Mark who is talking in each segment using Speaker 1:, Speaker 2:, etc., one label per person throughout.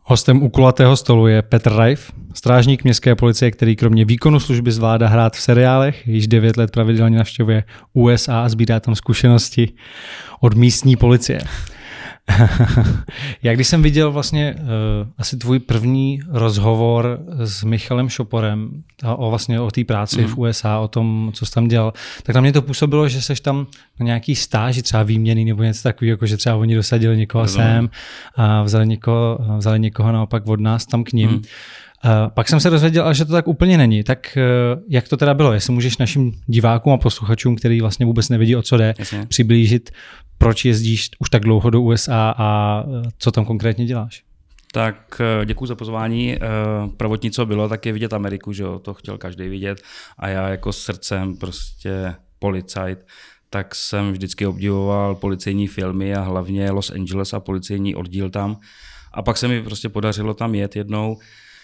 Speaker 1: Hostem u kulatého stolu je Petr Rajf, strážník městské policie, který kromě výkonu služby zvládá hrát v seriálech, již 9 let pravidelně navštěvuje USA a sbírá tam zkušenosti od místní policie. Já když jsem viděl vlastně asi tvůj první rozhovor s Michalem Šoporem o té práci v USA, o tom, co jsi tam dělal, tak na mě to působilo, že seš tam na nějaký stáži třeba výměný nebo něco takového, jako že třeba oni dosadili někoho sem a vzali někoho naopak od nás tam k ním. Pak jsem se dozvěděl, že to tak úplně není. Tak jak to teda bylo? Jestli můžeš našim divákům a posluchačům, který vlastně vůbec nevědí, o co jde, přiblížit, proč jezdíš už tak dlouho do USA a co tam konkrétně děláš?
Speaker 2: Tak děkuji za pozvání. Prvotní, co bylo, tak je vidět Ameriku, že jo, to chtěl každý vidět. A já jako srdcem prostě policajt, tak jsem vždycky obdivoval policejní filmy a hlavně Los Angeles a policejní oddíl tam. A pak se mi prostě podařilo tam jet jednou.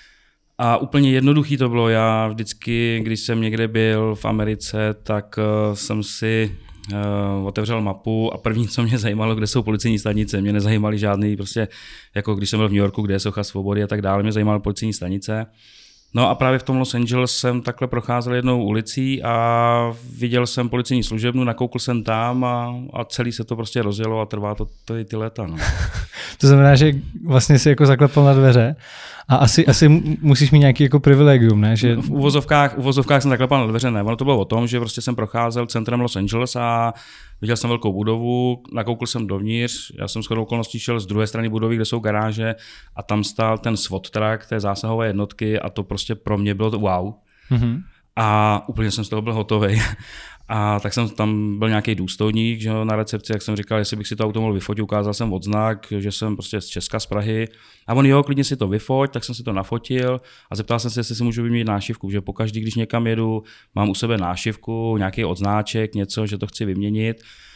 Speaker 2: A úplně jednoduchý to bylo. Já vždycky, když jsem někde byl v Americe, tak jsem si otevřel mapu a první, co mě zajímalo, kde jsou policejní stanice. Mě nezajímaly žádný, prostě jako když jsem byl v New Yorku, kde je Socha svobody a tak dále, mě zajímaly policejní stanice. No a právě v tom Los Angeles jsem takhle procházel jednou ulicí a viděl jsem policejní služebnu, nakoukl jsem tam a celý se to prostě rozjelo a trvá to i ty léta. No.
Speaker 1: To znamená, že vlastně si jako zaklepal na dveře a asi musíš mít nějaký jako privilegium, ne? Že...
Speaker 2: V uvozovkách jsem zaklepal na dveře, ne. Ono to bylo o tom, že prostě jsem procházel centrem Los Angeles a viděl jsem velkou budovu, nakoukl jsem dovnitř, já jsem shodou okolností šel z druhé strany budovy, kde jsou garáže a tam stál ten SWAT track té zásahové jednotky a to prostě pro mě bylo to wow. Mm-hmm. A úplně jsem z toho byl hotovej. A tak jsem tam byl nějaký důstojník, že na recepci, jak jsem říkal, jestli bych si to auto mohl vyfotit, ukázal jsem odznak, že jsem prostě z Česka, z Prahy. A on jo, klidně si to vyfoť, tak jsem si to nafotil a zeptal jsem se, jestli si můžu vyměnit nášivku, že pokaždý, když někam jedu, mám u sebe nášivku, nějaký odznáček, něco, že to chci vyměnit.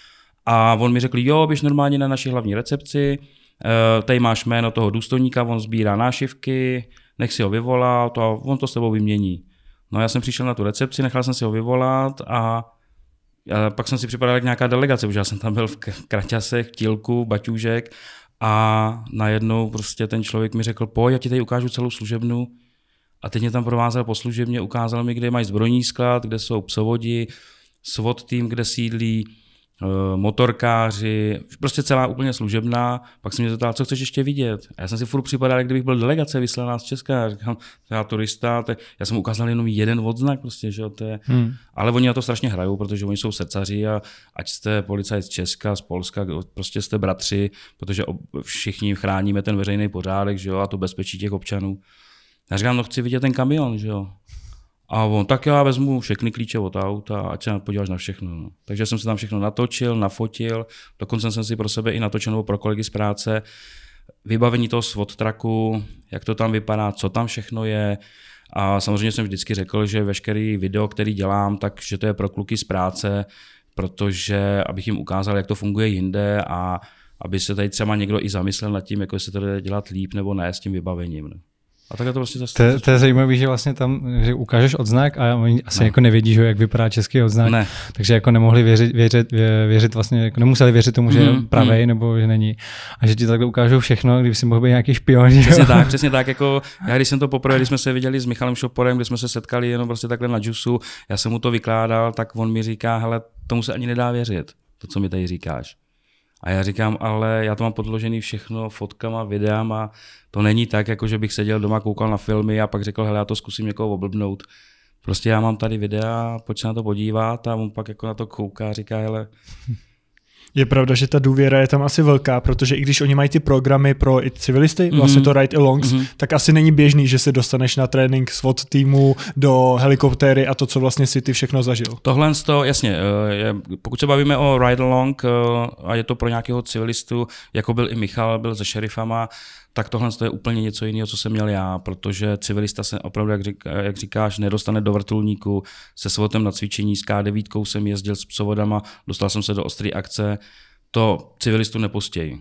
Speaker 2: A on mi řekl, jo, běž normálně na naší hlavní recepci, tady máš jméno toho důstojníka, on sbírá nášivky, nech si ho vyvolat a on to s tebou vymění. No já jsem přišel na tu recepci, nechal jsem si ho vyvolat a pak jsem si připadal jak nějaká delegace, protože já jsem tam byl v kraťasech, tílku, baťůžek a najednou prostě ten člověk mi řekl, pojď, já ti tady ukážu celou služebnu a teď mě tam provázel po služebně, ukázal mi, kde mají zbrojní sklad, kde jsou psovodi, SWAT tým, kde sídlí, motorkáři, prostě celá úplně služebná. Pak jsem mě zeptal, co chceš ještě vidět. A já jsem si furt připadal, jak kdybych byl delegace vyslaná z Česka. Já říkám, já turista, já jsem ukázal jenom jeden odznak, prostě, že to je. Ale oni na to strašně hrajou, protože oni jsou srdcaři a ať jste policajt z Česka, z Polska, prostě jste bratři, protože všichni chráníme ten veřejný pořádek, že jo, a to bezpečí těch občanů. Já říkám, no chci vidět ten kamion, že jo. A on, tak já vezmu všechny klíče od auta, ať se podíváš na všechno. No. Takže jsem se tam všechno natočil, nafotil, dokonce jsem si pro sebe i natočil nebo pro kolegy z práce vybavení toho SWAT tracku, jak to tam vypadá, co tam všechno je. A samozřejmě jsem vždycky řekl, že veškerý video, který dělám, takže to je pro kluky z práce, protože abych jim ukázal, jak to funguje jinde a aby se tady třeba někdo i zamyslel nad tím, jako jestli to jde dělat líp nebo ne s tím vybavením. No. A tak to prostě
Speaker 1: to je zajímavé, že vlastně tam že ukážeš odznak a oni asi jako nevědí, že jak vypadá český odznak, ne. Takže jako nemohli věřit vlastně, jako nemuseli věřit tomu, že je pravej nebo že není. A že ti takhle ukážou všechno, kdyby si mohl být nějaký špion.
Speaker 2: Přesně tak, jako já když jsem to poprvé, když jsme se viděli s Michalem Šoporem, když jsme se setkali jenom prostě takhle na džusu, já jsem mu to vykládal, tak on mi říká, hele, tomu se ani nedá věřit, to, co mi tady říkáš. A já říkám, ale já to mám podložený všechno fotkama, videama, to není tak, jako že bych seděl doma, koukal na filmy a pak řekl, hele, já to zkusím někoho oblbnout. Prostě já mám tady videa, pojď se na to podívat a on pak jako na to kouká a říká, hele.
Speaker 3: Je pravda, že ta důvěra je tam asi velká, protože i když oni mají ty programy pro i civilisty, vlastně to ride-alongs, tak asi není běžný, že se dostaneš na trénink SWAT týmu do helikoptéry a to, co vlastně si ty všechno zažil.
Speaker 2: Tohle to, jasně, pokud se bavíme o ride-along a je to pro nějakého civilistu, jako byl i Michal, byl se šerifama, tak tohle je úplně něco jiného, co jsem měl já, protože civilista se opravdu, jak říkáš, nedostane do vrtulníku, se SWATem na cvičení, s K9 jsem jezdil s psovodama, dostal jsem se do ostré akce, to civilistu nepustějí.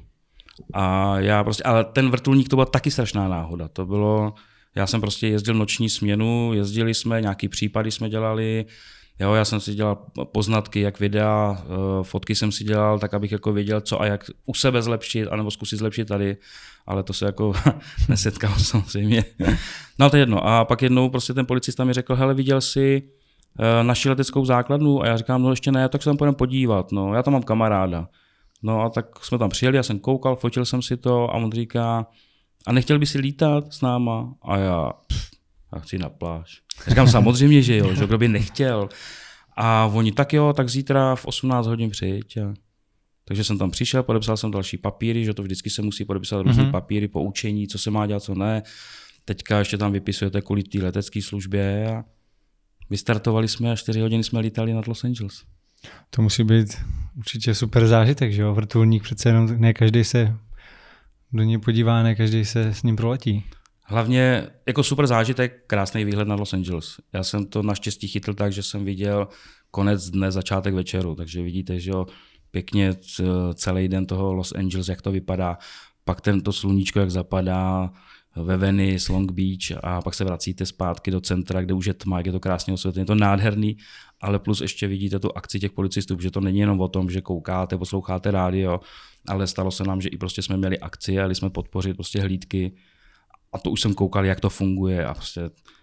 Speaker 2: A já prostě, ale ten vrtulník to byla taky strašná náhoda, to bylo, já jsem prostě jezdil noční směnu, jezdili jsme, nějaký případy jsme dělali, Jo, já jsem si dělal poznatky, jak videa, fotky jsem si dělal, tak abych jako věděl, co a jak u sebe zlepšit, anebo zkusit zlepšit tady, ale to se jako nesetkalo samozřejmě. No to je jedno. A pak jednou prostě ten policista mi řekl, hele, viděl jsi naši leteckou základnu? A já říkám, no ještě ne, tak se tam půjdeme podívat, no, já tam mám kamaráda. No a tak jsme tam přijeli, já jsem koukal, fotil jsem si to a on říká, a nechtěl by si lítat s náma? A já chci na pláž. Já říkám, samozřejmě, že jo, že kdo by nechtěl. A oni, tak jo, tak zítra v 18 hodin přijď. Takže jsem tam přišel, podepsal jsem další papíry, že to vždycky se musí podepisat různý papíry, poučení, co se má dělat, co ne. Teďka ještě tam vypisujete kvůli té letecké službě a vystartovali jsme a 4 hodiny jsme lítali nad Los Angeles.
Speaker 1: To musí být určitě super zážitek, že jo? Vrtulník přece jenom ne každý se do něj podívá, ne každý se s ním proletí.
Speaker 2: Hlavně jako super zážitek, krásný výhled na Los Angeles. Já jsem to naštěstí chytl tak, že jsem viděl konec dne, začátek večeru, takže vidíte, že jo, pěkně celý den toho Los Angeles, jak to vypadá, pak to sluníčko, jak zapadá ve Venice, Long Beach a pak se vracíte zpátky do centra, kde už je tma, jak je to krásně osvětlené, je to nádherný, ale plus ještě vidíte tu akci těch policistů, že to není jenom o tom, že koukáte, posloucháte rádio, ale stalo se nám, že i prostě jsme měli akci a jeli jsme podpořit prostě hlídky a to už jsem koukal, jak to funguje a prostě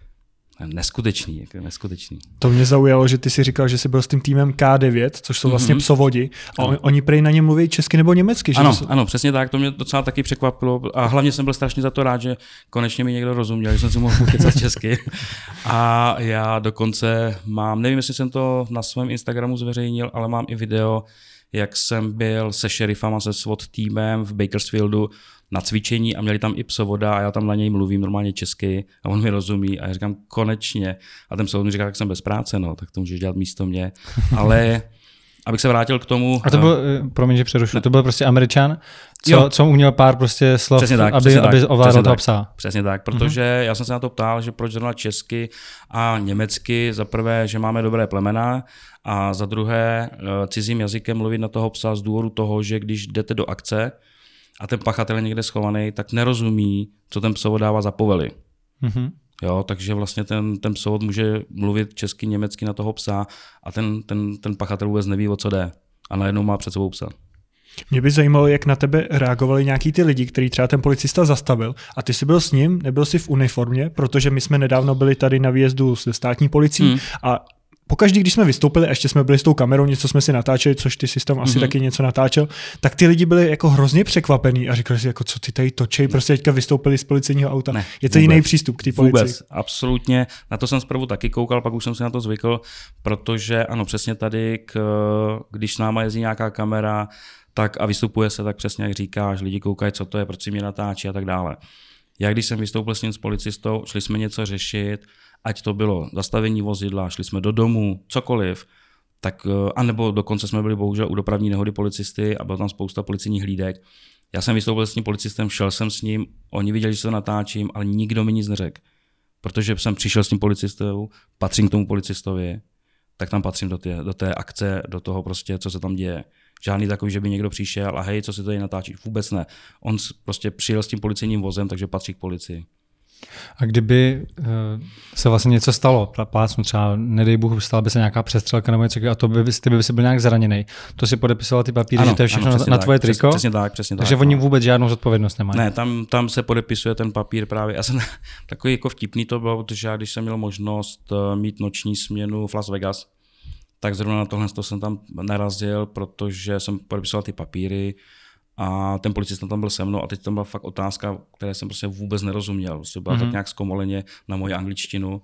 Speaker 2: neskutečný.
Speaker 3: To mě zaujalo, že ty si říkal, že jsi byl s tím týmem K9, což jsou vlastně psovodi. A oni prej na ně mluví česky nebo německy. Že
Speaker 2: ano, přesně tak, to mě docela taky překvapilo. A hlavně jsem byl strašně za to rád, že konečně mi někdo rozuměl, že jsem si mohl kecat česky. A já dokonce mám, nevím, jestli jsem to na svém Instagramu zveřejnil, ale mám i video, jak jsem byl se šerifama, se SWAT týmem v Bakersfieldu na cvičení a měli tam i psovoda a já tam na něj mluvím normálně česky a on mi rozumí a já říkám konečně. A ten psovod mi říká, tak jsem bez práce, no, tak to můžeš dělat místo mě. Ale abych se vrátil k tomu...
Speaker 1: A to byl, promiň, že přerušu, to byl prostě Američan, co uměl pár prostě slov, aby ovládal toho psa.
Speaker 2: Přesně tak, protože já jsem se na to ptal, že proč zrovna česky a německy, za prvé, že máme dobré plemena a za druhé cizím jazykem mluvit na toho psa z důvodu toho, že když jdete do akce a ten pachatel je někde schovaný, tak nerozumí, co ten psovod dává za povely. Jo, takže vlastně ten psovod může mluvit česky, německy na toho psa a ten pachatel vůbec neví, o co jde. A najednou má před sebou psa.
Speaker 3: Mě by zajímalo, jak na tebe reagovali nějaký ty lidi, který třeba ten policista zastavil a ty jsi byl s ním, nebyl jsi v uniformě, protože my jsme nedávno byli tady na výjezdu se státní policií a pokaždý, když jsme vystoupili a ještě jsme byli s tou kamerou, něco jsme si natáčeli, což ty jsi tam asi taky něco natáčel, tak ty lidi byli jako hrozně překvapení a říkali si, jako co ty tady točej, prostě teďka vystoupili z policejního auta. Ne, je to vůbec, jiný přístup k té policii?
Speaker 2: Vůbec, absolutně. Na to jsem zprvu taky koukal, pak už jsem si na to zvykl, protože ano, přesně tady, když s náma jezdí nějaká kamera, tak a vystupuje se, tak přesně jak říkáš, lidi koukají, co to je, proč si mě natáčí a tak dále. Já když jsem vystoupil s ním s policistou, šli jsme něco řešit, ať to bylo zastavení vozidla, šli jsme do domu, cokoliv, tak, anebo dokonce jsme byli bohužel u dopravní nehody policisty a byla tam spousta policijních hlídek. Já jsem vystoupil s tím policistem, šel jsem s ním, oni viděli, že se natáčím, ale nikdo mi nic neřekl. Protože jsem přišel s tím policistou, patřím k tomu policistovi, tak tam patřím do té akce, do toho prostě, co se tam děje. Žádný takový, že by někdo přišel a hej, co si tady natáčíš, vůbec ne. On prostě přijel s tím policejním vozem, takže patří k policii.
Speaker 1: A kdyby se vlastně něco stalo, plácnu třeba, nedej Bůh, stala by se nějaká přestřelka nebo něco, a ty by si byl nějak zraněný, to si podepisoval ty papíry, že to je všechno na tvoje triko?
Speaker 2: Přesně tak.
Speaker 1: Takže oni vůbec žádnou zodpovědnost nemají.
Speaker 2: Ne, tam se podepisuje ten papír právě. Já jsem takový jako vtipný to bylo, protože já když jsem měl možnost mít noční směnu v Las Vegas, tak zrovna na tohle jsem tam narazil, protože jsem podepisoval ty papíry a ten policista tam byl se mnou a teď tam byla fakt otázka, které jsem prostě vůbec nerozuměl. Prostě byla tak nějak zkomoleně na moji angličtinu.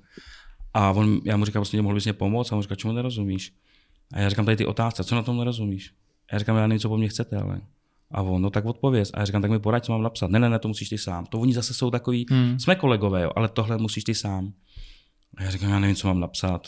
Speaker 2: A já mu říkám, prostě mohl bys mě pomoct? A on říká, čemu nerozumíš? A já říkám, tady ty otázky, co na tom nerozumíš? A já říkám, já nevím, co po mně chcete, ale. A on, no tak odpověz. A já říkám, tak mi poraď, co mám napsat. Ne, to musíš ty sám. To oni zase jsou takový, jsme kolegové, jo, ale tohle musíš ty sám. A já říkám, já nevím, co mám napsat.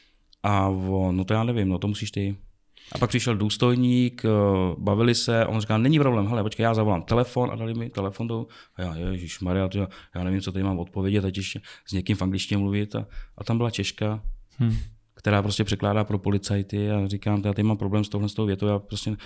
Speaker 2: A on, no to já nevím, no to musíš ty. A pak přišel důstojník, bavili se, on říkal, není problém, hele, počkej, já zavolám telefon a dali mi telefon a já, ježišmarja, já nevím, co tady mám odpovědět, teď ještě s někým v angličtině mluvit a tam byla Češka, která prostě překládá pro policajty a říkám, já tady mám problém s touhle větou, já prostě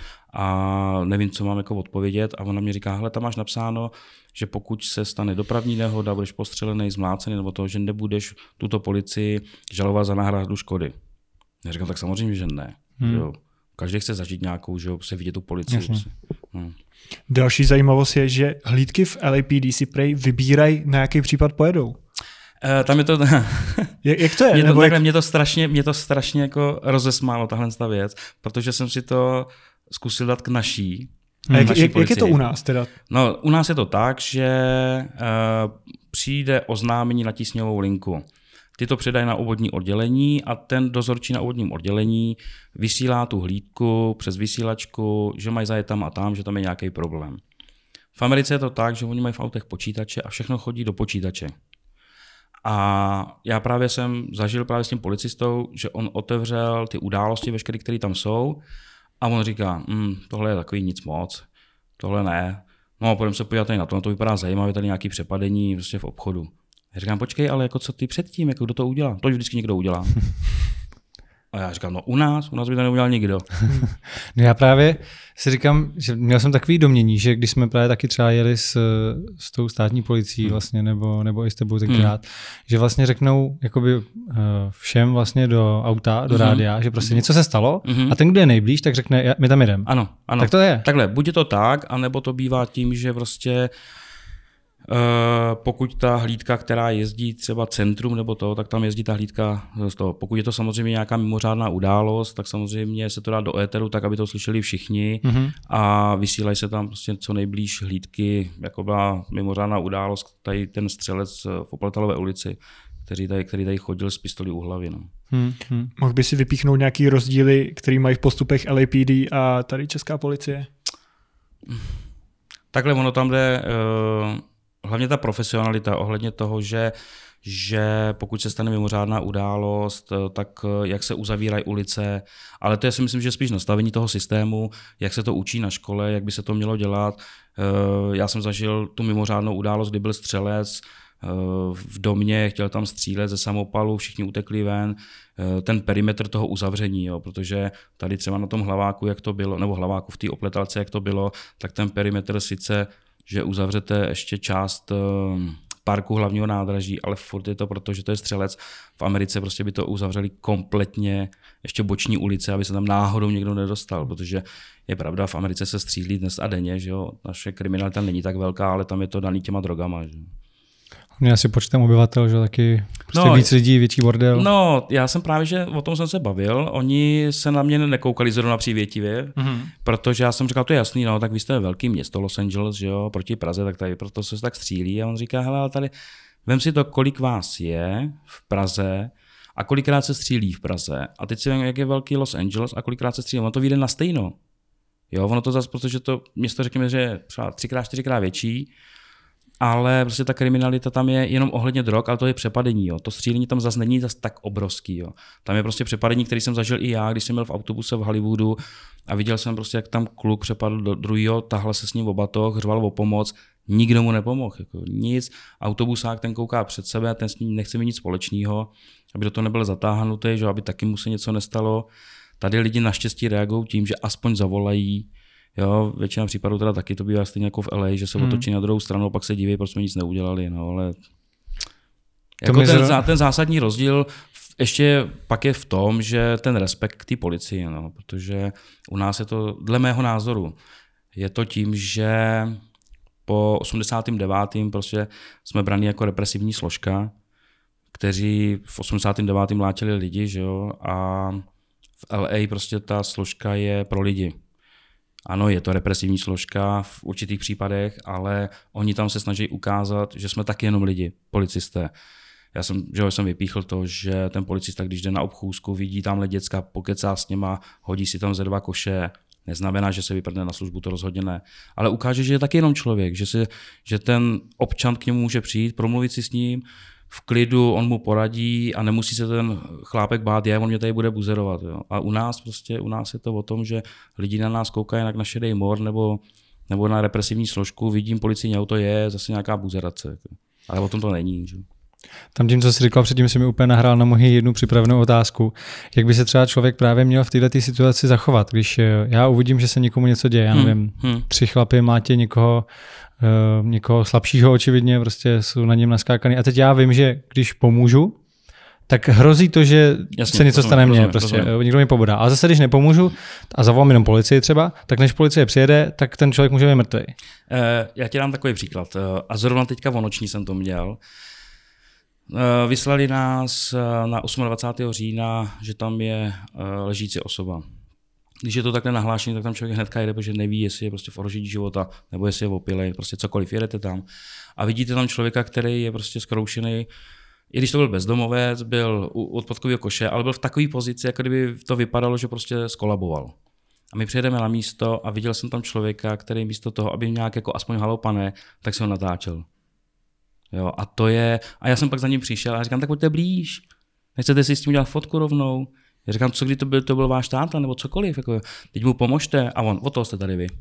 Speaker 2: a nevím, co mám jako odpovědět a ona mi říká, hele, tam máš napsáno, že pokud se stane dopravní nehoda, budeš postřelený, zmlácený nebo to, že nebudeš tuto policii žalovat za náhradu škody. Já říkám, tak samozřejmě, že ne. Jo. Každý chce zažít nějakou, že se vidět tu policii.
Speaker 3: Další zajímavost je, že hlídky v LAPD si prej vybírají, na jaký případ pojedou.
Speaker 2: Tam je to...
Speaker 3: Jak to je?
Speaker 2: Mě to strašně jako rozesmálo, tahle ta věc, protože jsem si to zkusil dát k naší.
Speaker 3: Jak je to u nás teda?
Speaker 2: No, u nás je to tak, že přijde oznámení na tísňovou linku. Ty to předají na obvodní oddělení a ten dozorčí na obvodním oddělení vysílá tu hlídku přes vysílačku, že mají zajet tam a tam, že tam je nějaký problém. V Americe je to tak, že oni mají v autech počítače a všechno chodí do počítače. A já právě jsem zažil právě s tím policistou, že on otevřel ty události veškeré, které tam jsou a on říká, tohle je takový nic moc, tohle ne. No, půjdeme se podívat tady na to vypadá zajímavě, tady nějaké přepadení prostě v obchodu. Já říkám, počkej, ale jako co ty předtím, jako kdo to udělá? To vždycky někdo udělá. A já říkám, no u nás by to neudělal nikdo.
Speaker 1: No já právě si říkám, že měl jsem takový domnění, že když jsme právě taky třeba jeli s tou státní policií vlastně, nebo i s tebou tenkrát, že vlastně řeknou jakoby všem vlastně do auta, do rádia, že prostě něco se stalo a ten, kdo je nejblíž, tak řekne, my tam jedeme.
Speaker 2: Ano.
Speaker 1: Tak to je.
Speaker 2: Takhle, buď je to tak, anebo to bývá tím, že prostě pokud ta hlídka, která jezdí třeba centrum nebo to, tak tam jezdí ta hlídka z toho. Pokud je to samozřejmě nějaká mimořádná událost, tak samozřejmě se to dá do éteru, tak aby to slyšeli všichni a vysílají se tam prostě co nejblíž hlídky, jako byla mimořádná událost, tady ten střelec v Opletalové ulici, který tady chodil s pistolí u hlavy. No.
Speaker 3: Mohl by si vypíchnout nějaký rozdíly, který mají v postupech LAPD a tady česká policie?
Speaker 2: Takhle ono tam jde... Hlavně ta profesionalita ohledně toho, že pokud se stane mimořádná událost, tak jak se uzavírají ulice, ale to je si myslím, že spíš nastavení toho systému, jak se to učí na škole, jak by se to mělo dělat. Já jsem zažil tu mimořádnou událost, kdy byl střelec v domě, chtěl tam střílet ze samopalu, všichni utekli ven, ten perimetr toho uzavření, jo, protože tady třeba na tom Hlaváku, jak to bylo, nebo Hlaváku v té Opletalce, jak to bylo, tak ten perimetr sice že uzavřete ještě část parku hlavního nádraží, ale furt je to proto, že to je střelec. V Americe prostě by to uzavřeli kompletně ještě boční ulice, aby se tam náhodou někdo nedostal, protože je pravda, v Americe se střílí dnes a denně, že jo? Naše kriminalita není tak velká, ale tam je to daný těma drogama. Že?
Speaker 1: Mě asi počtem obyvatel, že taky prostě víc lidí, větší bordel.
Speaker 2: No, já jsem právě, že o tom jsem se bavil, oni se na mě nekoukali zrovna přívětivě, protože já jsem říkal, to je jasný, no, tak vy jste velký město Los Angeles, že jo, proti Praze, tak tady proto se tak střílí a on říká, hele, ale tady, vem si to, kolik vás je v Praze a kolikrát se střílí v Praze a teď si vem, jak je velký Los Angeles a kolikrát se střílí, ono to vyjde na stejno. Jo, ono to zase, protože to město, řekněme, že je třeba 3x, 4x větší, ale prostě ta kriminalita tam je jenom ohledně drog, ale to je přepadení. Jo. To střílení tam zase není zase tak obrovský. Jo. Tam je prostě přepadení, který jsem zažil i já, když jsem byl v autobuse v Hollywoodu a viděl jsem prostě, jak tam kluk přepadl do druhého, tahle se s ním o batoh, řval o pomoc, nikdo mu nepomohl. Jako nic. Autobusák ten kouká před sebe, ten s ním nechce mít nic společného, aby do toho nebyl zatáhnutý, že aby taky mu se něco nestalo. Tady lidi naštěstí reagují tím, že aspoň zavolají. Jo, většina případů teda taky to bývá stejně jako v LA, že se otočí na druhou stranu a pak se diví, proč jsme nic neudělali, no, ale jako ten zásadní rozdíl ještě pak je v tom, že ten respekt k té policii, no, protože u nás je to, dle mého názoru, je to tím, že po 89. prostě jsme braní jako represivní složka, kteří v 89. mlátili lidi, že jo, a v LA prostě ta složka je pro lidi. Ano, je to represivní složka v určitých případech, ale oni tam se snaží ukázat, že jsme taky jenom lidi, policisté. Já jsem vypíchl to, že ten policista, když jde na obchůzku, vidí tamhle děcka, pokecá s něma, hodí si tam ze 2 koše, neznamená, že se vyprdne na službu, to rozhodně ne. Ale ukáže, že je taky jenom člověk, že ten občan k němu může přijít, promluvit si s ním, v klidu on mu poradí a nemusí se ten chlápek bát, on mě tady bude buzerovat. Jo. A u nás je to o tom, že lidi na nás koukají jak na šedej mor nebo na represivní složku, vidím policijní auto, je zase nějaká buzerace. Ale o tom to není. Že?
Speaker 1: Tam tím, co jsi říkal předtím, si mi úplně nahrál na moji jednu připravenou otázku. Jak by se třeba člověk právě měl v této situaci zachovat, když já uvidím, že se někomu něco děje, já nevím, 3 chlapy mlátí někoho slabšího očividně, prostě jsou na něm naskákaný. A teď já vím, že když pomůžu, tak hrozí to, že
Speaker 2: jasně,
Speaker 1: se něco stane mně,
Speaker 2: rozumím.
Speaker 1: Někdo mi pobodá. Ale zase, když nepomůžu a zavolám jenom policii třeba, tak než policie přijede, tak ten člověk může být mrtvý.
Speaker 2: Já ti dám takový příklad. A zrovna teďka o noční jsem to měl. Vyslali nás na 28. října, že tam je ležící osoba. Když je to takhle nahlášené, tak tam člověk hnedka jde, protože neví, jestli je prostě v ohrožení života, nebo jestli je opilej, prostě cokoliv, jedete tam. A vidíte tam člověka, který je prostě zkroušený. I když to byl bezdomovec, byl u odpadkového koše, ale byl v takové pozici, jako kdyby to vypadalo, že prostě skolaboval. A my přijedeme na místo a viděl jsem tam člověka, který místo toho, aby nějak jako aspoň halopané, tak se ho natáčel. Jo, a já jsem pak za ním přišel a říkám, tak pojďte blíž. Nechcete si s tím udělat fotku rovnou? Já říkám, co kdy to byl váš táta, nebo cokoliv, jako, teď mu pomožte a on, o toho jste tady vy.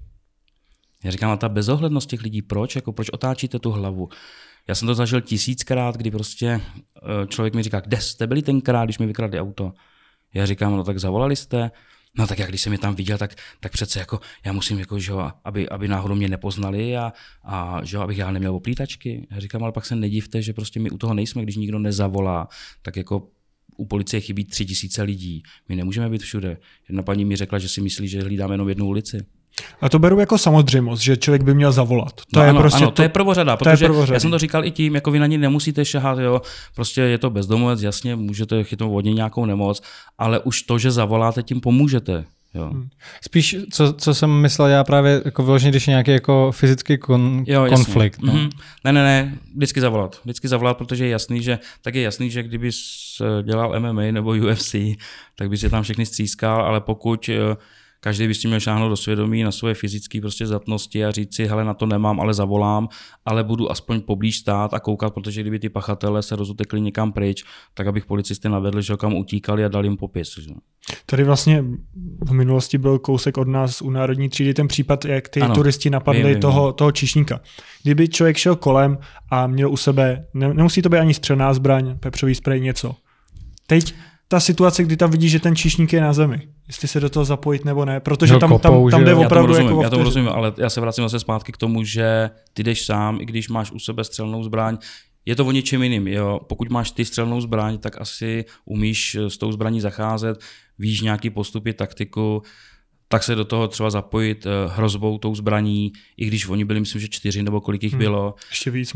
Speaker 2: Já říkám, a ta bezohlednost těch lidí, proč otáčíte tu hlavu? Já jsem to zažil 1000krát, kdy prostě člověk mi říká, kde jste byli tenkrát, když mi vykradli auto? Já říkám, no tak zavolali jste? No tak jak když jsem je tam viděl, tak přece jako já musím, jako, že jo, aby náhodou mě nepoznali a že jo, abych já neměl oplítačky. Já říkám, ale pak se nedivte, že prostě my u toho nejsme, když nikdo nezavolá, tak jako u policie chybí 3000 lidí. My nemůžeme být všude. Jedna paní mi řekla, že si myslí, že hlídáme jenom jednu ulici.
Speaker 3: A to beru jako samozřejmost, že člověk by měl zavolat.
Speaker 2: To je prvořada, protože já jsem to říkal i tím, jako vy na ní nemusíte šahat, jo, prostě je to bezdomovec, jasně, můžete chytnout od něj nějakou nemoc, ale už to, že zavoláte, tím pomůžete. Jo.
Speaker 1: Spíš, co jsem myslel já právě, jako vyloženě, když je nějaký jako fyzický konflikt. No.
Speaker 2: Ne, vždycky zavolat, protože je jasný, že kdybys dělal MMA nebo UFC, tak bys je tam všechny střískal, ale pokud každý by s tím měl šáhnout do svědomí na svoje fyzické prostě zdatnosti a říct si, hele, na to nemám, ale zavolám, ale budu aspoň poblíž stát a koukat, protože kdyby ty pachatelé se rozutekli někam pryč, tak abych policisty navedl, že kam utíkali a dal jim popis. Že?
Speaker 3: Tady vlastně v minulosti byl kousek od nás u Národní třídy ten případ, jak ty turisti napadli toho číšníka. Kdyby člověk šel kolem a měl u sebe, nemusí to být ani střelná zbraň, pepřový sprej, něco. Teď ta situace, kdy tam vidí, že ten číšník je na zemi. Jestli se do toho zapojit nebo ne, protože tam jde opravdu jako
Speaker 2: já to rozumím, ale já se vracím zase zpátky k tomu, že ty jdeš sám, i když máš u sebe střelnou zbraň, je to o něčem jiným. Jo? Pokud máš ty střelnou zbraň, tak asi umíš s tou zbraní zacházet, víš nějaký postupy, taktiku, tak se do toho třeba zapojit hrozbou tou zbraní, i když oni byli, myslím, že 4 nebo kolik jich bylo.
Speaker 3: Ještě víc.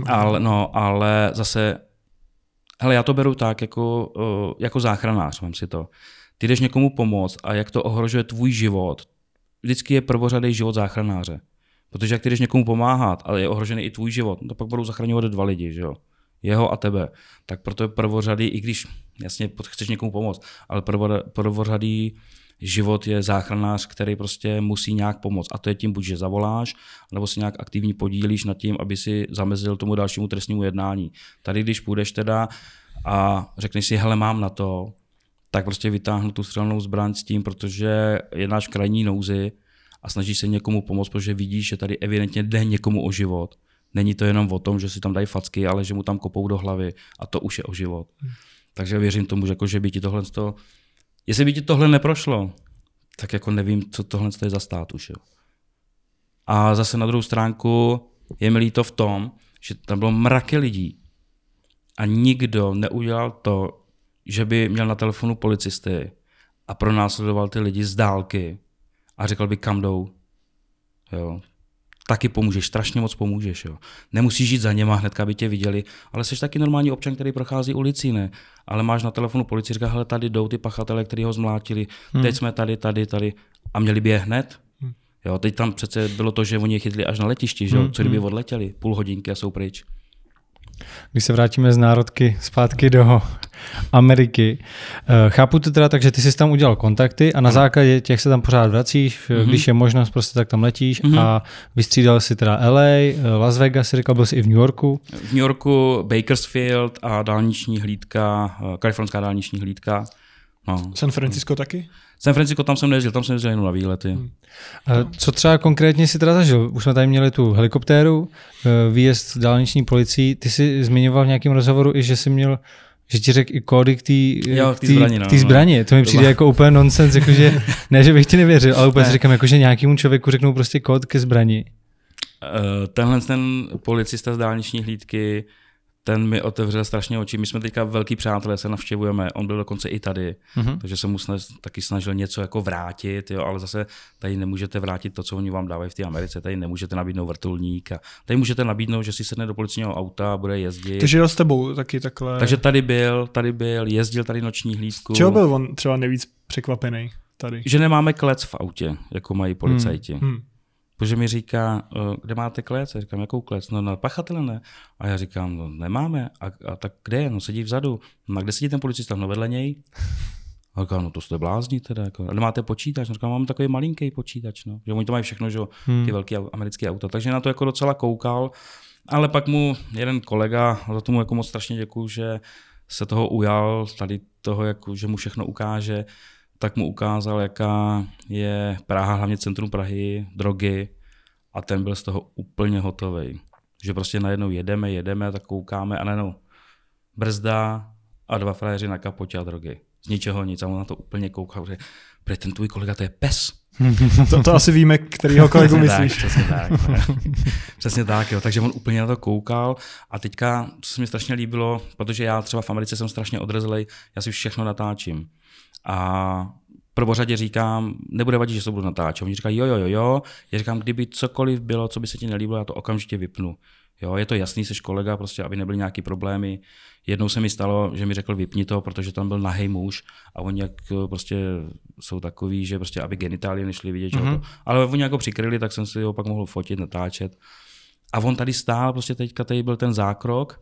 Speaker 2: Ale zase, hele, já to beru tak, jako záchranář, mám si to. Ty jdeš někomu pomoct a jak to ohrožuje tvůj život, vždycky je prvořadý život záchranáře. Protože jak ty jdeš někomu pomáhat, ale je ohrožený i tvůj život, to pak budou zachraňovat 2 lidi, že jo? Jeho a tebe. Tak proto je prvořadý, i když jasně chceš někomu pomoct, ale prvořadý život je záchranář, který prostě musí nějak pomoct. A to je tím buď, že zavoláš, nebo si nějak aktivně podílíš nad tím, aby si zamezil tomu dalšímu trestnímu jednání. Tady, když půjdeš teda a řekneš si, hele, mám na to, tak prostě vytáhnu tu střelnou zbraň s tím, protože jednáš v krajní nouzi a snažíš se někomu pomoct, protože vidíš, že tady evidentně jde někomu o život. Není to jenom o tom, že si tam dají facky, ale že mu tam kopou do hlavy a to už je o život. Takže věřím tomu, že by ti tohle, jestli by ti tohle neprošlo, tak jako nevím, co tohle je za stát už. Jo. A zase na druhou stránku je mi líto v tom, že tam bylo mraky lidí a nikdo neudělal to, že by měl na telefonu policisty a pronásledoval ty lidi z dálky a řekl by, kam jdou. Jo. Taky pomůžeš, strašně moc pomůžeš. Jo. Nemusíš jít za něma hnedka, aby tě viděli, ale jsi taky normální občan, který prochází ulicí, ne? Ale máš na telefonu policii, říká, hele, tady jdou ty pachatele, kteří ho zmlátili, teď jsme tady a měli by je hned. Jo, teď tam přece bylo to, že oni je chytli až na letišti, že? Co kdyby odletěli, půl hodinky a jsou pryč.
Speaker 1: Když se vrátíme z národky zpátky do Ameriky. Chápu to teda tak, že ty jsi tam udělal kontakty a na základě těch se tam pořád vracíš, když je možnost, prostě tak tam letíš a vystřídal si teda LA, Las Vegas, si říkal, byl jsi i v New Yorku.
Speaker 2: V New Yorku Bakersfield a dálniční hlídka, kalifornská dálniční hlídka. No.
Speaker 3: San Francisco taky?
Speaker 2: San Francisco tam jsem nejezdil jenom na výlety.
Speaker 1: Co třeba konkrétně si teda zažil? Už jsme tady měli tu helikoptéru, výjezd dálniční policii. Ty jsi zmiňoval v nějakém rozhovoru i, že jsi měl, že ti řekl i kódy k té zbraně. To mi přijde jako úplně nonsens, jakože, ne, že bych ti nevěřil, ale úplně si říkám, jakože nějakému člověku řeknou prostě kód ke zbrani.
Speaker 2: Tenhle ten policista z dálniční hlídky ten mi otevřel strašně oči. My jsme teďka velký přátelé, se navštěvujeme, on byl dokonce i tady, takže jsem mu taky snažil něco jako vrátit, jo, ale zase tady nemůžete vrátit to, co oni vám dávají v té Americe, tady nemůžete nabídnout vrtulník a tady můžete nabídnout, že si sedne do policijního auta a bude jezdit.
Speaker 3: Takže jel s tebou taky takhle.
Speaker 2: Takže tady byl, jezdil tady noční hlídku.
Speaker 3: Čeho byl on třeba nejvíc překvapený tady?
Speaker 2: Že nemáme klec v autě, jako mají policajti. Protože mi říká, kde máte klec? Já říkám, jakou klec? No na pachatele ne. A já říkám, no nemáme. A tak kde je? No sedí vzadu. No a kde sedí ten policista? No vedle něj. A říkám, no to jste blázni teda. Jako. A nemáte počítač? No říkám, mám takový malinký počítač. No. Že oni to mají všechno, že ty velké americké auta. Takže na to jako docela koukal. Ale pak mu jeden kolega, za tomu jako moc strašně děkuju, že se toho ujal, tady toho, jako, že mu všechno ukáže, tak mu ukázal, jaká je Praha, hlavně centrum Prahy, drogy a ten byl z toho úplně hotovej. Že prostě najednou jedeme, tak koukáme a najednou brzda a 2 frajeři na kapotě a drogy. Z ničeho nic a on na to úplně koukal, že ten tvůj kolega to je pes.
Speaker 3: To asi víme, kterýho kolegu myslíš.
Speaker 2: Přesně tak. Přesně tak, jo. Takže on úplně na to koukal a teďka, co se mi strašně líbilo, protože já třeba v Americe jsem strašně odrezlej, já si všechno natáčím. A pro pořadě říkám, nebude vadit, že se budu natáčet. Oni říkají jo. Já říkám, kdyby cokoliv bylo, co by se ti nelíbilo, já to okamžitě vypnu. Jo, je to jasný, seš kolega, prostě, aby nebyly nějaký problémy. Jednou se mi stalo, že mi řekl vypni to, protože tam byl nahej muž a oni jak prostě jsou takový, že prostě aby genitálie nešli vidět. Ale oni jako přikryli, tak jsem si ho pak mohl fotit, natáčet. A on tady stál, prostě teďka tady byl ten zákrok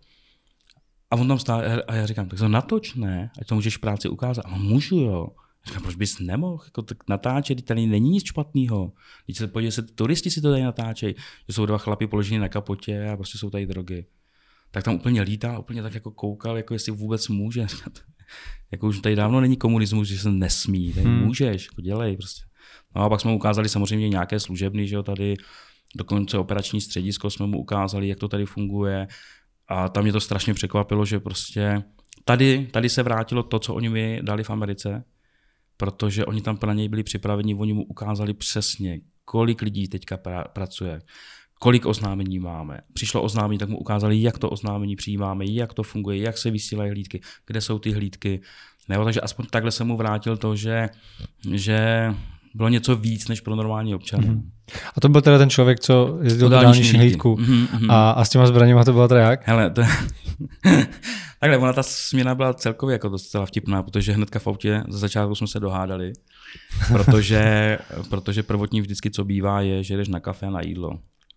Speaker 2: a on tam stál a já říkám, tak to natoč, ne? Ať to můžeš v práci ukázat. A můžu, jo. Říkám, proč bys nemohl jako tak natáčet, tady není nic špatného. Když se podívej, turisti si to tady natáčejí, že jsou 2 chlapi položení na kapotě a prostě jsou tady drogy. Tak tam úplně lítá, úplně tak jako koukal, jako jestli vůbec může. Jako už tady dávno není komunismus, že se nesmí, tady můžeš, jako dělej prostě. No a pak jsme mu ukázali samozřejmě nějaké služebny, že jo, tady dokonce operační středisko jsme mu ukázali, jak to tady funguje. A tam mě to strašně překvapilo, že prostě tady se vrátilo to, co oni mi dali v Americe, protože oni tam pro něj byli připraveni, oni mu ukázali přesně, kolik lidí teďka pracuje, kolik oznámení máme. Přišlo oznámení, tak mu ukázali, jak to oznámení přijímáme, jak to funguje, jak se vysílají hlídky, kde jsou ty hlídky. Nebo, takže aspoň takhle se mu vrátil to, že bylo něco víc než pro normální občany.
Speaker 1: A to byl teda ten člověk, co jezdil do dálniční hlídku. A s těma zbraněma to bylo teda jak?
Speaker 2: Hele, takhle, ona ta směna byla celkově jako docela vtipná, protože hnedka v autě za začátku jsme se dohádali, protože prvotní vždycky, co bývá, je, že jdeš na kafe a na jídlo.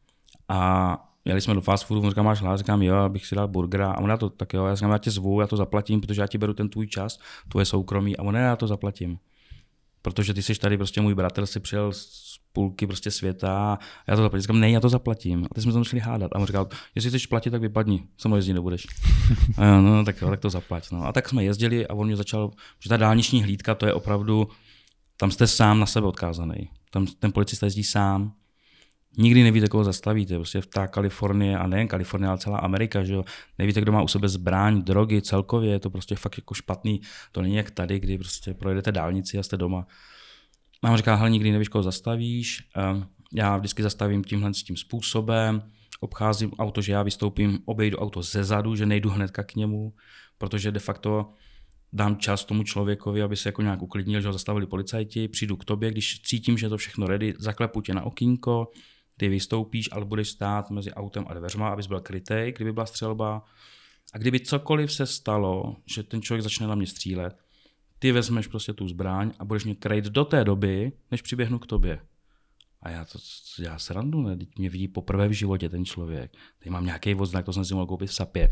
Speaker 2: A jeli jsme do fast foodu, on říká, máš hlad, říkám, jo, abych si dal burgera. A ona to tak jo, já říkám, já tě zvu, já to zaplatím, protože já ti beru ten tvůj čas, tvoje soukromí, a ona, já to zaplatím. Protože ty jsi tady prostě můj bratr, si přijel z půlky prostě světa a já to zaplatím. Říkám, ne, já to zaplatím. A ty jsme to museli hádat. A on říkal, jestli chceš platit, tak vypadni, se mnou jezdit nebudeš. A já, no tak jo, tak to zaplať. No. A tak jsme jezdili a on mě začal, že ta dálniční hlídka, to je opravdu, tam jste sám na sebe odkázaný. Tam ten policista jezdí sám. Nikdy nevíte, koho zastavíte. Prostě v ta Kalifornie, a nejen Kalifornie, ale celá Amerika, že jo. Nevíte, kdo má u sebe zbraň, drogy, celkově je to prostě fakt jako špatný. To není jak tady, kdy prostě projedete dálnici a jste doma. A on říká, hele, nikdy nevíš, koho zastavíš. Já vždycky zastavím tímhle s tím způsobem. Obcházím auto, že já vystoupím, obejdu auto zezadu, že nejdu hnedka k němu, protože de facto dám čas tomu člověkovi, aby se jako nějak uklidnil, že ho zastavili policajti, přijdu k tobě, když cítím, že je to všechno ready, zaklepu tě na okýnko, ty vystoupíš, ale budeš stát mezi autem a dveřma, abys byl krytej, kdyby byla střelba. A kdyby cokoliv se stalo, že ten člověk začne na mě střílet, ty vezmeš prostě tu zbraň a budeš mě krejt do té doby, než přiběhnu k tobě. A já srandu, ne? Teď mě vidí poprvé v životě ten člověk. Tady mám nějaký odznak, to jsem si mohl koupit v Sapě.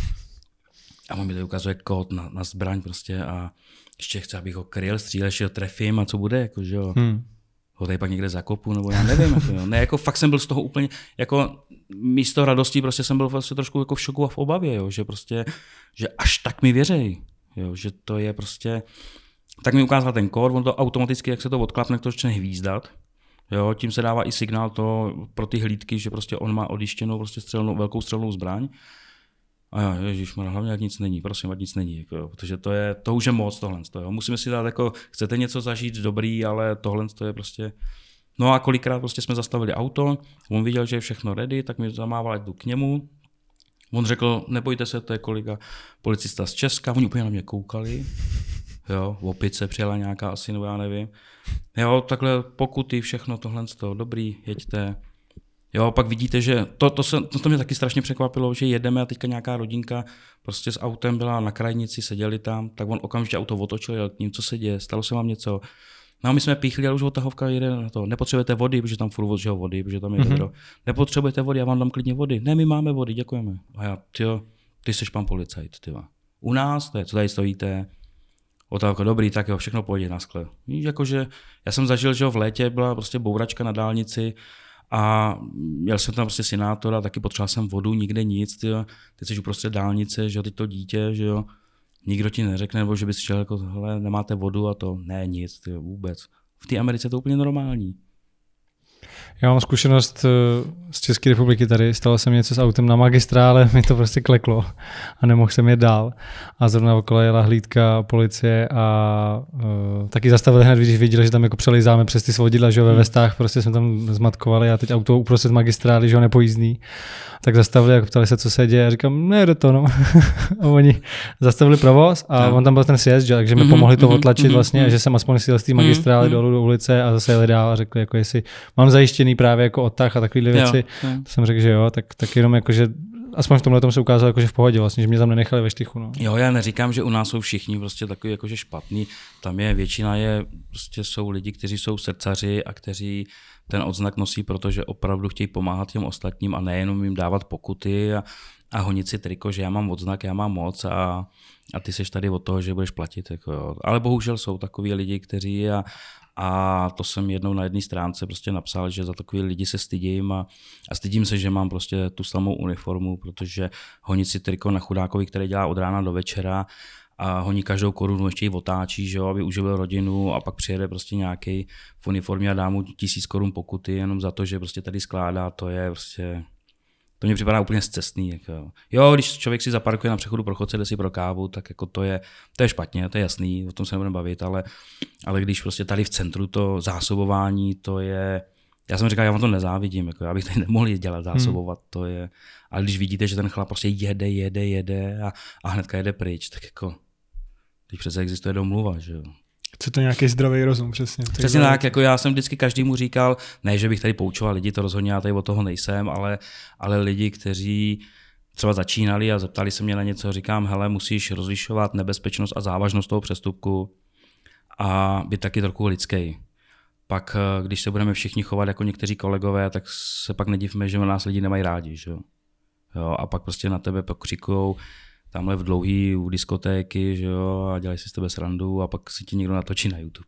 Speaker 2: A on mi tady ukazuje kód na zbraň prostě a ještě chce, abych ho kryl, stříleš, ho trefím a co bude, jako, že jo. Ho tady pak někde zakopu, nebo já nevím. Jako, jo. Ne, jako fakt jsem byl z toho úplně, jako místo radosti prostě jsem byl vlastně trošku jako v šoku a v obavě, jo, že prostě, že až tak mi věřej, jo, že to je prostě, tak mi ukázal ten kód, on to automaticky, jak se to odklapne, to začne hvízdat, jo, tím se dává i signál to pro ty hlídky, že prostě on má odjištěnou prostě velkou střelnou zbraň. A já, ježišmarja, hlavně ať nic není, prosím, ať nic není, jako, jo, protože to už je moc tohle. Jo. Musíme si dát, jako, chcete něco zažít dobrý, ale tohle to je prostě. No a kolikrát prostě jsme zastavili auto, on viděl, že je všechno ready, tak mi zamával, ať jdu k němu. On řekl, nebojte se, to je kolega policista z Česka, oni úplně na mě koukali. Jo, v opice přijela nějaká asi, nebo já nevím. Jo, takhle pokuty, všechno tohle, dobrý, jeďte. Jo, pak vidíte, že to mě taky strašně překvapilo, že jedeme a teďka nějaká rodinka prostě s autem byla na krajnici, seděli tam, tak on okamžitě auto otočil, jel k ním, co se děje, stalo se vám něco. No a my jsme píchli, ale už odtahovka jede na to. Nepotřebujete vody, protože tam furt vozí vody, protože tam je vedro. Nepotřebujete vody, já vám dám klidně vody. Ne, my máme vody, děkujeme. A já, ty jsi pan policajt, tyva. U nás, to je, co tady stojíte? Otázka, dobrý, tak jo, všechno pojde na skle. Víš, jakože já jsem zažil, že v létě byla prostě bouračka na dálnici a měl jsem tam prostě senátora, taky potřeboval jsem vodu, nikde nic, tyjo. Teď jsi uprostřed dálnice, že jo, teď to dítě, že jo, nikdo ti neřekne, nebo že bys šel jako, hele, nemáte vodu a to, ne, nic, tyjo, vůbec. V té Americe je to úplně normální.
Speaker 1: Já mám zkušenost z České republiky tady, stalo se mi něco s autem na magistrále, mi to prostě kleklo a nemohl jsem jet dál. A zrovna okolo jela hlídka policie a taky zastavili hned, když viděli, že tam jako přelejzáme přes ty svodidla, že ve vestách, prostě jsme tam zmatkovali a teď auto uprostřed magistrály, že ho nepojízdný. Tak zastavili a ptali se, co se děje. A říkám, nejde to, no. A oni zastavili provoz a on tam byl ten sjezd, takže mi pomohli to otlačit vlastně, že jsem aspoň sjel z té magistrály dolů do ulice a zase jeli dál a řekli, jako jestli mám zajištěný právě jako odtah a takovýhle věci. To jsem řekl, že jo, tak jenom jako, že aspoň v tomhle tom se ukázalo jako, že v pohodě vlastně, že mě tam nenechali ve štychu. No.
Speaker 2: Jo, já neříkám, že u nás jsou všichni prostě takový jakože špatný. Tam je většina prostě jsou lidi, kteří jsou srdcaři a kteří ten odznak nosí, protože opravdu chtějí pomáhat těm ostatním a nejenom jim dávat pokuty a honit si triko, že já mám odznak, já mám moc a ty seš tady od toho, že budeš platit. Jako jo. Ale bohužel jsou takový lidi, kteří a to jsem jednou na jedné stránce prostě napsal, že za takový lidi se stydím a stydím se, že mám prostě tu samou uniformu, protože honit si triko na chudákovi, který dělá od rána do večera a honí každou korunu, ještě ji otáčí, že jo, aby uživil rodinu a pak přijede prostě nějaký v uniformě a dá mu 1000 korun pokuty jenom za to, že prostě tady skládá, to je prostě... To mně připadá úplně scestný. Jako. Jo, když člověk si zaparkuje na přechodu pro chodce, jde si pro kávu, tak jako to je špatně, to je jasný, o tom se nebudeme bavit, ale když prostě tady v centru to zásobování, to je... Já jsem říkal, já vám to nezávidím, jako, já bych tady nemohl dělat, zásobovat, to je... Ale když vidíte, že ten chlap prostě jede a hnedka jede pryč, tak jako... Teď přece existuje domluva, že jo.
Speaker 3: Co to nějaký zdravý rozum, přesně.
Speaker 2: Přesně tak, jako já jsem vždycky každému říkal, ne, že bych tady poučoval lidi, to rozhodně já tady od toho nejsem, ale lidi, kteří třeba začínali a zeptali se mě na něco, říkám, hele, musíš rozlišovat nebezpečnost a závažnost toho přestupku a být taky trochu lidský. Pak, když se budeme všichni chovat jako někteří kolegové, tak se pak nedivme, že nás lidi nemají rádi, že jo. A pak prostě na tebe pokřikujou, tamhle v dlouhý u diskotéky, že jo, a dělají si s tebe srandu a pak si ti někdo natočí na YouTube.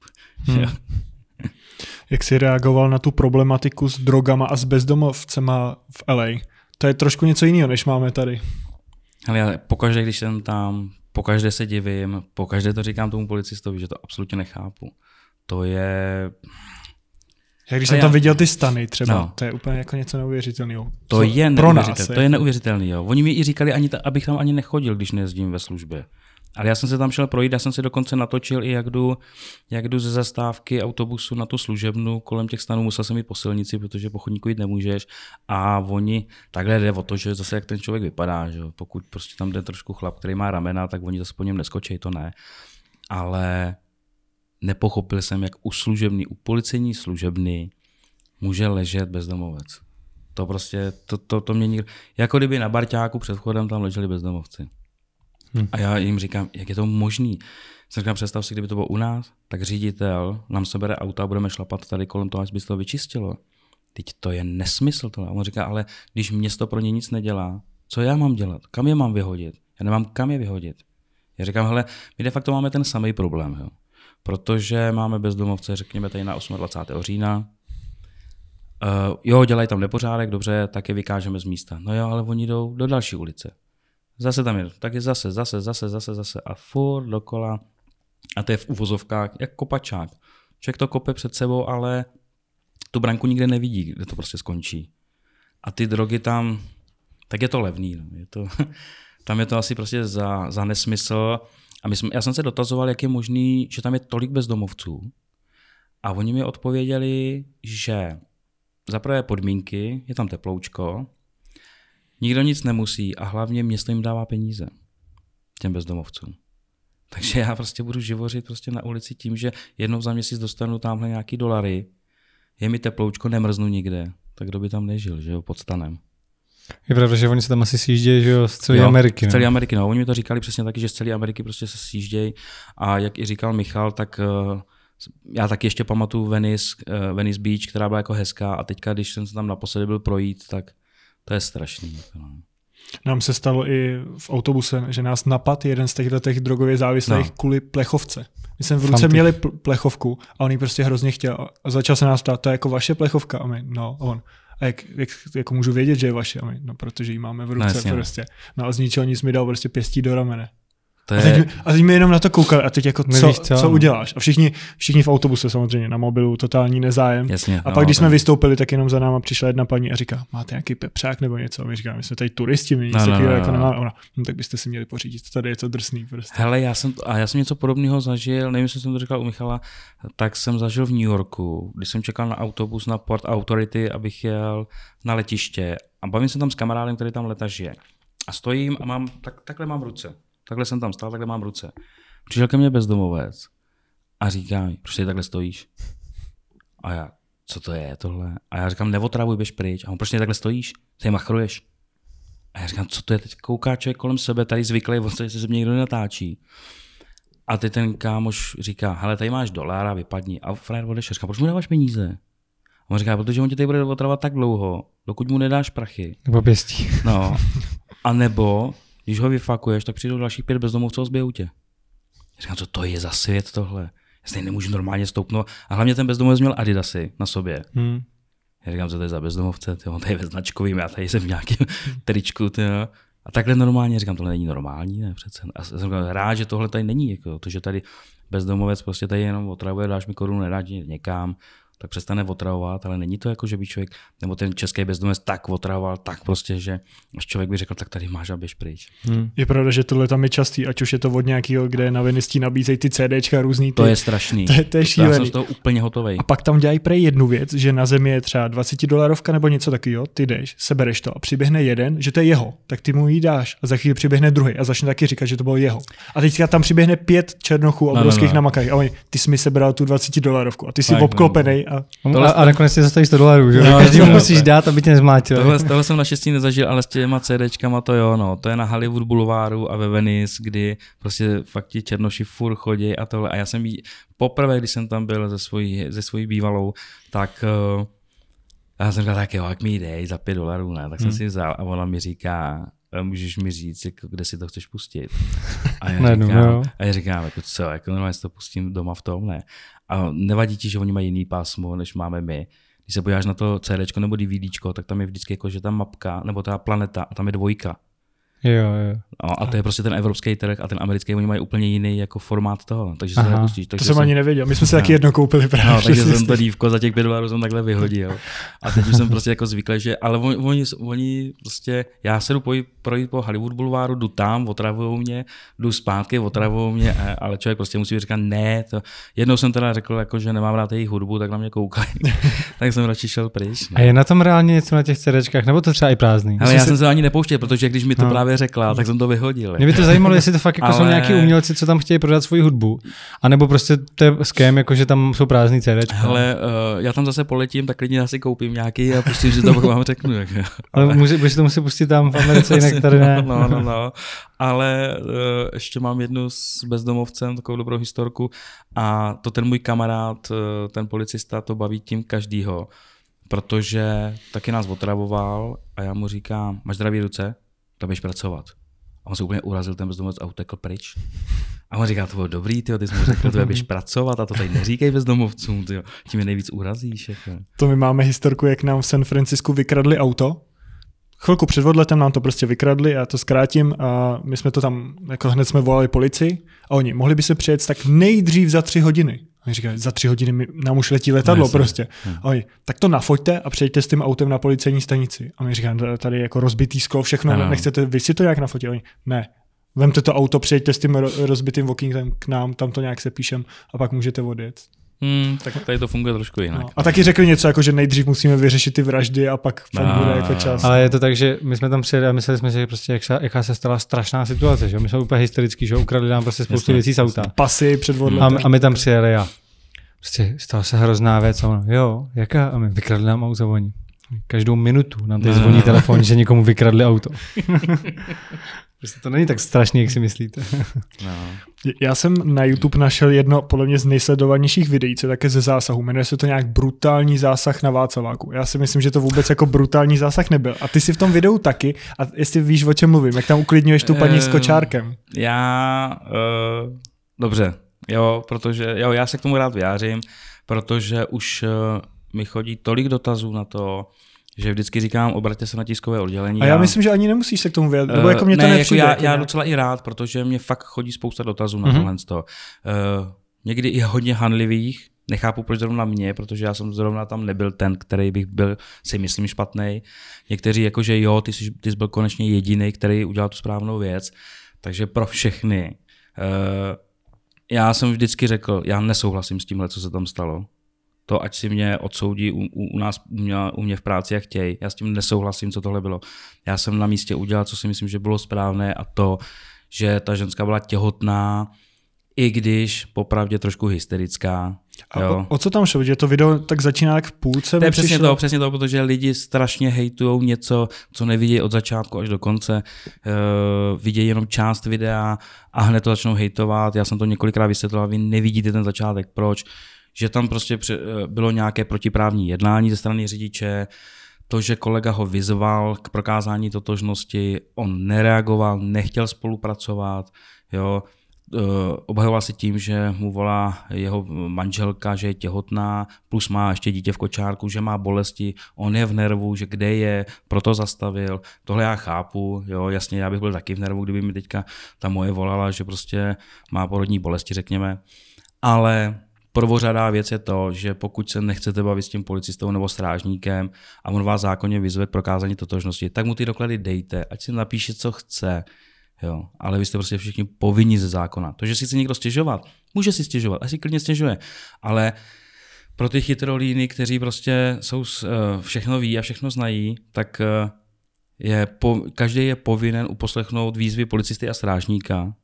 Speaker 3: Jak jsi reagoval na tu problematiku s drogama a s bezdomovcema v LA? To je trošku něco jiného, než máme tady.
Speaker 2: Ale pokaždé, když jsem tam, pokaždé se divím, pokaždé to říkám tomu policistovi, že to absolutně nechápu. To je...
Speaker 3: Jak když jsem tam viděl ty stany třeba, to je úplně jako něco neuvěřitelného.
Speaker 2: To je neuvěřitelný. Jo. Oni mi i říkali, abych tam ani nechodil, když nejezdím ve službě. Ale já jsem se tam šel projít, já jsem se dokonce natočil i jak jdu ze zastávky autobusu na tu služebnu, kolem těch stanů musel jsem jít po silnici, protože po chodníku jít nemůžeš. A oni, takhle jde o to, že zase jak ten člověk vypadá, že pokud prostě tam jde trošku chlap, který má ramena, tak oni zase po něm neskočí, to ne. Ale nepochopil jsem, jak u policejní služebny může ležet bezdomovec. To prostě, to mě nikdo... Jako kdyby na Barťáku před vchodem tam leželi bezdomovci. A já jim říkám, jak je to možný? Jsem říkám, představ si, kdyby to bylo u nás, tak ředitel nám sebere auta a budeme šlapat tady kolem toho, až by se to vyčistilo. Teď to je nesmysl. A on říká, ale když město pro ně nic nedělá, co já mám dělat? Kam je mám vyhodit? Já nemám kam je vyhodit. Já říkám, hele, my de facto máme ten samý problém, jo. Protože máme bezdomovce, řekněme tady na 28. října. Jo, dělají tam nepořádek, dobře, tak je vykážeme z místa. No jo, ale oni jdou do další ulice. Zase tam je, tak je zase a furt dokola. A to je v uvozovkách jak kopačák. Člověk to kope před sebou, ale tu branku nikde nevidí, kde to prostě skončí. A ty drogy tam, tak je to levný. No. Tam je to asi prostě za nesmysl. A já jsem se dotazoval, jak je možný, že tam je tolik bezdomovců. A oni mi odpověděli, že za prvé podmínky, je tam teploučko, Nikdo nic nemusí a hlavně město jim dává peníze těm bezdomovcům. Takže já prostě budu živořit prostě na ulici tím, že jednou za měsíc dostanu tamhle nějaký dolary, je mi teploučko, nemrznu nikde, tak kdo by tam nežil, že jo, pod stanem.
Speaker 1: Je pravda, že oni se tam asi sjíždějí, že jo, z celé Ameriky.
Speaker 2: Z celé Ameriky, no. Oni mi to říkali přesně taky, že z celé Ameriky prostě se sjíždějí a jak i říkal Michal, tak já taky ještě pamatuju Venice Beach, která byla jako hezká a teďka, když jsem se tam naposledy byl projít, tak to je strašný.
Speaker 3: Nám se stalo i v autobuse, že nás napad jeden z těch drogově závislých kvůli plechovce. My jsme v ruce měli plechovku a on ji prostě hrozně chtěl. A začal se nás ptát, to je jako vaše plechovka? A my, no, a on. A jak jako můžu vědět, že je vaše? A my, no, protože ji máme v ruce prostě. No a z ničeho nic mi dal prostě pěstí do ramene. A teď mi jenom na to koukali a teď jako co uděláš? A všichni v autobuse samozřejmě na mobilu, totální nezájem.
Speaker 2: Jasně,
Speaker 3: a pak když jsme vystoupili, tak jenom za náma přišla jedna paní a říká, máte nějaký pepřák nebo něco? A my říkáme, my jsme tady turisti, my nic takového jako nemáme. Ona, tak byste si měli pořídit, tady je to drsný prostě.
Speaker 2: Hele, já jsem něco podobného zažil, nevím, jestli jsem to říkal u Michala, tak jsem zažil v New Yorku, když jsem čekal na autobus na Port Authority, abych jel na letiště a bavím se tam s kamarádem, který tam letažije. A stojím a mám, takhle mám ruce. Takhle jsem tam stál, takhle mám ruce. Přišel ke mně bezdomovec a říká mi, proč tady takhle stojíš? A já, co to je tohle? A já říkám, neotravuj, běž pryč. A on, proč tady takhle stojíš? Ty machruješ. A já říkám, co to je? Teď kouká člověk kolem sebe, tady zvyklý, že se mě někdo nenatáčí. A teď ten kámoš říká, hele, tady máš $1 a vypadni. A frajer odešel, říká, proč mu dáváš peníze? A on říká, protože on tě tady bude otravovat tak dlouho, dokud mu nedáš prachy.
Speaker 1: Nebo pěstí.
Speaker 2: No, a nebo když ho vyfakuješ, tak přijdou dalších 5 bezdomovců a zbijou tě. Já říkám, co to je za svět tohle? Já si nemůžu normálně stoupnout. A hlavně ten bezdomovec měl Adidasy na sobě. Já říkám, co to je za bezdomovce? On tady je ve značkovým, já tady jsem v nějakém tričku. A takhle normálně, říkám, tohle není normální, ne přece. A jsem rád, že tohle tady není. Jako to, že tady bezdomovec prostě tady jenom otravuje, dáš mi korunu, nedáš někam, tak přestane otravovat, ale není to jako, že by člověk, nebo ten český bezdomovec tak otravoval, tak prostě, že až člověk by řekl, tak tady máš a běž pryč.
Speaker 3: Je pravda, že tohle tam je častý, ať už je to od nějakého, kde na Venice nabízejí ty CDčka různý.
Speaker 2: To je strašný.
Speaker 3: To je šílený.
Speaker 2: Já jsem z toho úplně hotovej.
Speaker 3: A pak tam dělají prej jednu věc, že na zemi je třeba $20 nebo něco takového, ty jdeš, sebereš to a přiběhne jeden, že to je jeho, tak ty mu ji dáš a za chvíli přiběhne druhý a začne taky říkat, že to bylo jeho. A teďka tam přiběhne 5 černochů obrovských namakají a oni, ty jsi mi sebral tu $20 a ty jsi obklopenej
Speaker 1: a nakonec si zastavíš $100, že? Každému musíš dát, aby tě nezmlátil.
Speaker 2: Tohle jsem naštěstí nezažil, ale s těma CDčkama to jo, no. To je na Hollywood Boulevardu a ve Venice, kdy prostě fakt ti černoši furt chodí a tohle. A já jsem poprvé, když jsem tam byl se svojí bývalou, tak já jsem říkal, tak jo, jak mi dej za $5, ne? Tak jsem si vzal a ona mi říká, můžeš mi říct, jako, kde si to chceš pustit. A já říkám, jako co, jako normálně si to pustím doma v tom, ne. A nevadí ti, že oni mají jiný pásmo, než máme my. Když se podíváš na to CDčko nebo DVDčko, tak tam je vždycky jako, že ta mapka, nebo ta planeta a tam je 2.
Speaker 1: Jo.
Speaker 2: No, a to je prostě ten evropský trh a ten americký, oni mají úplně jiný jako formát toho, takže se nepustíš.
Speaker 3: To jsem ani nevěděl, my jsme si taky jedno koupili právě.
Speaker 2: No, takže jsem to dívko za těch $5 jsem takhle vyhodil. A teď už jsem prostě jako zvyklý, že, ale oni prostě, já se jdu projít po Hollywood Boulevardu, jdu tam, otravujou mě, jdu zpátky, otravujou mě, ale člověk prostě musí říkat ne. Jednou jsem teda řekl, jako, že nemám rád jejich hudbu, tak na mě koukali. Tak jsem radši šel pryč.
Speaker 1: A je na tom reálně něco na těch CDčkách, nebo to třeba i prázdný?
Speaker 2: Ale já jsem se ani nepouštěl, protože když mi to právě řekla, tak jsem to vyhodil.
Speaker 1: Mě by to zajímalo, jestli to fakt jako jsou nějaký umělci, co tam chtějí prodat svoji hudbu, anebo prostě to je scam, jako že tam jsou prázdný CDčka.
Speaker 2: Ale já tam zase poletím, tak klidně asi koupím nějaký a pustím si to, vám řeknu.
Speaker 1: Ale budeš to muset pustit tam v Americe, jinak tady ne.
Speaker 2: No. Ale ještě mám jednu s bezdomovcem, takovou dobrou historku a to ten můj kamarád, ten policista, to baví tím každýho, protože taky nás otravoval a já mu říkám, máš zdraví ruce? To běž pracovat. A on se úplně urazil, ten bezdomovec a utekl pryč. A on říká, to bylo dobrý, tyjo, ty jsi mu řekl, to běž pracovat a to tady neříkej bezdomovcům, tyjo, tím je nejvíc urazíš. Jako.
Speaker 3: To my máme historku, jak nám v San Francisku vykradli auto. Chvilku před odletem nám to prostě vykradli, já to zkrátím a my jsme to tam, jako hned jsme volali policii a oni, mohli by se přijet tak nejdřív za 3 hodiny. Oni říkají, za 3 hodiny nám už letí letadlo prostě. A oni, tak to nafoťte a přejďte s tím autem na policejní stanici. A my říkáme, tady jako rozbitý sklo, všechno, nechcete vy si to nějak nafotit? Oni, ne, vemte to auto, přejďte s tím rozbitým okýnkem k nám, tam to nějak sepíšem a pak můžete odjet.
Speaker 2: Tak tady to funguje trošku jinak.
Speaker 3: No. A taky řekli něco, jako že nejdřív musíme vyřešit ty vraždy a pak bude jako čas.
Speaker 1: Ale je to tak, že my jsme tam přijeli a mysleli jsme si, že prostě jaká se stala strašná situace, že my jsme úplně hysterický, že ukradli nám prostě spoustu věcí z auta.
Speaker 3: Pasy, předvodleté.
Speaker 1: A my tam přijeli a prostě stala se hrozná věc a ono, jo, jaká? A my vykradli nám auto, oni. Každou minutu nám tady zvoní telefon, že někomu vykradli auto. Prostě to není tak strašný, jak si myslíte.
Speaker 2: No.
Speaker 3: Já jsem na YouTube našel jedno podle mě z nejsledovanějších videí, co je také ze zásahu. Jmenuje se to nějak brutální zásah na Václaváku. Já si myslím, že to vůbec jako brutální zásah nebyl. A ty si v tom videu taky, a jestli víš, o čem mluvím, jak tam uklidňuješ tu paní s kočárkem.
Speaker 2: Dobře, protože já se k tomu rád vyjářím, protože už mi chodí tolik dotazů na to, že vždycky říkám, obraťte se na tiskové oddělení.
Speaker 3: A já myslím, že ani nemusíš se k tomu vyjádřit, nebo jako mě to nepřijde.
Speaker 2: Jako já docela i rád, protože mě fakt chodí spousta dotazů na tohle. Někdy i hodně hanlivých, nechápu proč zrovna mě, protože já jsem zrovna tam nebyl ten, který bych byl, si myslím, špatnej. Někteří jakože jo, ty jsi byl konečně jediný, který udělal tu správnou věc. Takže pro všechny. Já jsem vždycky řekl, já nesouhlasím s tímhle, co se tam stalo. To, ať si mě odsoudí u mě v práci, jak chtějí. Já s tím nesouhlasím, co tohle bylo. Já jsem na místě udělal, co si myslím, že bylo správné, a to, že ta ženská byla těhotná, i když popravdě trošku hysterická.
Speaker 3: A o co tam šlo? Že to video tak začíná tak v půlce?
Speaker 2: To je přesně to, protože lidi strašně hejtujou něco, co nevidí od začátku až do konce. Vidějí jenom část videa a hned to začnou hejtovat. Já jsem to několikrát vysvětloval, vy nevidíte ten začátek. Proč? Že tam prostě bylo nějaké protiprávní jednání ze strany řidiče, to, že kolega ho vyzval k prokázání totožnosti, on nereagoval, nechtěl spolupracovat, jo. Obhajoval se tím, že mu volá jeho manželka, že je těhotná, plus má ještě dítě v kočárku, že má bolesti, on je v nervu, že kde je, proto zastavil. Tohle já chápu, jo, jasně, já bych byl taky v nervu, kdyby mi teďka ta moje volala, že prostě má porodní bolesti, řekněme. Ale prvořadá věc je to, že pokud se nechcete bavit s tím policistou nebo strážníkem a on vás zákonně vyzve k prokázání totožnosti, tak mu ty doklady dejte, ať si napíše, co chce. Jo, ale vy jste prostě všichni povinni ze zákona. To, že si chce někdo stěžovat, může si stěžovat, asi klidně stěžuje, ale pro ty chytrolíny, kteří prostě všechno ví a všechno znají, tak každý je povinen uposlechnout výzvy policisty a strážníka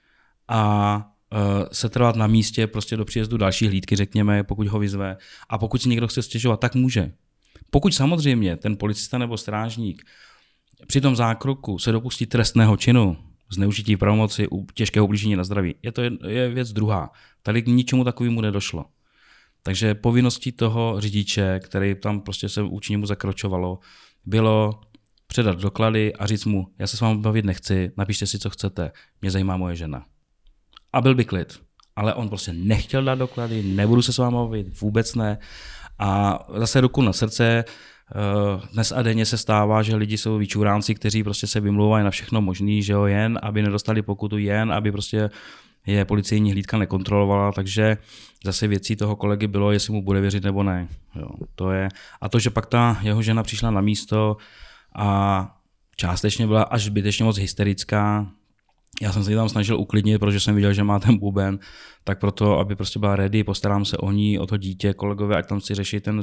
Speaker 2: a setrvat na místě prostě do příjezdu další hlídky, řekněme, pokud ho vyzve. A pokud si někdo chce stěžovat, tak může. Pokud samozřejmě ten policista nebo strážník při tom zákroku se dopustí trestného činu, zneužití pravomoci u těžkého ublížení na zdraví, je věc druhá. Tady k ničemu takovému nedošlo. Takže povinností toho řidiče, který tam prostě se vůči němu zakročovalo, bylo předat doklady a říct mu, já se s vámi bavit nechci, napište si, co chcete, mě zajímá moje žena. A byl by klid. Ale on prostě nechtěl dát doklady, nebudu se s vámi bavit, vůbec ne. A zase ruku na srdce, dnes a denně se stává, že lidi jsou vyčuránci, kteří prostě se vymlouvají na všechno možný, že jo, jen aby nedostali pokutu, jen aby prostě je policejní hlídka nekontrolovala, takže zase věcí toho kolegy bylo, jestli mu bude věřit nebo ne. Jo, to je. A to, že pak ta jeho žena přišla na místo a částečně byla až zbytečně moc hysterická, já jsem se ji tam snažil uklidnit, protože jsem viděl, že má ten buben, tak proto, aby prostě byla ready, postarám se o ní, o to dítě, kolegové, ať tam si řeší ten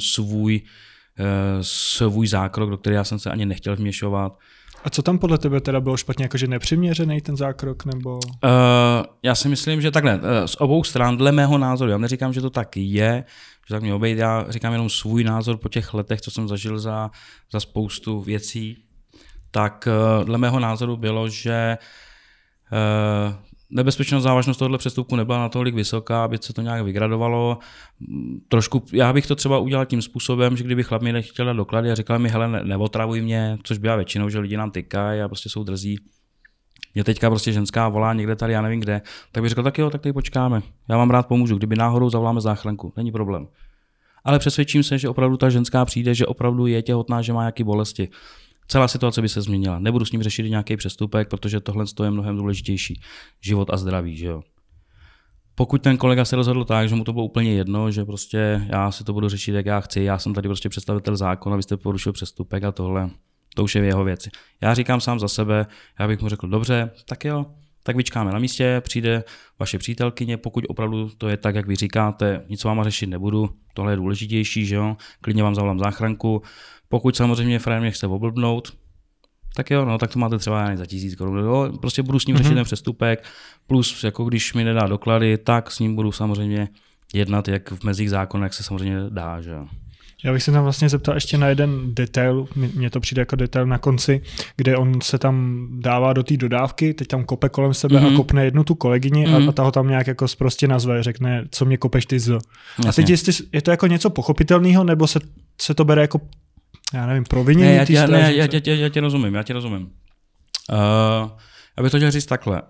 Speaker 2: svůj zákrok, do který já jsem se ani nechtěl vměšovat.
Speaker 3: A co tam podle tebe teda bylo špatně, jakože nepřiměřený ten zákrok, nebo?
Speaker 2: Já si myslím, že takhle, z obou stran, dle mého názoru, já neříkám, že to tak je, že tak mě obejít, já říkám jenom svůj názor po těch letech, co jsem zažil za spoustu věcí, tak dle mého názoru bylo, že nebezpečnost, závažnost tohoto přestupku nebyla natolik vysoká, aby se to nějak vygradovalo. Trošku, já bych to třeba udělal tím způsobem, že kdyby chlap mi nechtěl dát doklady a říkal mi, hele, neotravuj mě, což byla většinou, že lidi nám tykají a prostě jsou drzí. Mě teďka prostě ženská volá někde tady, já nevím kde, tak bych řekl, tak jo, tak tady počkáme. Já vám rád pomůžu, kdyby náhodou zavoláme záchranku, není problém. Ale přesvědčím se, že opravdu ta ženská přijde, že opravdu je těhotná, že má nějaké bolesti. Celá situace by se změnila. Nebudu s ním řešit nějaký přestupek, protože tohle je mnohem důležitější. Život a zdraví, že jo. Pokud ten kolega se rozhodl tak, že mu to bylo úplně jedno, že prostě já si to budu řešit, jak já chci, já jsem tady prostě představitel zákona, vy jste porušil přestupek a tohle, to už je v jeho věci. Já říkám sám za sebe, já bych mu řekl, dobře, tak jo, tak vyčkáme na místě, přijde vaše přítelkyně, pokud opravdu to je tak, jak vy říkáte, nic váma řešit nebudu, tohle je důležitější, že jo, klidně vám zavolám záchranku. Pokud samozřejmě frajer mě chce oblbnout, tak jo, no, tak to máte třeba za 1000 korun. Jo, prostě budu s ním řešit ten přestupek, plus jako když mi nedá doklady, tak s ním budu samozřejmě jednat, jak v mezích zákona, jak se samozřejmě dá, že jo.
Speaker 3: Já bych se tam vlastně zeptal ještě na jeden detail, mně to přijde jako detail na konci, kde on se tam dává do té dodávky, teď tam kope kolem sebe a kopne jednu tu kolegyni a ta ho tam nějak jako prostě nazve, řekne, co mě kopeš ty z. A teď je to jako něco pochopitelného, nebo se to bere jako, já nevím, provinění?
Speaker 2: Já tě rozumím. Já bych to chtěl říct takhle.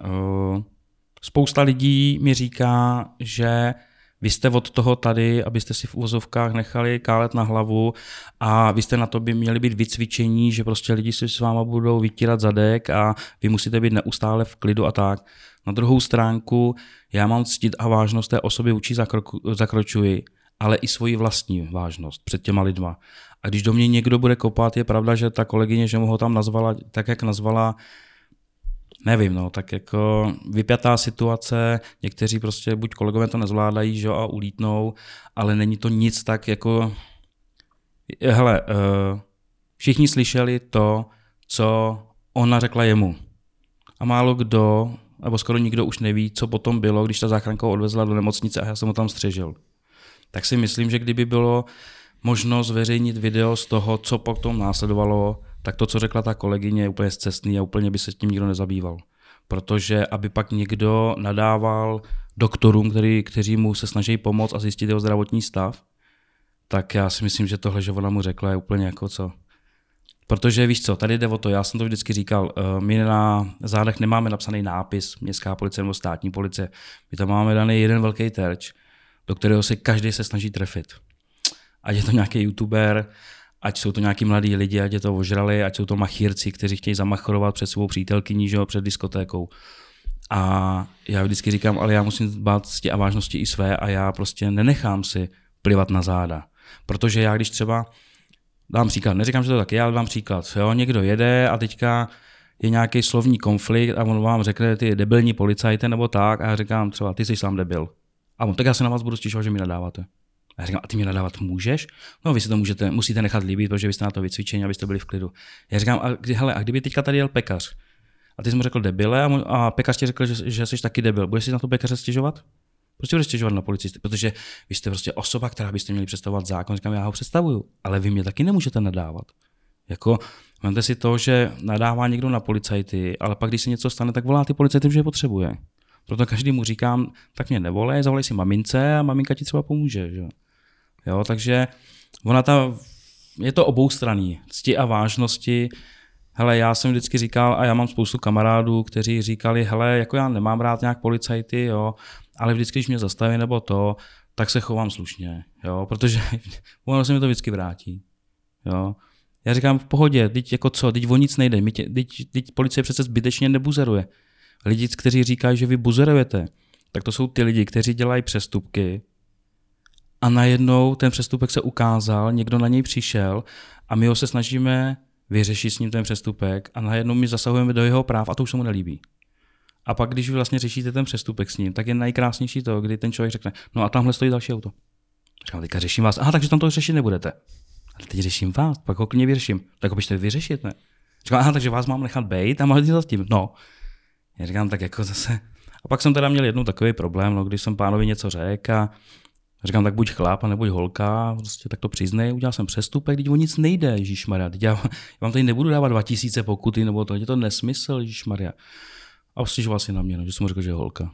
Speaker 2: Spousta lidí mi říká, že vy jste od toho tady, abyste si v uvozovkách nechali kálet na hlavu a vy jste na to by měli být vycvičení, že prostě lidi si s váma budou vytírat zadek a vy musíte být neustále v klidu a tak. Na druhou stránku já mám ctit a vážnost té osoby vůči zakročuji, ale i svoji vlastní vážnost před těma lidma. A když do mě někdo bude kopat, je pravda, že ta kolegyně, že mu ho tam nazvala tak, jak nazvala, nevím, no, tak jako vypjatá situace, někteří prostě buď kolegové to nezvládají, že, a ulítnou, ale není to nic tak jako, hele, všichni slyšeli to, co ona řekla jemu. A málo kdo, nebo skoro nikdo už neví, co potom bylo, když ta záchranka odvezla do nemocnice a já jsem ho tam střežil. Tak si myslím, že kdyby bylo možno zveřejnit video z toho, co potom následovalo, tak to, co řekla ta kolegyně, je úplně scestný a úplně by se tím nikdo nezabýval. Protože aby pak někdo nadával doktorům, kteří mu se snaží pomoct a zjistit jeho zdravotní stav, tak já si myslím, že tohle, že ona mu řekla, je úplně jako co. Protože víš co, tady jde o to, já jsem to vždycky říkal, my na zádech nemáme napsaný nápis městská policie nebo státní policie, my tam máme daný jeden velký terč, do kterého se každý se snaží trefit. Ať je to nějaký youtuber, ať jsou to nějaký mladí lidi, ať je to ožrali, ať jsou to machírci, kteří chtějí zamachrovat před svou přítelkyní, že jo, před diskotékou. A já vždycky říkám, ale já musím dbát cti a vážnosti i své a já prostě nenechám si plivat na záda. Protože já když třeba dám příklad, neříkám, že to tak je, ale dám příklad. Jo, někdo jede a teďka je nějaký slovní konflikt a on vám řekne ty debilní policajte nebo tak a já říkám třeba, ty jsi sám debil. A on, tak já se na vás budu stěžovat, že mi nadáváte. A já říkám, a ty mě nadávat můžeš? No, vy si to musíte nechat líbit, protože vy jste na to vycvičení, abyste byli v klidu. Já říkám, a kdyby teďka tady jel pekař a ty jsi mu řekl debile a pekař ti řekl, že jsi taky debil, budeš si na to pekaře stěžovat? Proč budeš stěžovat na policisty? Protože vy jste prostě osoba, která byste měli představovat zákon. Říkám, já ho představuju, ale vy mě taky nemůžete nadávat. Jako, máte si to, že nadává někdo na policajty, ale pak, když se něco stane, tak volá ty policajty, že je potřebuje. Proto každému říkám, tak mě nevolej, zavolej si mamince a maminka ti třeba pomůže. Že? Jo, takže je to oboustranný, cti a vážnosti. Hele, já jsem vždycky říkal, a já mám spoustu kamarádů, kteří říkali, hele, jako já nemám rád nějak policajty, jo, ale vždycky, když mě zastaví nebo to, tak se chovám slušně, jo, protože ono se mi to vždycky vrátí, jo. Já říkám v pohodě, teď jako co, teď o nic nejde, teď policie přece zbytečně nebuzeruje. Lidi, kteří říkají, že vy buzerujete, tak to jsou ty lidi, kteří dělají přestupky a najednou ten přestupek se ukázal, někdo na něj přišel a my ho se snažíme vyřešit s ním ten přestupek a najednou my zasahujeme do jeho práv a to už se mu nelíbí. A pak, když vy vlastně řešíte ten přestupek s ním, tak je nejkrásnější to, kdy ten člověk řekne, no a tamhle stojí další auto. Říkám, teďka řeším vás. Aha, takže tam to řešit nebudete. Ale teď řeším vás, pak ho klidně vyřeším. Tak ho běžte vyřešit, ne? Říkám, aha, takže vás mám nechat bejt a mám dělat tím. No. Já říkám, tak jako zase. A pak jsem teda měl jednou takový problém, no, když jsem pánovi něco řekl a říkám, tak buď chlap a nebuď holka, prostě tak to přiznej, udělal jsem přestupek, teď o nic nejde, ježišmarja. Já vám tady nebudu dávat 2000 pokuty, nebo to je to nesmysl, ježišmarja. A stěžoval si na mě, no, že jsem mu řekl, že je holka.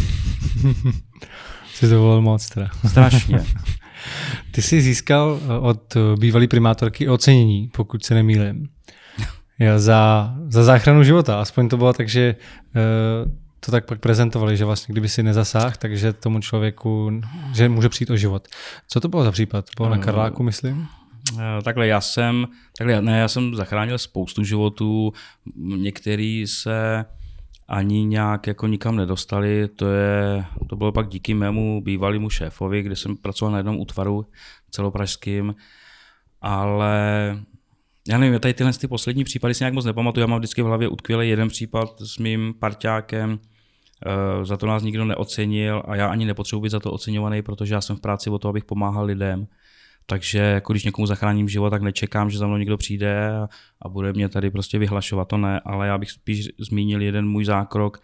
Speaker 1: Jsi to volil moc teda.
Speaker 2: Strašně.
Speaker 1: Ty jsi získal od bývalé primátorky ocenění, pokud se nemýlím. Za záchranu života. Aspoň to bylo tak, že to tak pak prezentovali, že vlastně kdyby si nezasáhl, takže tomu člověku, že může přijít o život. Co to bylo za případ? To bylo na Karláku, myslím?
Speaker 2: Já jsem zachránil spoustu životů, některý se ani nějak jako nikam nedostali, to bylo pak díky mému bývalému šéfovi, kde jsem pracoval na jednom útvaru celopražským, ale Já nevím, tady tyhle poslední případy si nějak moc nepamatuju, já mám vždycky v hlavě utkvělý jeden případ s mým parťákem, za to nás nikdo neocenil a já ani nepotřebuji být za to oceňovaný, protože já jsem v práci o to, abych pomáhal lidem. Takže jako když někomu zachráním život, tak nečekám, že za mnou někdo přijde a bude mě tady prostě vyhlašovat, to ne, ale já bych spíš zmínil jeden můj zákrok,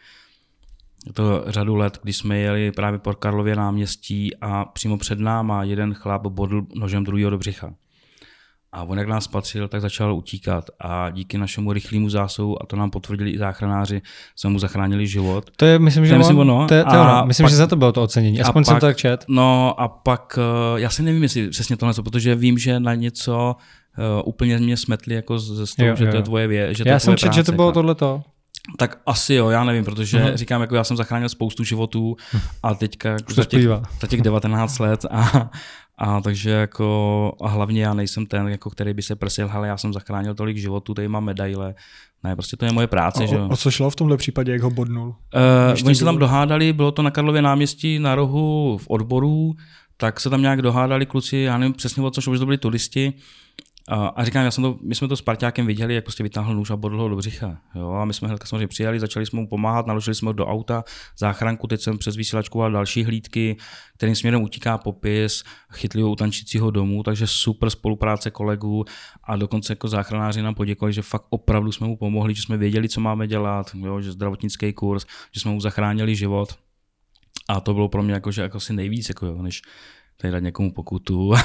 Speaker 2: to řadu let, když jsme jeli právě po Karlově náměstí a přímo před náma jeden chlap bodl nožem druhýho do břicha. A on jak nás spatřil, tak začal utíkat a díky našemu rychlému zásahu, a to nám potvrdili i záchranáři, jsme mu zachránili život.
Speaker 1: To je, myslím, že myslím, že za to bylo to ocenění, aspoň jsem to tak čet.
Speaker 2: No a pak, já si nevím, jestli přesně tohle, protože vím, že na něco úplně mě smetli jako ze stolu, že to je tvoje věc.
Speaker 1: Já jsem čet, že to bylo tohleto.
Speaker 2: Tak asi jo, já nevím, protože říkám, jako já jsem zachránil spoustu životů a teďka jako za těch 19 let a takže jako a hlavně já nejsem ten, jako který by se prsil, ale já jsem zachránil tolik životů, tady mám medaile. Ne, prostě to je moje práce. Že?
Speaker 3: O co šlo v tomhle případě, jak ho bodnul?
Speaker 2: Oni se tam dohádali, bylo to na Karlově náměstí na rohu v Odboru, tak se tam nějak dohádali kluci, já nevím přesně o co šlo, že to byli turisti. A říkám, my jsme to s parťákem viděli, jak prostě vytáhl nůž a bodl ho do břicha. Jo? A my jsme hnedka samozřejmě přijali, začali jsme mu pomáhat, naložili jsme ho do auta, záchranku, teď jsem přes vysílačku a další hlídky, kterým směrem utíká popis, chytli ho u tančícího domu, takže super spolupráce kolegů a dokonce jako záchranáři nám poděkovali, že fakt opravdu jsme mu pomohli, že jsme věděli, co máme dělat, jo? Že zdravotnický kurz, že jsme mu zachránili život. A to bylo pro mě jako asi nejvíc, jako jo, než tady dát někomu pokutu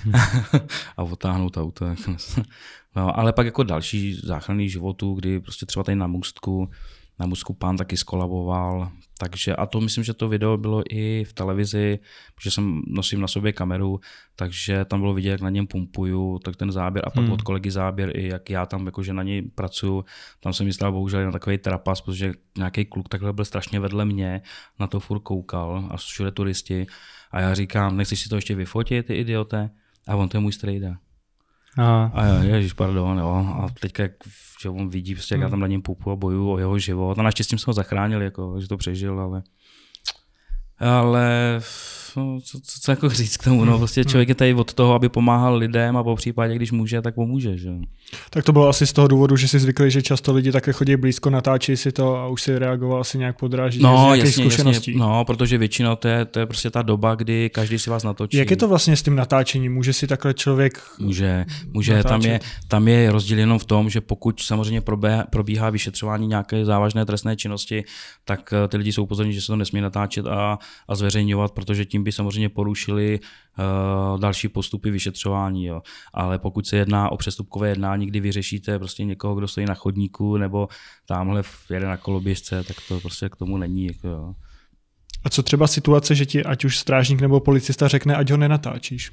Speaker 2: a otáhnout auto. No, ale pak jako další záchranný životů, kdy prostě třeba tady na Můstku pán taky skolaboval. Takže, a to myslím, že to video bylo i v televizi, protože jsem nosím na sobě kameru, takže tam bylo vidět, jak na něm pumpuju, tak ten záběr a pak od kolegy záběr i jak já tam jakože na něj pracuju. Tam jsem myslel bohužel na takový trapas, protože nějaký kluk takhle byl strašně vedle mě, na to furt koukal a všude turisti. A já říkám, nechceš si to ještě vyfotit, ty idiote? A on to je můj strejda. A já, ježiš, pardon, jo. A teďka, že on vidí, prostě, jak já tam na něm pupu a bojuju o jeho život. A naštěstí jsme ho zachránili, jako, že to přežil, ale no, co jako říct k tomu, no, prostě člověk je tady od toho, aby pomáhal lidem a po případě, když může, tak pomůže, že?
Speaker 3: Tak to bylo asi z toho důvodu, že jsi zvyklý, že často lidi také chodí blízko, natáčí si to a už si reagoval asi nějak podráží z nějakých zkušeností.
Speaker 2: Jasně, no, protože většinou to je prostě ta doba, kdy každý si vás natočí.
Speaker 3: Jak je to vlastně s tím natáčením? Může si takhle člověk
Speaker 2: Může. Tam je rozdíl jenom v tom, že pokud samozřejmě probíhá vyšetřování nějaké závažné trestné činnosti, tak ty lidi jsou upozorněni, že se to nesmí natáčet a zveřejňovat, protože tím by samozřejmě porušili další postupy vyšetřování. Jo. Ale pokud se jedná o přestupkové jednání, kdy vyřešíte prostě někoho, kdo stojí na chodníku nebo tamhle jede na koloběžce, tak to prostě k tomu není. Jako, jo.
Speaker 3: A co třeba situace, že ti ať už strážník nebo policista řekne, ať ho nenatáčíš?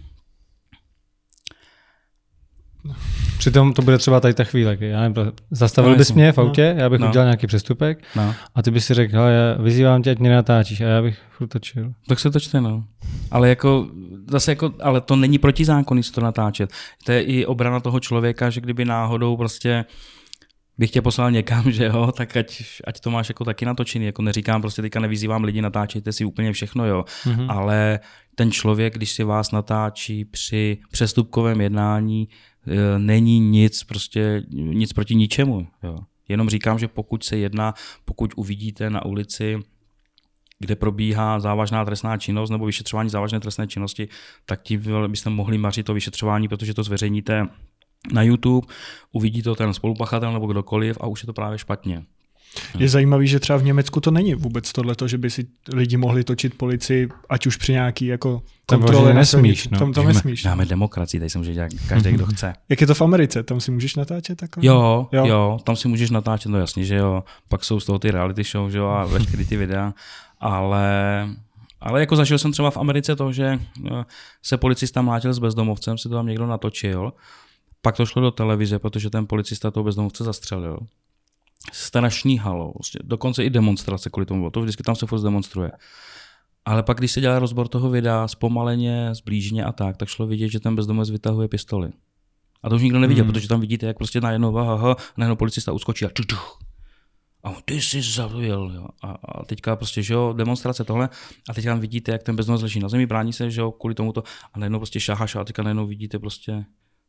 Speaker 1: Přitom to bude třeba tady ta chvíle. Zastavil bys mě v autě, já bych udělal nějaký přestupek a ty bys si řekl, já vyzývám tě, ať mě nenatáčíš a já bych furt točil.
Speaker 2: Tak se točte, no. Ale jako, zase jako, ale to není protizákonný se to natáčet. To je i obrana toho člověka, že kdyby náhodou prostě bych tě poslal někam, že jo, tak ať to máš jako taky natočený. Jako neříkám, prostě teďka nevyzývám lidi, natáčejte si úplně všechno, jo. Ale ten člověk, když si vás natáčí při přestupkovém jednání, není nic proti ničemu. Jo. Jenom říkám, že pokud uvidíte na ulici, kde probíhá závažná trestná činnost nebo vyšetřování závažné trestné činnosti, tak tím byste mohli mařit to vyšetřování, protože to zveřejníte na YouTube, uvidí to ten spolupachatel nebo kdokoliv a už je to právě špatně.
Speaker 3: Je zajímavý, že třeba v Německu to není vůbec tohleto, že by si lidi mohli točit policii, ať už při nějaký jako kontrole.
Speaker 1: Nesmíš, no.
Speaker 3: Tam nesmíš.
Speaker 2: Máme demokracii, tady se může dělat každý, kdo chce.
Speaker 3: Jak je to v Americe? Tam si můžeš natáčet takhle?
Speaker 2: Jo, tam si můžeš natáčet, no jasně, že jo. Pak jsou z toho ty reality show, že jo, a veškerý ty videa, ale jako zažil jsem třeba v Americe to, že se policista mlátil s bezdomovcem, si to tam někdo natočil, pak to šlo do televize, protože ten policista toho bezdomovce zastřelil. Strašný halo, dokonce i demonstrace kvůli tomu, to vždycky tam se furt demonstruje. Ale pak, když se dělal rozbor toho videa, zpomaleně, zblížně a tak šlo vidět, že ten bezdomovec vytahuje pistoli. A to už nikdo neviděl, protože tam vidíte, jak prostě najednou policista uskočí a ty jsi zabil, jo. A teďka prostě, že jo, demonstrace tohle a teďka tam vidíte, jak ten bezdomovec leží na zemi, brání se, že jo, kvůli tomuto a najednou prostě šáháš a teďka najednou vidíte prostě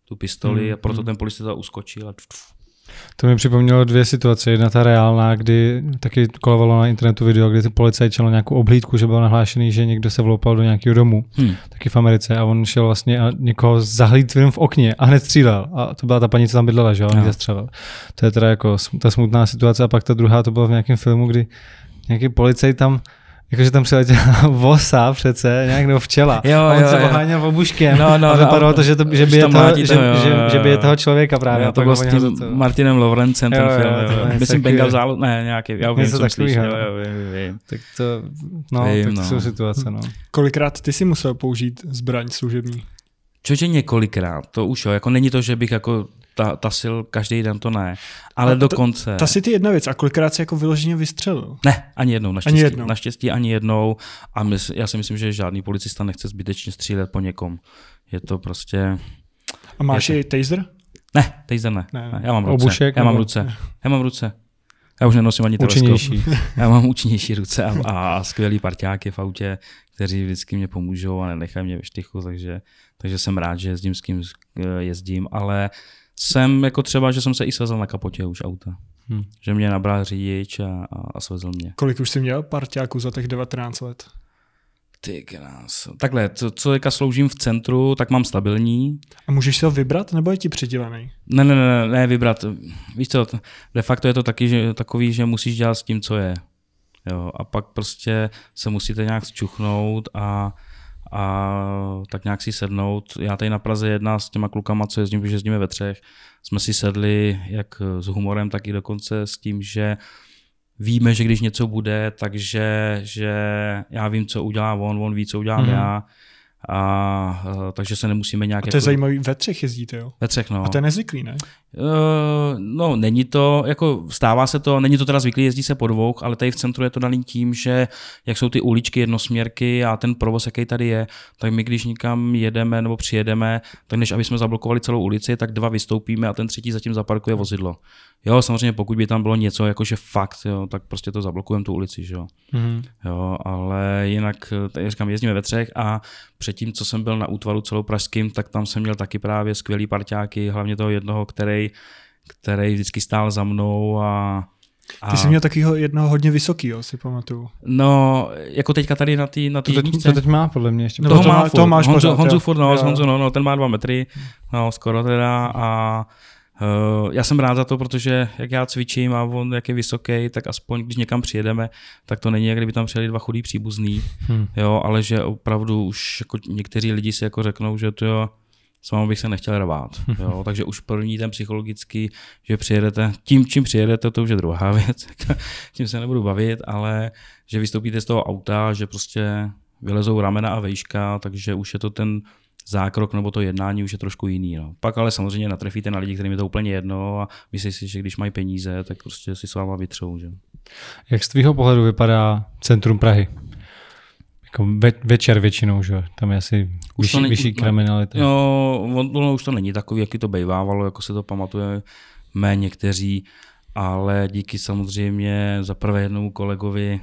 Speaker 2: tu pistoli a proto ten policista uskočil a
Speaker 1: To mi připomnělo 2 situace. Jedna ta reálná, kdy taky kolovalo na internetu video, kdy ty policajt čelo nějakou oblídku, že byl nahlášený, že někdo se vloupal do nějakého domu, taky v Americe, a on šel vlastně a někoho zahlídl jenom v okně a hned střílel. A to byla ta paní, co tam bydlela, že on ji zastřelil. To je teda jako ta smutná situace. A pak ta druhá, to bylo v nějakém filmu, kdy nějaký policajt tam jakože tam přiletěla vosa přece, nějak nebo včela. A on se poháněl obuškem a vypadalo to, že by je toho člověka právě.
Speaker 2: To bylo s tím Martinem Lawrencem ten film. Myslím Bengal zálu, ne, nějaký, já vím, co myslíš.
Speaker 1: Tak to jsou situace. No.
Speaker 3: Kolikrát ty si musel použít zbraň služební?
Speaker 2: Čože několikrát, to už jo, jako není to, že bych jako tasil každý den, to ne, ale dokonce.
Speaker 3: Ta si ty jedna věc, a kolikrát si jako vyloženě vystřelil?
Speaker 2: Ne, ani jednou, naštěstí ani jednou, a já si myslím, že žádný policista nechce zbytečně střílet po někom. Je to prostě...
Speaker 3: A máš i taser?
Speaker 2: Ne, taser ne. Já mám ruce.
Speaker 1: Obušek,
Speaker 2: já mám ruce. Já už nenosím ani teleskop. Já mám účinnější ruce a skvělý parťáky v autě, kteří vždycky mě pomůžou a nenechají mě ve štychu, takže jsem rád, že jezdím s kým jezdím, ale jsem jako třeba, že jsem se i svezl na kapotě už auta. Že mě nabral řidič a svezl mě.
Speaker 3: Kolik už jsi měl parťáků za těch 19 let?
Speaker 2: Ty krás. Takhle, co teďka sloužím v centru, tak mám stabilní.
Speaker 3: A můžeš si ho vybrat, nebo je ti přidělený?
Speaker 2: Ne, vybrat. Víš co, de facto je to takový, že musíš dělat s tím, co je. Jo, a pak prostě se musíte nějak zčuchnout a tak nějak si sednout. Já tady na Praze jedna s těma klukama, co jezdím, protože jezdíme ve 3, jsme si sedli jak s humorem, tak i dokonce s tím, že víme, že když něco bude, takže že já vím, co udělá on ví, co udělám já. Takže se nemusíme nějak...
Speaker 3: A to je zajímavý, ve 3 jezdíte, jo?
Speaker 2: Ve 3, no.
Speaker 3: A to je nezvyklý, ne?
Speaker 2: No, není to, jako stává se to, není to teda zvyklý, jezdí se po 2, ale tady v centru je to daný tím, že jak jsou ty uličky jednosměrky a ten provoz, jaký tady je, tak my když někam jedeme nebo přijedeme, tak než aby jsme zablokovali celou ulici, tak 2 vystoupíme a ten 3 zatím zaparkuje vozidlo. Jo, samozřejmě pokud by tam bylo něco jakože fakt, jo, tak prostě to zablokujeme tu ulici, že jo. Jo, ale jinak, tak říkám, jezdíme ve 3 a předtím, co jsem byl na útvaru celopražským, tak tam jsem měl taky právě skvělý parťáky, hlavně toho jednoho, který vždycky stál za mnou a
Speaker 3: Ty jsi měl takového jednoho hodně vysokýho, si pamatuju.
Speaker 2: No, jako teďka tady na té jedničce.
Speaker 1: To teď má podle mě ještě.
Speaker 3: To máš pořád.
Speaker 2: Honzu furt, ten má 2 metry, no, skoro teda a já jsem rád za to, protože jak já cvičím a on jak je vysoký, tak aspoň když někam přijedeme, tak to není, jak kdyby tam přijeli 2 chudý příbuzný, jo, ale že opravdu už jako někteří lidi si jako řeknou, že to jo, s vámi bych se nechtěl rvát, jo, takže už první ten psychologický, že přijedete, čím přijedete, to už je druhá věc, tím se nebudu bavit, ale že vystoupíte z toho auta, že prostě vylezou ramena a vejška, takže už je to ten zákrok nebo to jednání už je trošku jiný. No. Pak ale samozřejmě natrefíte na lidi, kterým je to úplně jedno a myslí si, že když mají peníze, tak prostě si s váma vytřou. Že?
Speaker 1: Jak z tvýho pohledu vypadá centrum Prahy? Jako večer většinou, že? Tam je asi vyšší kriminalita.
Speaker 2: No, ono už to není takový, jaký to bejvávalo, jako se to pamatujeme někteří, ale díky samozřejmě za prvé jednomu kolegovi,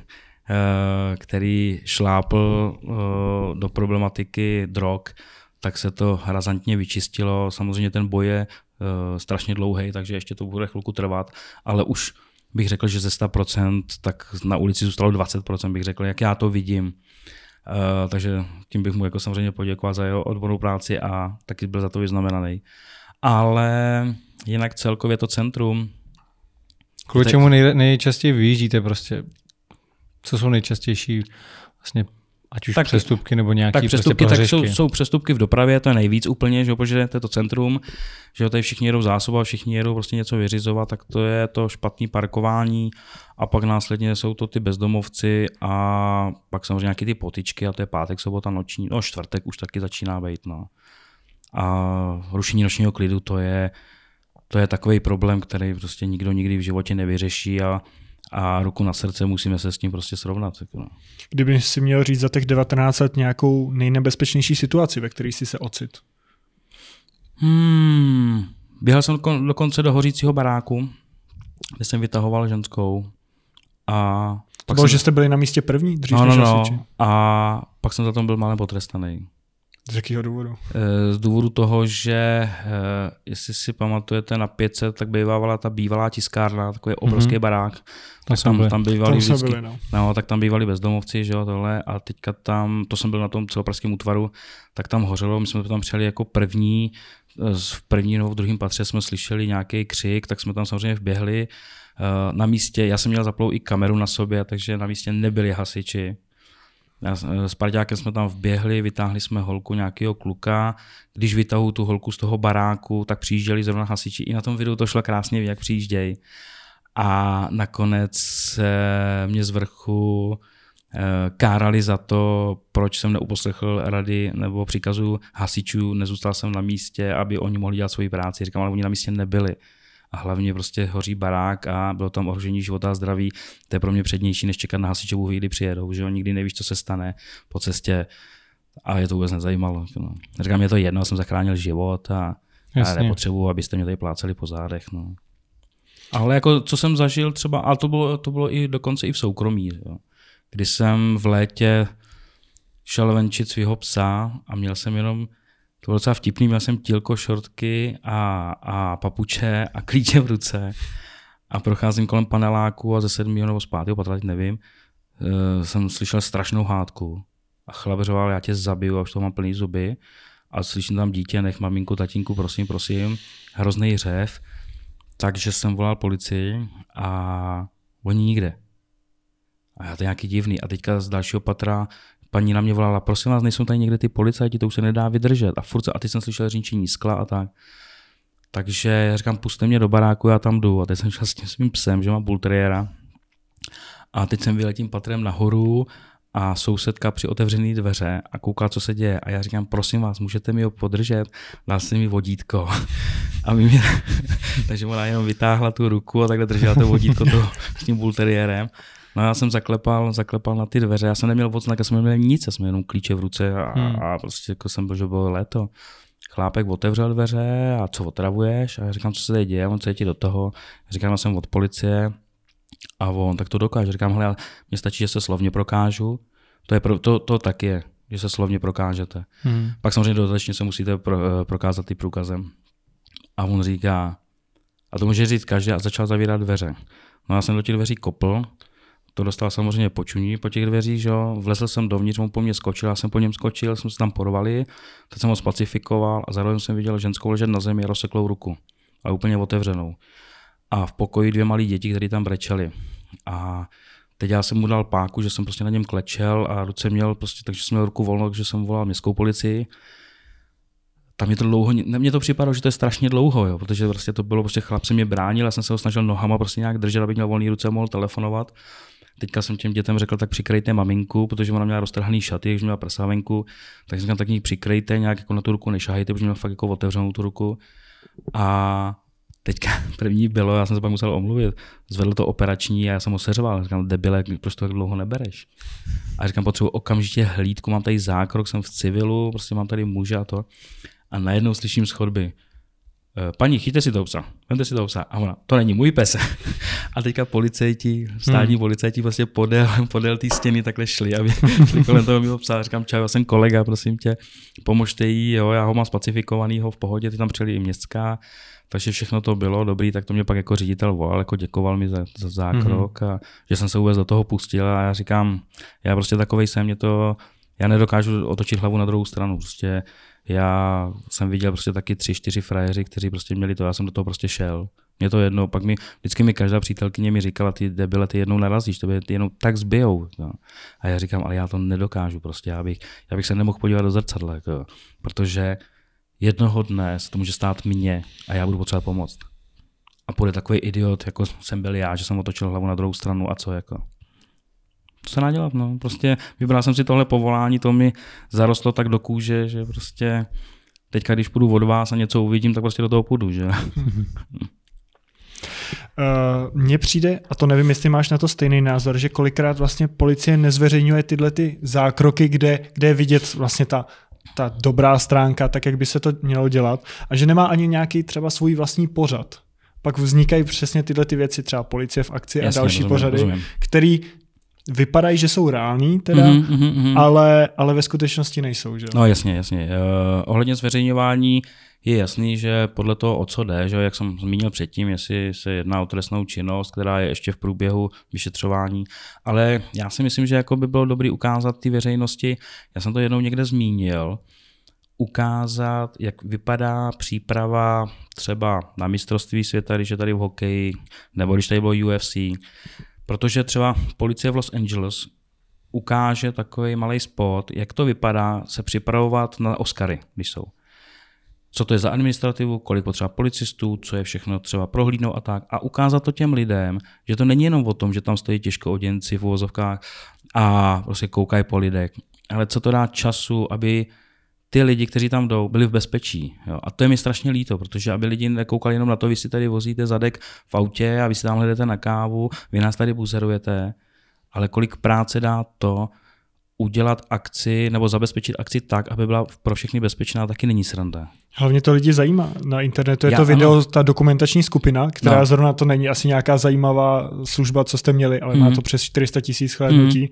Speaker 2: který šlápl do problematiky drog, tak se to razantně vyčistilo. Samozřejmě ten boj je strašně dlouhý, takže ještě to bude chvilku trvat, ale už bych řekl, že ze 100%, tak na ulici zůstalo 20%, bych řekl, jak já to vidím. Takže tím bych mu jako samozřejmě poděkoval za jeho odbornou práci a taky byl za to vyznamenaný. Ale jinak celkově to centrum...
Speaker 1: Kvůli čemu nejčastěji vyjíždíte prostě? Co jsou nejčastější vlastně, ať už tak, přestupky nebo nějaké prostě
Speaker 2: přestupky, tak jsou přestupky v dopravě, to je nejvíc úplně, že protože to je to centrum, že tady všichni jedou zásobovat, všichni jedou prostě něco vyřizovat, tak to je to špatné parkování a pak následně jsou to ty bezdomovci a pak samozřejmě nějaké ty potyčky a to je pátek, sobota, noční, čtvrtek už taky začíná být. No. A rušení nočního klidu, to je takový problém, který prostě nikdo nikdy v životě nevyřeší a ruku na srdce musíme se s tím prostě srovnat. No.
Speaker 3: Kdyby si měl říct za těch 19 let nějakou nejnebezpečnější situaci, ve které jsi se ocit?
Speaker 2: Běhal jsem dokonce do hořícího baráku, kde jsem vytahoval ženskou. A
Speaker 3: to bylo, že jste byli na místě první? Dřív než hasiči?
Speaker 2: A pak jsem za tom byl málem potrestaný.
Speaker 3: Z jakého důvodu?
Speaker 2: Z důvodu toho, že jestli si pamatujete na 500, tak bývala ta bývalá tiskárna, takový obrovský barák. Tam bývali vždycky, tak tam bývali bezdomovci, že jo, tohle, a teďka tam, to jsem byl na tom celopražském útvaru, tak tam hořelo, my jsme tam přijeli jako první, v první nebo v druhém patře jsme slyšeli nějaký křik, tak jsme tam samozřejmě vběhli. Na místě, já jsem měl zaplou i kameru na sobě, takže na místě nebyli hasiči. S parťákem jsme tam vběhli, vytáhli jsme holku nějakého kluka. Když vytahuji tu holku z toho baráku, tak přijížděli zrovna hasiči. I na tom videu to šlo krásně, jak přijíždějí. A nakonec mě z vrchu kárali za to, proč jsem neuposlechl rady nebo příkazů hasičů, nezůstal jsem na místě, aby oni mohli dělat svoji práci. Říkám, ale oni na místě nebyli. A hlavně prostě hoří barák a bylo tam ohrožení života a zdraví. To je pro mě přednější, než čekat na hasičovou chvíli přijedou, že jo, nikdy nevíš, co se stane po cestě a je to vůbec nezajímalo. No. Říkám, mě to jedno, jsem zachránil život a nepotřebuji, abyste mě tady pláceli po zádech. No. Ale jako, co jsem zažil třeba, a to bylo i dokonce i v soukromí, jo. Kdy jsem v létě šel venčit svého psa a měl jsem jenom, to bylo docela vtipný, měl jsem tílko, šortky a papuče a klíče v ruce a procházím kolem paneláku a ze 7. nebo z 5. patra, nevím, jsem slyšel strašnou hádku a chlap řval, já tě zabiju a už to mám plný zuby a slyším tam dítě, nech maminku, tatínku, prosím, hrozný řev, takže jsem volal policii a oni nikde. A já to je nějaký divný. A teďka z dalšího patra paní na mě volala, prosím vás, nejsou tady někde ty policajti, to už se nedá vydržet. A teď jsem slyšel řinčení skla a tak. Takže já říkám, puste mě do baráku, já tam jdu. A teď jsem šel s tím svým psem, že mám bull terriera. A teď jsem vyletím patrem nahoru a sousedka při otevřené dveře a koukala, co se děje. A já říkám, prosím vás, můžete mi ho podržet? Dal jsem mi vodítko. A takže ona jenom vytáhla tu ruku a takhle držela to vodítko s tím bull terriérem. No já jsem zaklepal na ty dveře, já jsem neměl odznak, já jsem neměl nic, já jsem jenom klíče v ruce a prostě jako jsem byl, že bylo léto. Chlápek otevřel dveře a co otravuješ? A já říkám, co se tady děje, on se jde do toho. Já říkám, já jsem od policie a on, tak to dokáže. Říkám, hele, mně stačí, že se slovně prokážu, to tak je, že se slovně prokážete. Pak samozřejmě dodatečně se musíte prokázat i průkazem. A on říká, a to může říct každý, a začal zavírat dveře. No já jsem do těch dveří kopl, to dostal samozřejmě počuní po těch dveřích, že jo. Vlezl jsem dovnitř, on po mně skočil, já jsem po něm skočil, jsme se tam porvali, teď jsem ho spacifikoval a zároveň jsem viděl ženskou ležet na zemi a rozseklou ruku, ale úplně otevřenou. A v pokoji 2 malí děti, kteří tam brečeli. A teď já jsem mu dal páku, že jsem prostě na něm klečel a ruce měl prostě, takže jsem měl ruku volnou, takže jsem volal městskou policii. Tam je to dlouho, mně to připadalo, že to je strašně dlouho, jo, protože prostě to bylo, prostě chlap se mě bránil, já jsem se ho snažil nohama prostě nějak držet, aby měl volný ruce a mohl telefonovat. Teďka jsem těm dětem řekl, tak přikrejte maminku, protože ona měla roztrhaný šaty, když měla prsávenku, tak jsem říkal, tak ji přikrejte, nějak jako na tu ruku nešahejte, protože měla fakt jako otevřenou tu ruku. A teďka první bylo, já jsem se pak musel omluvit, zvedl to operační a já jsem ho seřval, říkám, debile, proč to tak dlouho nebereš? A říkám, potřebuji okamžitě hlídku, mám tady zákrok, jsem v civilu, prostě mám tady muže a to. A najednou slyším z chodby, paní, chyťte si toho psa, vemte si toho psa. A ona, to není můj pes. A teďka policajti, státní policajti prostě podél té stěny takhle šli, aby šli kolem toho mého psa. Říkám, čau, já jsem kolega, prosím tě, pomožte jí, jo, já ho mám spacifikovanýho v pohodě, ty tam přijeli i městská, takže všechno to bylo dobrý, tak to mě pak jako ředitel volal, jako děkoval mi za zákrok a že jsem se vůbec do toho pustil a já říkám, já prostě takovej jsem, já nedokážu otočit hlavu na druhou stranu, prostě já jsem viděl prostě taky 3-4 frajeři, kteří prostě měli to, já jsem do toho prostě šel. Mě to jedno, pak vždycky mi každá přítelkyně mi říkala, ty debile, ty jednou narazíš, ty jenom tak zbijou. No. A já říkám, ale já to nedokážu prostě, já bych se nemohl podívat do zrcadla, jako, protože jednoho dne se to může stát mně a já budu potřebovat pomoct. A půjde takový idiot, jako jsem byl já, že jsem otočil hlavu na druhou stranu a co jako. Co se dá dělat, no. Prostě vybral jsem si tohle povolání, to mi zarostlo tak do kůže, že prostě teďka, když půjdu od vás a něco uvidím, tak prostě do toho půjdu, že?
Speaker 3: Mně přijde, a to nevím, jestli máš na to stejný názor, že kolikrát vlastně policie nezveřejňuje tyhle ty zákroky, kde je vidět vlastně ta dobrá stránka, tak jak by se to mělo dělat, a že nemá ani nějaký třeba svůj vlastní pořad. Pak vznikají přesně tyhle ty věci, třeba Policie v akci a další pořady, který vypadají, že jsou reální teda, ale ve skutečnosti nejsou, že?
Speaker 2: No jasně. Ohledně zveřejňování je jasný, že podle toho, o co jde, že jak jsem zmínil předtím, jestli se jedná o trestnou činnost, která je ještě v průběhu vyšetřování, ale já si myslím, že jako by bylo dobré ukázat ty veřejnosti, já jsem to jednou někde zmínil, ukázat, jak vypadá příprava třeba na mistrovství světa, když je tady v hokeji, nebo když tady bylo UFC, protože třeba policie v Los Angeles ukáže takový malý spot, jak to vypadá se připravovat na Oscary, když jsou. Co to je za administrativu, kolik potřeba policistů, co je všechno třeba prohlídnout a tak. A ukázat to těm lidem, že to není jenom o tom, že tam stojí těžkooděnci v uvozovkách a prostě koukají po lidech, ale co to dá času, aby ty lidi, kteří tam jdou, byli v bezpečí. Jo. A to je mi strašně líto, protože aby lidi nekoukali jenom na to, vy si tady vozíte zadek v autě a vy si tam jdete na kávu, vy nás tady buzerujete, ale kolik práce dá to udělat akci nebo zabezpečit akci tak, aby byla pro všechny bezpečná, taky není sranda.
Speaker 3: Hlavně to lidi zajímá. Na internetu je to video, ta dokumentační skupina, která zrovna to není asi nějaká zajímavá služba, co jste měli, ale má to přes 400 000 shlédnutí.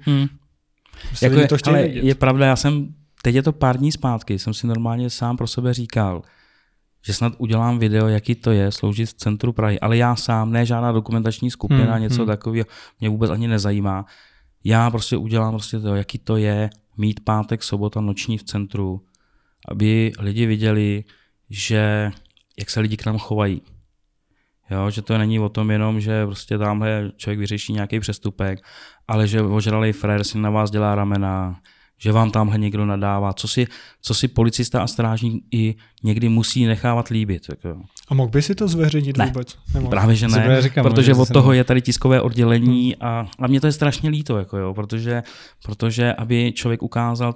Speaker 2: Jako je pravda, teď je to pár dní zpátky, jsem si normálně sám pro sebe říkal, že snad udělám video, jaký to je sloužit v centru Prahy, ale já sám, ne žádná dokumentační skupina, něco takového, mě vůbec ani nezajímá. Já prostě udělám prostě to, jaký to je mít pátek, sobota, noční v centru, aby lidi viděli, že jak se lidi k nám chovají. Jo, že to není o tom jenom, že prostě tamhle člověk vyřeší nějaký přestupek, ale že ožralej frér si na vás dělá ramena, že vám tamhle někdo nadává, co si policista a strážník i někdy musí nechávat líbit. Jako.
Speaker 3: A mohl by si to zveřejnit vůbec?
Speaker 2: Nemohl. Právě že ne, protože od toho je tady tiskové oddělení a mě to je strašně líto, jako jo, protože aby člověk ukázal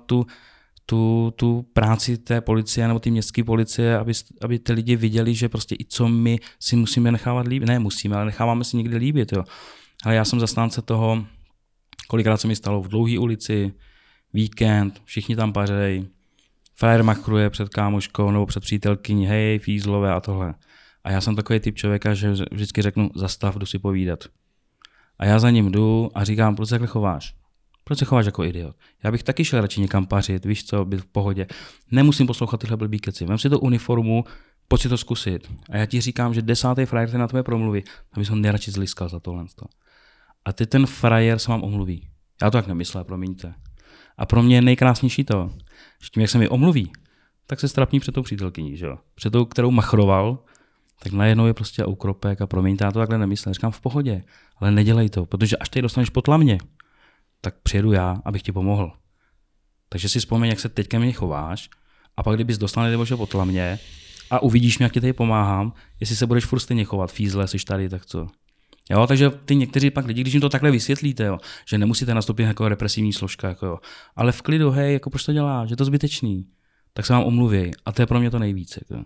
Speaker 2: tu práci té policie nebo té městské policie, aby ty lidi viděli, že prostě i co my si musíme nechávat líbit. Ne musíme, ale necháváme si někdy líbit. Jo. Ale já jsem zastánce toho, kolikrát se mi stalo v Dlouhé ulici, víkend, všichni tam pařej, frajer machruje před kámoškou nebo před přítelkyní, hej, fízlové a tohle. A já jsem takový typ člověka, že vždycky řeknu, zastav, jdu si povídat. A já za ním jdu a říkám, proč se takhle chováš? Proč se chováš jako idiot? Já bych taky šel radši někam pařit, víš co, být v pohodě. Nemusím poslouchat tyhle blbý keci. Vem si to uniformu, pojď si to zkusit. A já ti říkám, že 10. frajer, který na tvé promluví, aby jsem nejradši zliskal za tohle. A ty ten frajer se vám omluví. Já to tak nemyslel, promiňte. A pro mě je nejkrásnější to, že tím, jak se mi omluví, tak se strapní před tou přítelkyní, že jo? Před tou, kterou machroval, tak najednou je prostě ukropek a promiňte, já to takhle nemyslím. Říkám v pohodě, ale nedělej to, protože až tady dostaneš potlamně, tak přijedu já, abych ti pomohl. Takže si vzpomeň, jak se teďka mě chováš a pak kdybys dostal nebo potlamně a uvidíš mě, jak ti tady pomáhám, jestli se budeš furt stejně chovat, fízle, jsi tady, tak co? Jo, takže ty někteří pak lidi, když jim to takhle vysvětlíte, jo, že nemusíte nastoupit jako represivní složka, jako jo, ale v klidu, hej, jako proč to děláš, že to zbytečný, tak se vám omluví a to je pro mě to nejvíce. Jako.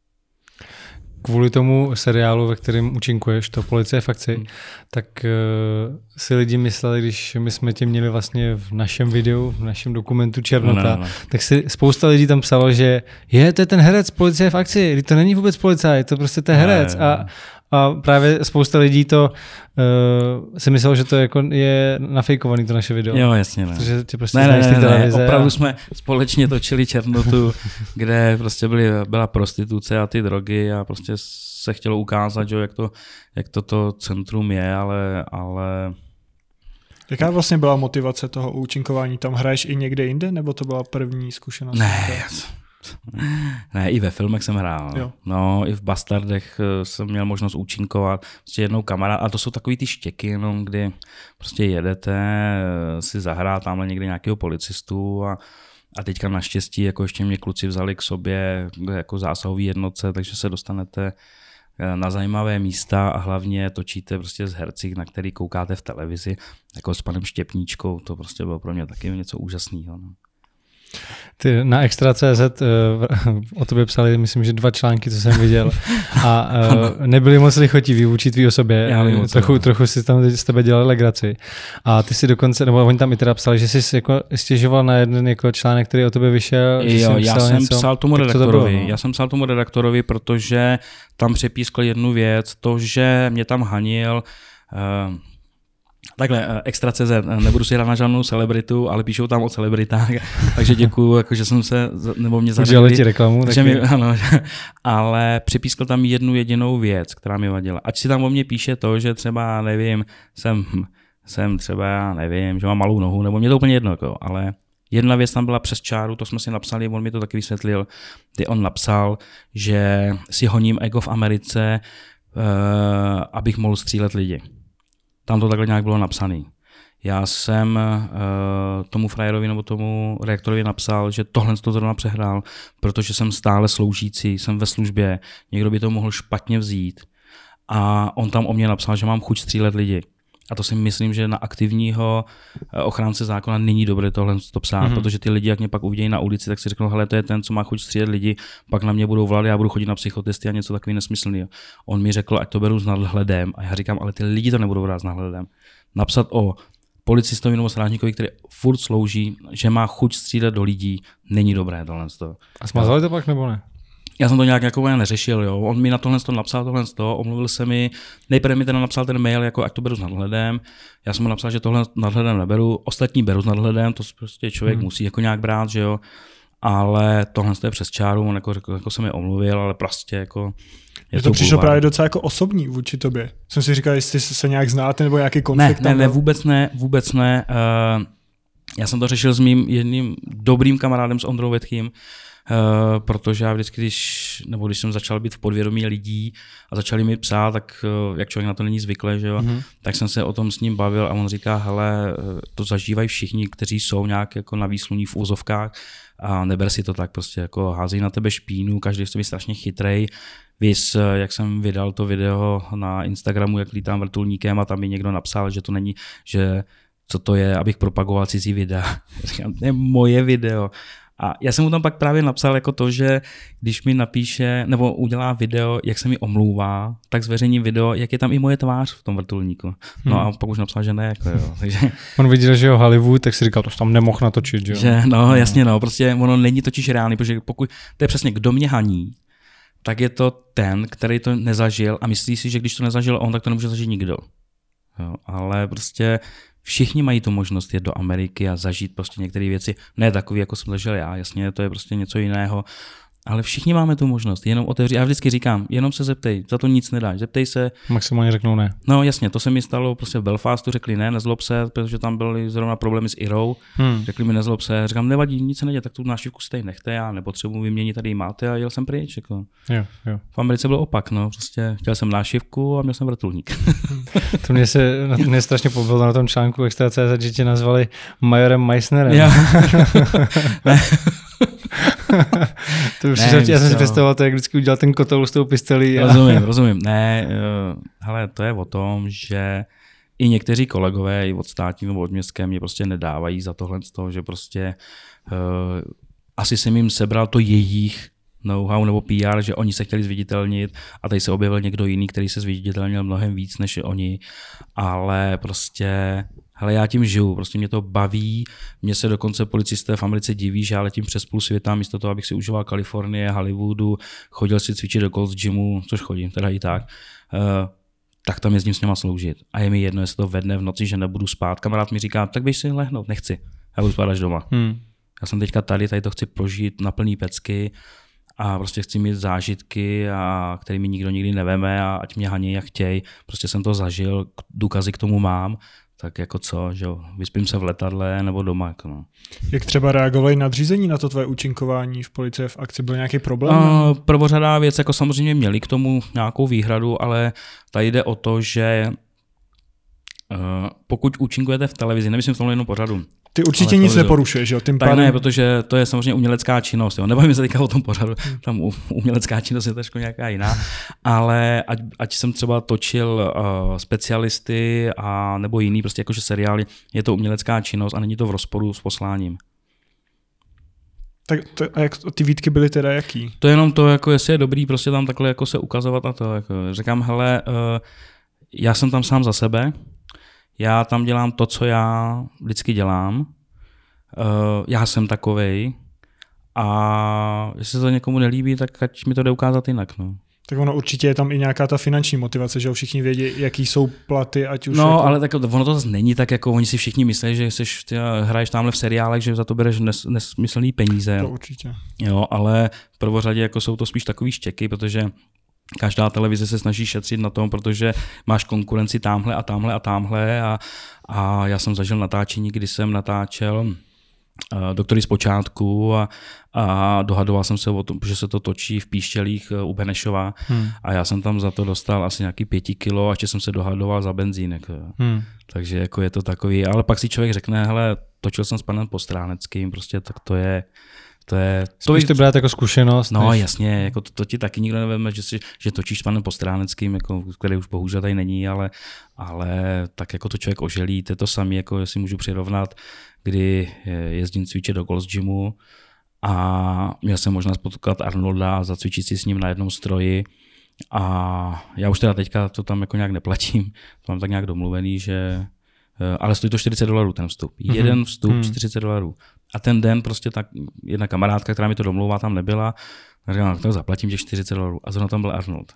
Speaker 1: Kvůli tomu seriálu, ve kterém účinkuješ, to Policie v akci, tak si lidi mysleli, když my jsme tě měli vlastně v našem videu, v našem dokumentu Černota, tak si spousta lidí tam psalo, že to je ten herec Policie v akci, to není vůbec policajt, to prostě ten herec. A právě spousta lidí to si myslelo, že to je nafejkovaný to naše video.
Speaker 2: Jo, jasně. Ne.
Speaker 1: Protože tě prostě
Speaker 2: ne, opravdu jsme společně točili Černotu, kde prostě byla prostituce a ty drogy a prostě se chtělo ukázat, že jak to centrum je, ale...
Speaker 3: Jaká vlastně byla motivace toho účinkování? Tam hraješ i někde jinde, nebo to byla první zkušenost?
Speaker 2: Ne, i ve filmech jsem hrál. Jo. No, i v Bastardech jsem měl možnost účinkovat. Prostě jednou kamarád, a to jsou takový ty štěky, jenom, kdy prostě jedete si zahrát tamhle někde nějakého policistu a teďka naštěstí jako ještě mě kluci vzali k sobě jako zásahový jednotce, takže se dostanete na zajímavé místa a hlavně točíte prostě s herci, na který koukáte v televizi, jako s panem Štěpníčkou, to prostě bylo pro mě taky něco úžasného. No.
Speaker 1: Ty na Extra.cz o tobě psali, myslím, že 2 články, co jsem viděl a nebyli moc lichotiví vůči tvý osobě. Trochu si tam z tebe dělali legraci. A ty si dokonce, nebo oni tam i teda psali, že jsi jako stěžoval na jeden jako článek, který o tobě vyšel.
Speaker 2: Jo, já jsem psal tomu redaktorovi, protože tam přepískl jednu věc, to, že mě tam hanil Takhle, Extra.cz, nebudu si hrát na žádnou celebritu, ale píšou tam o celebritách, takže děkuju, jako, že jsem se, nebo mě zařadili.
Speaker 1: Udělali ti reklamu.
Speaker 2: Ano, ale připískl tam jednu jedinou věc, která mi vadila. Ať si tam o mě píše to, že třeba, nevím, jsem třeba, nevím, že mám malou nohu, nebo mě to úplně jedno, jako, ale jedna věc tam byla přes čáru, to jsme si napsali, on mi to taky vysvětlil, kdy on napsal, že si honím ego v Americe, abych mohl střílet lidi. Tam to takhle nějak bylo napsané. Já jsem tomu frajerovi nebo tomu reaktorovi napsal, že tohle to zrovna přehrál, protože jsem stále sloužící, jsem ve službě, někdo by to mohl špatně vzít. A on tam o mě napsal, že mám chuť střílet lidi. A to si myslím, že na aktivního ochránce zákona není dobré tohle to psát, protože ty lidi, jak mě pak uvidějí na ulici, tak si řeknou, hele, to je ten, co má chuť střílet lidi, pak na mě budou volat, já budu chodit na psychotesty a něco takový nesmyslného. On mi řekl, ať to beru s nadhledem, a já říkám, ale ty lidi to nebudou brát s nadhledem. Napsat o policistovi nebo strážníkovi, který furt slouží, že má chuť střílet do lidí, není dobré tohle.
Speaker 1: A smazali to pak nebo ne?
Speaker 2: Já jsem to nějak jako neřešil, jo. On mi na tohle napsal omluvil se mi, nejprve mi teda napsal ten mail, jako ať to beru s nadhledem. Já jsem mu napsal, že tohle nadhledem neberu, ostatní beru s nadhledem, to prostě člověk musí jako nějak brát, že jo. Ale tohle je přes čáru, on jako se mi omluvil, ale prostě jako...
Speaker 3: Je to přišlo právě docela jako osobní vůči tobě. Jsem si říkal, jestli se nějak znáte, nebo nějaký konflikt tam.
Speaker 2: Ne, vůbec ne. Já jsem to řešil s mým jedním dobrým kamarádem, s Ondrou Větkým, protože já vždycky, když jsem začal být v podvědomí lidí a začali mi psát, tak jak člověk na to není zvyklý, že jo, tak jsem se o tom s ním bavil a on říká, hele, to zažívají všichni, kteří jsou nějak jako na výsluní v úzovkách a neber si to tak, prostě jako házejí na tebe špínu, každý je strašně chytrej. Víš, jak jsem vydal to video na Instagramu, jak lítám vrtulníkem a tam mi někdo napsal, že to není, že co to je, abych propagoval cizí videa. Říkám, to je moje video. A já jsem mu tam pak právě napsal jako to, že když mi napíše nebo udělá video, jak se mi omlouvá, tak zveřejním video, jak je tam i moje tvář v tom vrtulníku. No a pak už napsal, že ne. Jako jo. Takže...
Speaker 1: On viděl, že jo Hollywood, tak si říkal, to tam nemohl natočit. Že?
Speaker 2: No jasně, no, prostě ono není totiž reálný, protože pokud to je přesně kdo mě haní, tak je to ten, který to nezažil a myslí si, že když to nezažil on, tak to nemůže zažít nikdo. Jo, ale prostě všichni mají tu možnost jet do Ameriky a zažít prostě některé věci. Ne takový, jako jsem zažil já, jasně, to je prostě něco jiného. Ale všichni máme tu možnost, jenom otevřít. Já vždycky říkám, jenom se zeptej, za to nic nedáš. Zeptej se.
Speaker 1: Maximálně řeknou ne.
Speaker 2: No jasně, to se mi stalo prostě v Belfastu, řekli ne, nezlob se, protože tam byly zrovna problémy s Irou. Řekli mi nezlob se, říkám, nevadí, nic se neděje, tak tu návštěvku stejně nechte, já nepotřebuji vyměnit, tady ji máte a jel jsem pryč. Jako.
Speaker 1: Jo.
Speaker 2: V Americe byl opak, no, prostě chtěl jsem návštěvku a měl jsem vrtulník.
Speaker 1: To mě strašně pobavilo na tom článku Extra.cz, že tě nazvali majorem Meissnerem.
Speaker 2: Já.
Speaker 1: To já jsem si představoval, to jak vždycky udělal ten kotoul s tou pistolí.
Speaker 2: Rozumím. Ne, hele, to je o tom, že i někteří kolegové i od státní nebo od městské mě prostě nedávají za tohle z toho, že prostě asi jsem jim sebral to jejich know-how nebo PR, že oni se chtěli zviditelnit a tady se objevil někdo jiný, který se zviditelnil mnohem víc než oni, ale prostě hele, já tím žiju, prostě mě to baví, mě se dokonce policisté v Americe diví, že já letím přes půl světa, místo toho, abych si užíval Kalifornie, Hollywoodu, chodil si cvičit do Gold's Gymu, což chodím, teda i tak, tak tam jezdím s něma sloužit. A je mi jedno, jestli to ve dne v noci, že nebudu spát. Kamarád mi říká, tak běž si lehnout, nechci, já budu spát až doma. Já jsem teďka tady to chci prožít na plný pecky a prostě chci mít zážitky, a který mi nikdo nikdy neveme a ať mě haní jak chtěj. Prostě jsem to zažil, důkazy k tomu mám, tak jako co, že jo, vyspím se v letadle nebo doma. Jako no.
Speaker 3: Jak třeba reagovali nadřízení na to tvoje účinkování v policii v akci? Byl nějaký problém?
Speaker 2: Prvořadá věc, jako samozřejmě měli k tomu nějakou výhradu, ale tady jde o to, že pokud účinkujete v televizi, nemyslím v tomhle jenom pořadu.
Speaker 3: Ty určitě nic neporušuješ, jo? Tím
Speaker 2: pádem... Ne, protože to je samozřejmě umělecká činnost. Jo? Nebavím se teďka o tom pořadu, tam umělecká činnost je trošku nějaká jiná, ale ať jsem třeba točil specialisty a nebo jiný, prostě jakože seriály, je to umělecká činnost a není to v rozporu s posláním.
Speaker 3: Tak a jak ty výtky byly teda jaký?
Speaker 2: To je jenom to, jako jestli je dobrý prostě tam takhle jako se ukazovat a to. Jako, říkám, hele, já jsem tam sám za sebe, já tam dělám to, co já vždycky dělám. Já jsem takovej. A jestli se to někomu nelíbí, tak ať mi to jde ukázat jinak. No.
Speaker 3: Tak ono určitě je tam i nějaká ta finanční motivace, že všichni vědí, jaký jsou platy, ať už...
Speaker 2: No,
Speaker 3: jako...
Speaker 2: ale tak ono to zase není tak, jako oni si všichni myslí, že hraješ tamhle v seriálech, že za to bereš nesmyslný peníze.
Speaker 3: To určitě.
Speaker 2: Jo, ale v prvořadě jako jsou to spíš takový štěky, protože každá televize se snaží šetřit na tom, protože máš konkurenci tamhle a tamhle a tamhle a já jsem zažil natáčení, kdy jsem natáčel Doktory z počátku a dohadoval jsem se o tom, že se to točí v Píšťalích u Benešova a já jsem tam za to dostal asi nějaký 5 kilo a ještě jsem se dohadoval za benzín. Jako. Takže jako je to takový, ale pak si člověk řekne, hele, točil jsem s panem Postráneckým, prostě tak to je...
Speaker 1: Spíš to brát jako zkušenost.
Speaker 2: No jasně, jako to ti taky nikdo neveme, že točíš s panem Postráneckým, jako, který už bohužel tady není, ale tak jako to člověk oželí, to je to samé, jako jestli můžu přirovnat, kdy jezdím cvičit do Gold's Gymu a měl jsem možnost potkat Arnolda a zacvičit si s ním na jednom stroji a já už teda teďka to tam jako nějak neplatím, to mám tak nějak domluvený, že ale stojí to $40 ten vstup. Jeden vstup, $40. A ten den prostě tak jedna kamarádka, která mi to domlouvá, tam nebyla. A říkám, tak zaplatím těch $40. A zrovna tam byl Arnold.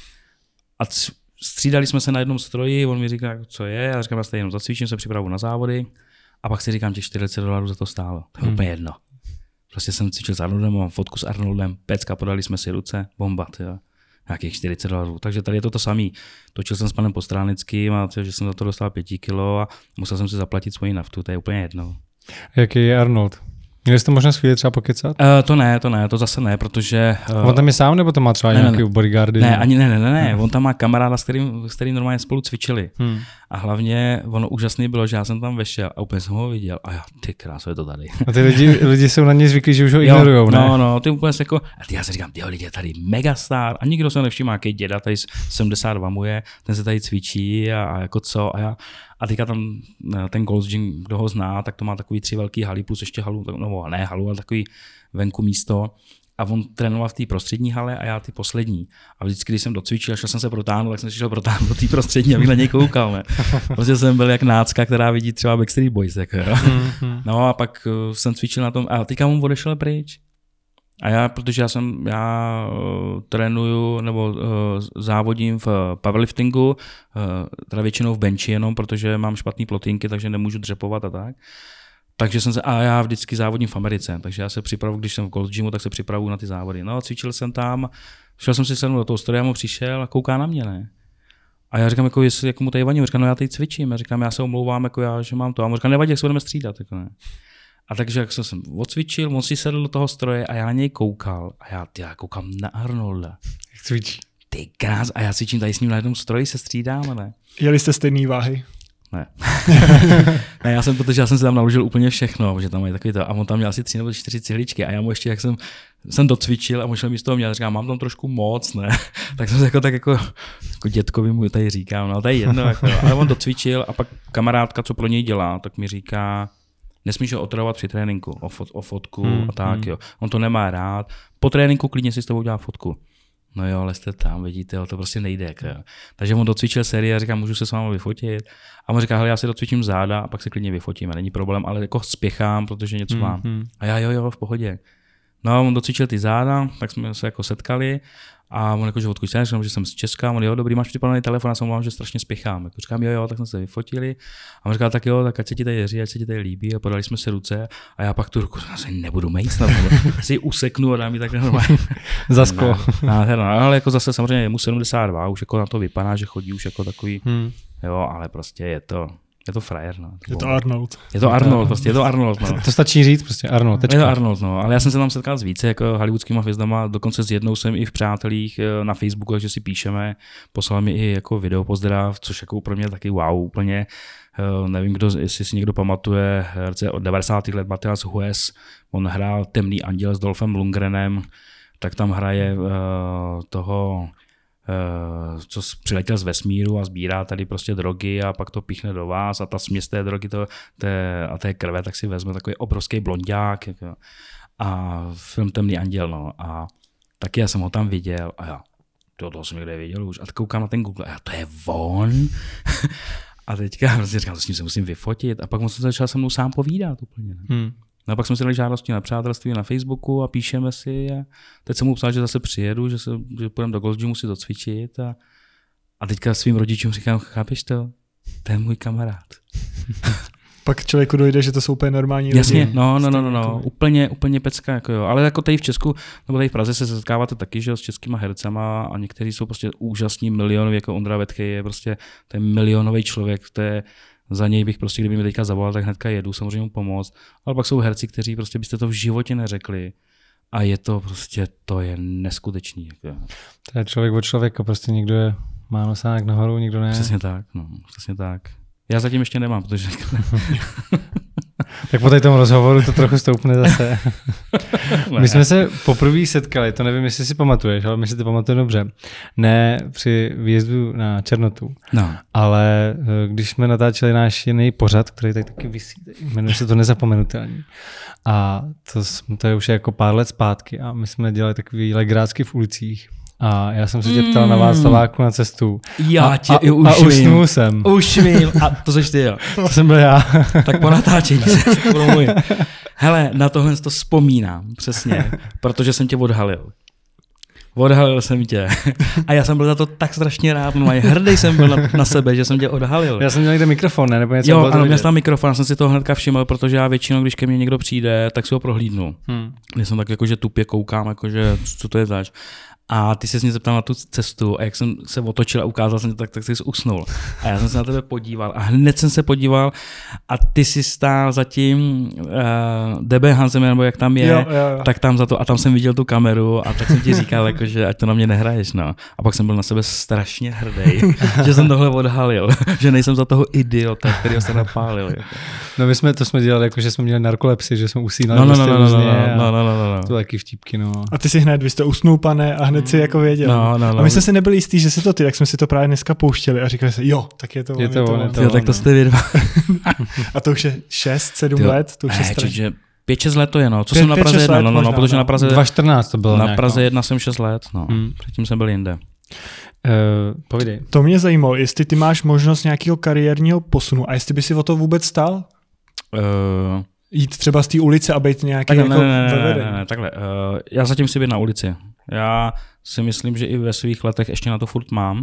Speaker 2: A střídali jsme se na jednom stroji, on mi říká, co je, já říkám, já se jenom zacvičím, se připravu na závody. A pak si říkám, těch $40 za to stálo. To je úplně jedno. Prostě jsem cvičil s Arnoldem, mám fotku s Arnoldem, pecka, podali jsme si ruce, bomba, tyjo. Nějakých $40. Takže tady je to samý. Točil jsem s panem Postráneckým a že jsem za to dostal 5 kilo a musel jsem si zaplatit svoji naftu, to je úplně jedno.
Speaker 1: Jaký je Arnold? Měli jste možnost chvíli třeba pokecat?
Speaker 2: To zase ne, protože...
Speaker 1: On tam je sám, nebo to má třeba nějaký bodyguardy?
Speaker 2: Ne, on tam má kamaráda, s kterým normálně spolu cvičili. A hlavně ono úžasný bylo, že já jsem tam vešel a úplně jsem ho viděl a já, ty kráso, je to tady.
Speaker 1: A ty lidi jsou na něj zvyklí, že už ho ignorujou, ne?
Speaker 2: No, ty úplně jako, a já si říkám, lidi je tady megastar a nikdo se nevšimá, jaký děda, tady 72 mu je, ten se tady cvičí a jako co a teďka tam ten Gold's Gym, kdo ho zná, tak to má takový 3 velký haly plus ještě halu, no ne halu, ale takový venku místo. A on trénoval v té prostřední hale a já ty poslední. A vždycky, když jsem docvičil a šel jsem se protáhnout, tak jsem šel protáhnout do té prostřední, abych na něj koukal. Ne? Prostě jsem byl jak nácka, která vidí třeba Backstreet Boys. Jako, no a pak jsem cvičil na tom a teďka on odešel pryč. A já, protože já trénuju nebo závodím v powerliftingu, teda většinou v benchi jenom, protože mám špatný plotínky, takže nemůžu dřepovat a tak. Takže já vždycky závodím v Americe, takže já se připravu, když jsem v Gold's Gymu, tak se připravuju na ty závody. No, cvičil jsem tam, šel jsem si sednout do toho stroje, mu přišel a kouká na mě, ne? A já říkám, jako, jestli jako mu tady vadí, říkám, no já tady cvičím, já říkám, já se omlouvám, jako já, že mám to. A mu říkám, nevadí, jak se budeme střídat, jako ne. A takže jak jsem odcvičil, on si sedl do toho stroje a já na něj koukal. A já koukám na Arnolda.
Speaker 1: Jak cvičí?
Speaker 2: Ty krás, a já cvičím tady s ním na jednom stroji, se střídáme, ne?
Speaker 3: Jeli jste stejný váhy?
Speaker 2: Ne. Ne, protože já jsem si tam naložil úplně všechno, že tam je takový to. A on tam měl asi 3 nebo 4 cihličky a já mu ještě, jak jsem docvičil a možná mi z toho měl, říkám, mám tam trošku moc, ne? Tak jsem se jako dětkovi mu tady říkám, no to je jedno, jako, ale on docvičil a pak kamarádka, co pro něj dělá, tak mi říká, nesmíš ho otravovat při tréninku, o fotku a tak, jo. On to nemá rád. Po tréninku klidně si s tebou dělá fotku. No jo, ale jste tam, vidíte, to prostě nejde. Jako. Takže on docvičil sérii a říká, můžu se s vámi vyfotit. A on říká, hele, já si docvičím záda a pak se klidně vyfotíme, není problém, ale jako spěchám, protože něco mám. A já jo, v pohodě. No, on docvičil ty záda, tak jsme se jako setkali a on jako, že odkud jsi, že jsem z Česka, on jo, dobrý, máš připravený telefon, já jsem mluvám, že strašně spěchám. Jako, říkám, jo, tak jsme se vyfotili a on říkal, tak jo, tak ať se ti tady jeří, ať se ti tady líbí a podali jsme si ruce a já pak tu ruku se nebudu mít snad, si useknu a dám mi tak normálně.
Speaker 1: Za sklo.
Speaker 2: Ale jako zase samozřejmě je mu 72, už jako na to vypadá, že chodí už jako takový, jo, ale prostě je to frajer, no.
Speaker 3: Je to Arnold.
Speaker 2: Je to Arnold, prostě je to Arnold, no.
Speaker 1: To stačí říct, prostě Arnold, tečka.
Speaker 2: Je to Arnold, no, ale já jsem se tam setkal s více jako hollywoodskýma hvězdama, dokonce s jednou jsem i v Přátelích na Facebooku, takže si píšeme, poslal mi i jako video pozdrav, což jako pro mě taky wow, úplně, nevím, jestli si někdo pamatuje, herce od 90. let Matthias Hues, on hrál Temný anděl s Dolphem Lundgrenem, tak tam hraje toho, co přiletěl z vesmíru a sbírá tady prostě drogy a pak to píchne do vás a ta směs té drogy a té krve, tak si vezme takový obrovský blonďák jako, a film Temný anděl, no, a taky já jsem ho tam viděl a já, toho jsem někde viděl už a koukám na ten Google a já, to je on? A teďka prostě říkám, s ním se musím vyfotit a pak on se začal se mnou sám povídat úplně. No a pak jsme si dali žádosti na přátelství na Facebooku a píšeme si a teď jsem mu psal, že zase přijedu, že půjdeme do Gold Gymu si docvičit a teďka svým rodičům říkám, chápeš to? To je můj kamarád.
Speaker 3: Pak člověku dojde, že to jsou úplně normální lidi.
Speaker 2: Jasně, no. Úplně pecka, jako jo. Ale jako tady v Česku, nebo tady v Praze se setkáváte taky, že jo, s českýma hercema a někteří jsou prostě úžasní milionoví, jako Ondra Vetkej je prostě ten milionový člověk, to je, za něj bych prostě, kdyby mi teďka zavolal, tak hnedka jedu, samozřejmě mu pomoct. Ale pak jsou herci, kteří prostě byste to v životě neřekli. A je to prostě, to je neskutečný. Jako.
Speaker 1: To je člověk od člověka, prostě někdo má nosánek nahoru, někdo ne.
Speaker 2: Přesně tak. Já zatím ještě nemám, protože...
Speaker 1: Tak po tom rozhovoru to trochu stoupne zase. My jsme se poprvé setkali, to nevím, jestli si pamatuješ, ale my si to pamatujeme dobře. Ne při výjezdu na Černotu, ale když jsme natáčeli náš jiný pořad, který tady taky visí, jmenuje se to Nezapomenutelný. A to je už jako pár let zpátky a my jsme dělali takový legrácky v ulicích. A já jsem se tě ptal na Václaváku na cestu.
Speaker 2: Už
Speaker 1: usnul jsem.
Speaker 2: Už vím. A to seš ty, jo.
Speaker 1: To jsem byl já.
Speaker 2: Tak po natáčení se promluvím. Hele, na tohle to vzpomínám, přesně, protože jsem tě odhalil. Odhalil jsem tě. A já jsem byl za to tak strašně rád, no a hrdý jsem byl na sebe, že jsem tě odhalil.
Speaker 1: Já jsem měl někde mikrofon, ne? Nebo něco.
Speaker 2: Jo, ano, měl jsem tam mikrofon, jsem si to hnedka všiml, protože já většinou, když ke mně někdo přijde, tak si ho prohlídnu. Když jsem tak jakože tupě koukám, jakože co to je zač. A ty jsi mě zeptal na tu cestu a jak jsem se otočil a ukázal jsem tak jsi usnul. A já jsem se na tebe podíval a hned jsem se podíval a ty jsi stál za tím DB Hansem, nebo jak tam je,
Speaker 3: jo.
Speaker 2: tak tam za to a tam jsem viděl tu kameru a tak jsem ti říkal, jako, že ať to na mě nehraješ. No. A pak jsem byl na sebe strašně hrdý, že jsem tohle odhalil, že nejsem za toho idiota, kterýho se napálil. Jako.
Speaker 1: No to jsme dělali, jako, že jsme měli narkolepsii, že jsme usínali.
Speaker 2: No.
Speaker 1: To taky vtípky, no.
Speaker 3: A ty si vy jste usnul, pane, a hned si jako věděl. A my jsme si nebyli jistí, že se to ty, tak jsme si to právě dneska pouštěli a říkali si, jo, tak je to on.
Speaker 2: Tak to jste vy dva.
Speaker 3: A to už je 6-7 let, to už je strašně.
Speaker 2: 5-6 let to je, no. Co jsem na Praze 1, protože na Praze
Speaker 1: 2014 to bylo
Speaker 2: na
Speaker 1: nějak,
Speaker 2: Praze 1 jsem 6 let, no. Předtím jsem byl jinde.
Speaker 1: Povídej.
Speaker 3: To mě zajímalo, jestli ty máš možnost nějakého kariérního posunu a jestli by si o to vůbec stál? Jít třeba z té ulice a být nějaký
Speaker 2: takhle. Já zatím si být na ulici. Já si myslím, že i ve svých letech ještě na to furt mám.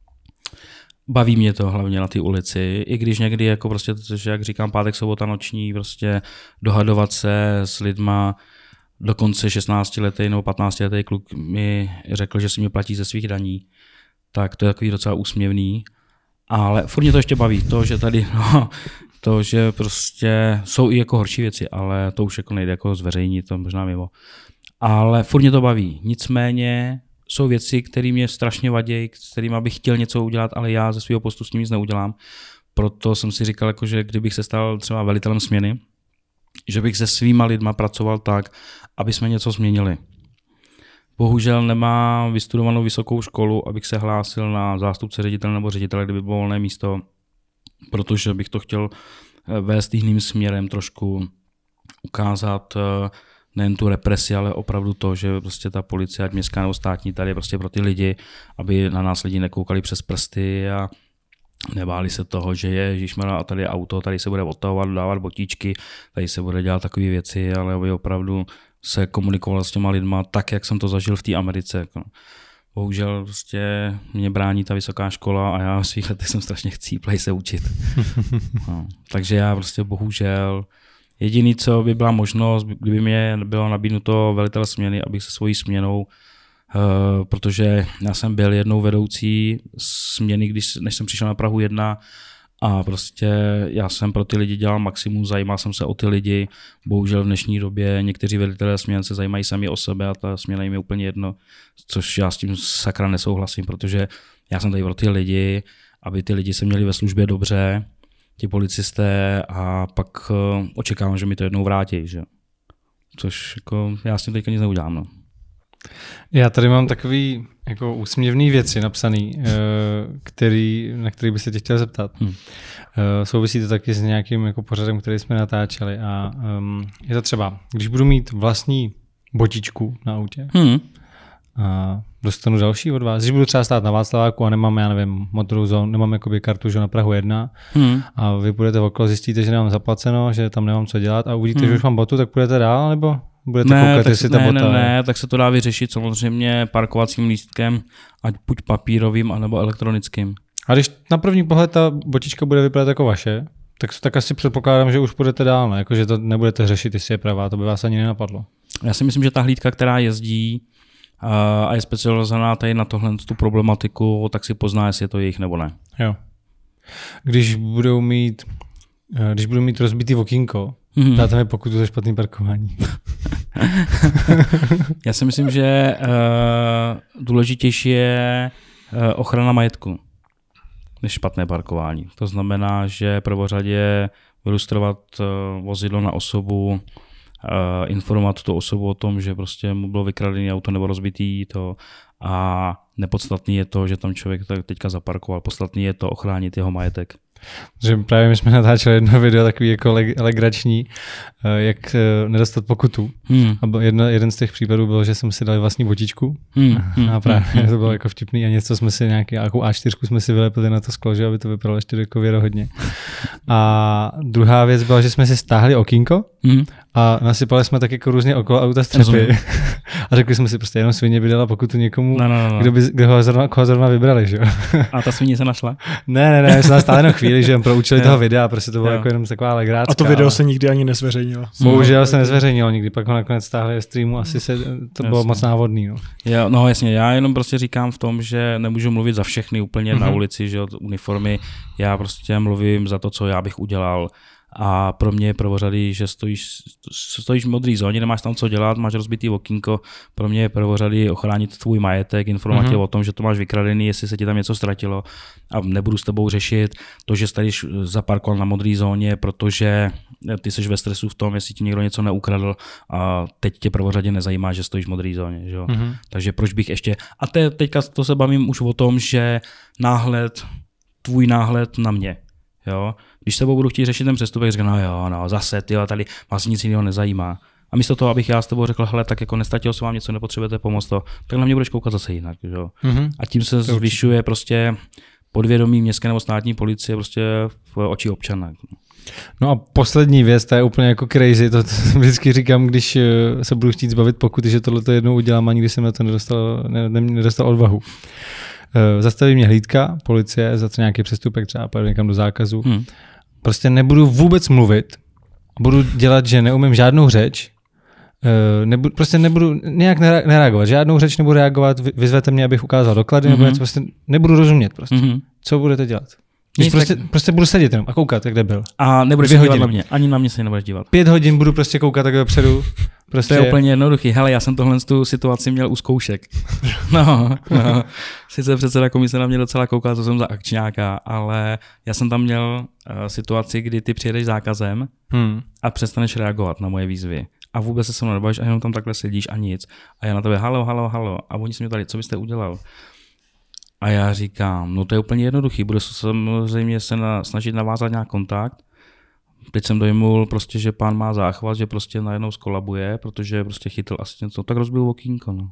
Speaker 2: Baví mě to hlavně na té ulici, i když někdy jako prostě, že jak říkám, pátek, sobota, noční, prostě dohadovat se s lidma, dokonce 16letý nebo 15letý kluk mi řekl, že si mě platí ze svých daní, tak to je takový docela úsměvný, ale furt mě to ještě baví, to, že tady, to, že prostě jsou i jako horší věci, ale to už jako nejde jako zveřejnit, to možná mimo. Ale furt mě to baví, nicméně jsou věci, které mě strašně vadí, s kterými bych chtěl něco udělat, ale já ze svého postu s tím nic neudělám. Proto jsem si říkal, jako, že kdybych se stal třeba velitelem směny, že bych se svýma lidma pracoval tak, aby jsme něco změnili. Bohužel nemám vystudovanou vysokou školu, abych se hlásil na zástupce ředitele nebo ředitele, kdyby bylo volné místo, protože bych to chtěl vést jiným směrem, trošku ukázat nejen tu represi, ale opravdu to, že prostě ta policie, ať městská nebo státní, tady je prostě pro ty lidi, aby na nás lidi nekoukali přes prsty a nebáli se toho, že ježišmarja, a tady je auto, tady se bude odtahovat, dávat botíčky, tady se bude dělat takové věci, ale aby opravdu se komunikoval s těma lidma tak, jak jsem to zažil v té Americe. Bohužel prostě mě brání ta vysoká škola a já v svých letech jsem strašně chcíplej se učit. Takže já prostě bohužel jediný, co by byla možnost, kdyby mě bylo nabídnuto velitel směny, abych se svojí směnou, protože já jsem byl jednou vedoucí směny, než jsem přišel na Prahu 1 a prostě já jsem pro ty lidi dělal maximum, zajímal jsem se o ty lidi. Bohužel v dnešní době někteří velitelé směn se zajímají sami o sebe a ta směna jim je úplně jedno, což já s tím sakra nesouhlasím, protože já jsem tady pro ty lidi, aby ty lidi se měli ve službě dobře, ti policisté, a pak očekávám, že mi to jednou vrátí, že? Což jako já s tím teďka nic neudělám. No.
Speaker 1: Já tady mám takový jako úsměvný věci napsaný, na který by se tě chtěl zeptat. Souvisí to taky s nějakým jako pořadem, který jsme natáčeli a je to třeba, když budu mít vlastní botičku na autě a dostanu další od vás. Když budu třeba stát na Václaváku a nemám, já nevím, motorovou zónu, nemám jakoby kartu, že na Prahu 1 a vy půjdete okolo, zjistíte, že nemám zaplaceno, že tam nemám co dělat a uvidíte, že už mám botu, tak půjdete dál, nebo budete koukat, jestli ta bota
Speaker 2: Ne, tak se to dá vyřešit samozřejmě parkovacím lístkem, ať buď papírovým, anebo elektronickým.
Speaker 1: A když na první pohled ta botička bude vypadat jako vaše, tak asi předpokládám, že už půjdete dál, ne? Jako, že to nebudete řešit, jestli je pravá, to by vás ani nenapadlo.
Speaker 2: Já si myslím, že ta hlídka, která jezdí a je specializovaná tady na tohle tu problematiku, tak si pozná, jestli je to jejich nebo ne.
Speaker 1: Jo. Když budu mít rozbitý okýnko, dáte mi pokutu za špatný parkování. Já
Speaker 2: si myslím, že důležitější je ochrana majetku než špatné parkování. To znamená, že prvořadě ilustrovat vozidlo na osobu, informovat tu osobu o tom, že prostě mu bylo vykradené auto nebo rozbitý to a nepodstatný je to, že tam člověk teďka zaparkoval. Podstatný je to ochránit jeho majetek.
Speaker 1: Že právě my jsme natáčeli jedno video takový jako legrační, jak nedostat pokutu. A jeden z těch případů byl, že jsme si dali vlastní botičku a právě to bylo jako vtipný a něco jsme si nějakou A4 jsme si vylepili na to sklo, že aby to vypadalo ještě jako věrohodně. A druhá věc byla, že jsme si stáhli okýnko a nasypali jsme tak jako různě okolo auta střepy. A řekli jsme si prostě jenom svině by dala pokutu někomu, kdo ho zrovna vybrali. Že?
Speaker 2: A ta svině se našla?
Speaker 1: Ne, jsme nás stále jenom chvíli, že pro účely toho videa, prostě to bylo jako jenom taková legrácka.
Speaker 3: A to video se nikdy ani nezveřejnilo.
Speaker 1: Bohužel se nezveřejnilo nikdy, pak ho nakonec stáhli ve streamu, asi to bylo moc návodný. No.
Speaker 2: No jasně, já jenom prostě říkám v tom, že nemůžu mluvit za všechny úplně na ulici, že od uniformy, já prostě mluvím za to, co já bych udělal. A pro mě je prvořadý, že stojíš v modré zóně, nemáš tam co dělat, máš rozbitý okýnko, pro mě je prvořadý ochránit tvůj majetek, informovat tě o tom, že to máš vykradený, jestli se ti tam něco ztratilo a nebudu s tebou řešit to, že jsi zaparkoval na modré zóně, protože ty jsi ve stresu v tom, jestli ti někdo něco neukradl a teď tě prvořadě nezajímá, že stojíš v modré zóně. Že? Takže proč bych ještě... A teďka to se bavím už o tom, že tvůj náhled na mě. Jo? Když s tebou budu chtít řešit ten přestupek, říkám, zase, tady vás nic jiného nezajímá. A místo toho, abych já s tebou řekl, hele, tak jako nestratilo se vám něco, nepotřebujete pomoct, tak na mě budeš koukat zase jinak. Jo? A tím se zvyšuje prostě podvědomí městské nebo státní policie prostě v očí občana.
Speaker 1: No a poslední věc, ta je úplně jako crazy, to vždycky říkám, když se budu chtít zbavit pokuty, že tohle jednou udělám, ani když jsem na to nedostal odvahu. Zastaví mě hlídka, policie, za to nějaký přestupek, třeba pojedu někam do zákazu. Prostě nebudu vůbec mluvit, budu dělat, že neumím žádnou řeč, prostě nebudu nějak nereagovat, žádnou řeč nebudu reagovat, vyzvete mě, abych ukázal doklady, nebo něco, prostě nebudu rozumět prostě. Co budete dělat? Prostě budu sedět jenom a koukat, jak byl.
Speaker 2: A nebudeš se dívat na mě, ani na mě se nebudeš dívat.
Speaker 1: 5 hodin budu prostě koukat takhle dopředu. Prostě...
Speaker 2: To je úplně jednoduchý. Hele, já jsem tu situaci měl u zkoušek. No. Sice předseda komise na mě docela koukal, co jsem za akčňáka, ale já jsem tam měl situaci, kdy ty přijedeš zákazem a přestaneš reagovat na moje výzvy. A vůbec se mnou nebavíš a jenom tam takhle sedíš a nic. A já na tebe halo. A oni se mě tady, co byste udělal? A já říkám, no to je úplně jednoduchý, budu samozřejmě se snažit navázat nějak kontakt. Teď jsem dojmul prostě, že pán má záchvat, že prostě najednou skolabuje, protože prostě chytl asi něco, tak rozbil okýnko, no.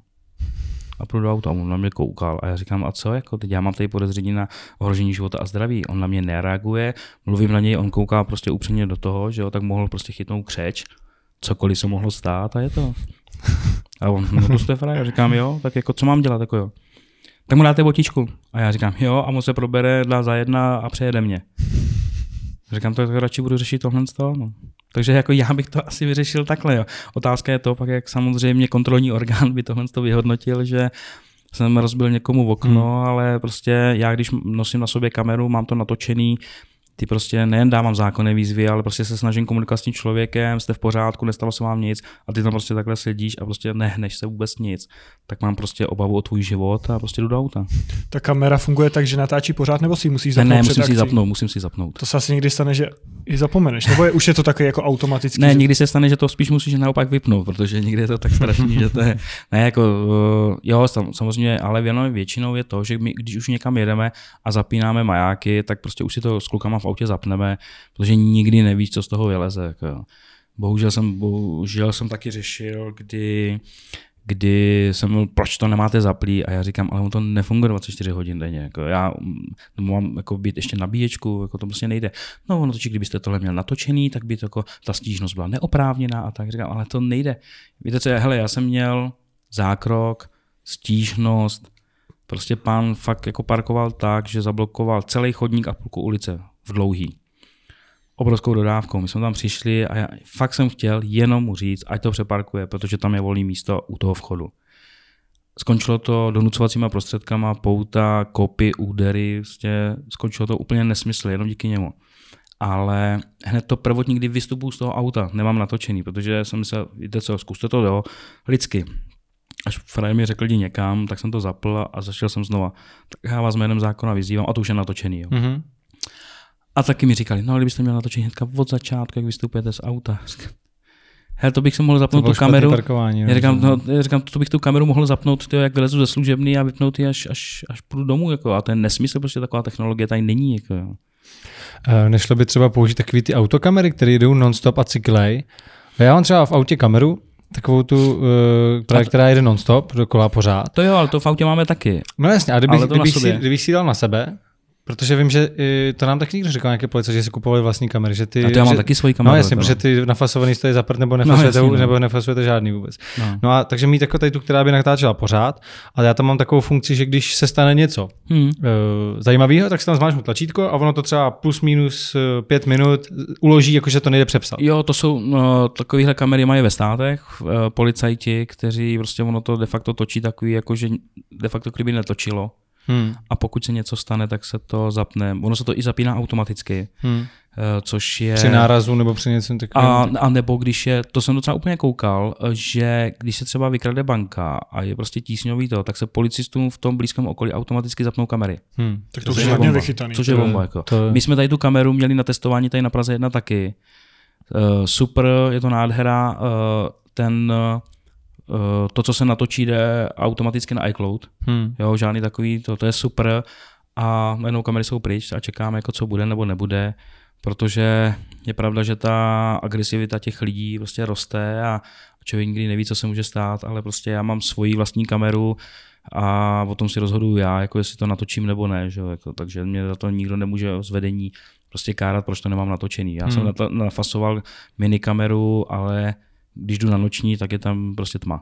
Speaker 2: A půjdu do auta, on na mě koukal a já říkám, a co, jako teď já mám tady podezření na ohrožení života a zdraví, on na mě nereaguje, mluvím na něj, on kouká prostě upřímně do toho, že jo, tak mohl prostě chytnout křeč, cokoliv se mohlo stát a je to. A on, no to jste frajer, říkám, jo, tak jako co mám dělat, jako jo. Tak mu dáte botičku. A já říkám, jo, a mu se probere, dá za 1 a přejede mě. Říkám, tak radši budu řešit tohle z toho. No. Takže jako já bych to asi vyřešil takhle. Jo. Otázka je to, pak jak samozřejmě kontrolní orgán by tohle vyhodnotil, že jsem rozbil někomu okno, ale prostě já, když nosím na sobě kameru, mám to natočený, ty prostě nejen dávám zákonné výzvy, ale prostě se snažím komunikovat s tím člověkem, jste v pořádku, nestalo se vám nic a ty tam prostě takhle sedíš a prostě nehneš se vůbec nic, tak mám prostě obavu o tvůj život a prostě jdu do auta.
Speaker 3: Ta kamera funguje tak, že natáčí pořád, nebo si ji musíš zapnout?
Speaker 2: Ne, musím si zapnout.
Speaker 3: To se asi někdy stane, že i zapomeneš, nebo už je to taky jako automaticky?
Speaker 2: Ne, někdy se stane, že to spíš musíš naopak vypnout, protože někdy je to tak strašný, že to je, ne jako, jo, samozřejmě, ale většinou je to, že my, když už někam jedeme a zapínáme majáky, tak prostě už si to s klukama v autě zapneme, protože nikdy nevíš, co z toho vyleze. Jako. Bohužel jsem taky řešil, kdy jsem mluvil, proč to nemáte zaplý, a já říkám, ale on to nefunguje 24 hodin denně, jako já mám jako být ještě nabíječku, jako to prostě nejde. No ono točí, kdybyste tohle měl natočený, tak by to jako, ta stížnost byla neoprávněná a tak říkám, ale to nejde. Víte co, hele, já jsem měl zákrok, stížnost, prostě pán fakt jako parkoval tak, že zablokoval celý chodník a půlku ulice v dlouhý. Obrovskou dodávkou. My jsme tam přišli a já fakt jsem chtěl jenom mu říct, ať to přeparkuje, protože tam je volné místo u toho vchodu. Skončilo to donucovacíma prostředkama, pouta, kopy, údery, vlastně skončilo to úplně nesmysl, jenom díky němu. Ale hned to prvotní, kdy vystupuji z toho auta, nemám natočený, protože jsem myslel, víte co, zkuste to lidsky. Až frajer mi řekl, jdi někam, tak jsem to zapl a zašel jsem znova. Tak já vás jménem zákona vyzývám a to už je natočený. Jo. Mm-hmm. A taky mi říkali, no ale kdybyste měl natočit hnedka od začátku, jak vystupujete z auta. Hele, to bych se mohl zapnout tu kameru. Já říkám, to bych tu kameru mohl zapnout, tyjo, jak vylezu ze služebny a vypnout ji až půjdu domů. Jako. A to je nesmysl, protože taková technologie tady není. Jako.
Speaker 1: Nešlo by třeba použít takový ty autokamery, které jdou non-stop a cyklej. Já mám třeba v autě kameru, takovou tu, která jede non-stop, dokola pořád.
Speaker 2: To jo, ale to v autě máme taky.
Speaker 1: No jasně, a kdybych si dal na sebe, protože vím, že to nám tak někdo říkal, nějaké policie, že si kupovali vlastní kamery, že ty...
Speaker 2: A to já mám taky svoji kameru.
Speaker 1: No jasně, protože ty nafasovaný stojí za prd, nebo nefasujete žádný vůbec. No a takže mít jako tady tu, která by natáčela pořád, ale já tam mám takovou funkci, že když se stane něco zajímavého, tak si tam zmáčknu tlačítko a ono to třeba plus minus 5 minut uloží, jakože to nejde přepsat.
Speaker 2: Jo, to jsou, takovýhle kamery mají ve státech, policajti, kteří prostě ono to de facto točí takový, jakože de facto kdyby netočilo. A pokud se něco stane, tak se to zapne. Ono se to i zapíná automaticky, což je...
Speaker 1: Při nárazu nebo při něco takového.
Speaker 2: A nebo když je, to jsem docela úplně koukal, že když se třeba vykrade banka a je prostě tísňový to, tak se policistům v tom blízkém okolí automaticky zapnou kamery.
Speaker 3: Tak to už je hodně vychytaný.
Speaker 2: Což je bomba. Jako. My jsme tady tu kameru měli na testování tady na Praze 1 taky. Super, je to nádhera. To, co se natočí, jde automaticky na iCloud. Jo, žádný takový, to je super. A najednou kamery jsou pryč a čekáme, jako co bude nebo nebude, protože je pravda, že ta agresivita těch lidí prostě roste a člověk nikdy neví, co se může stát, ale prostě já mám svoji vlastní kameru a o tom si rozhoduju já, jako jestli to natočím nebo ne. Že? Jako, takže mě za to nikdo nemůže z vedení prostě kárat, proč to nemám natočený. Já jsem nafasoval minikameru, ale když jdu na noční, tak je tam prostě tma.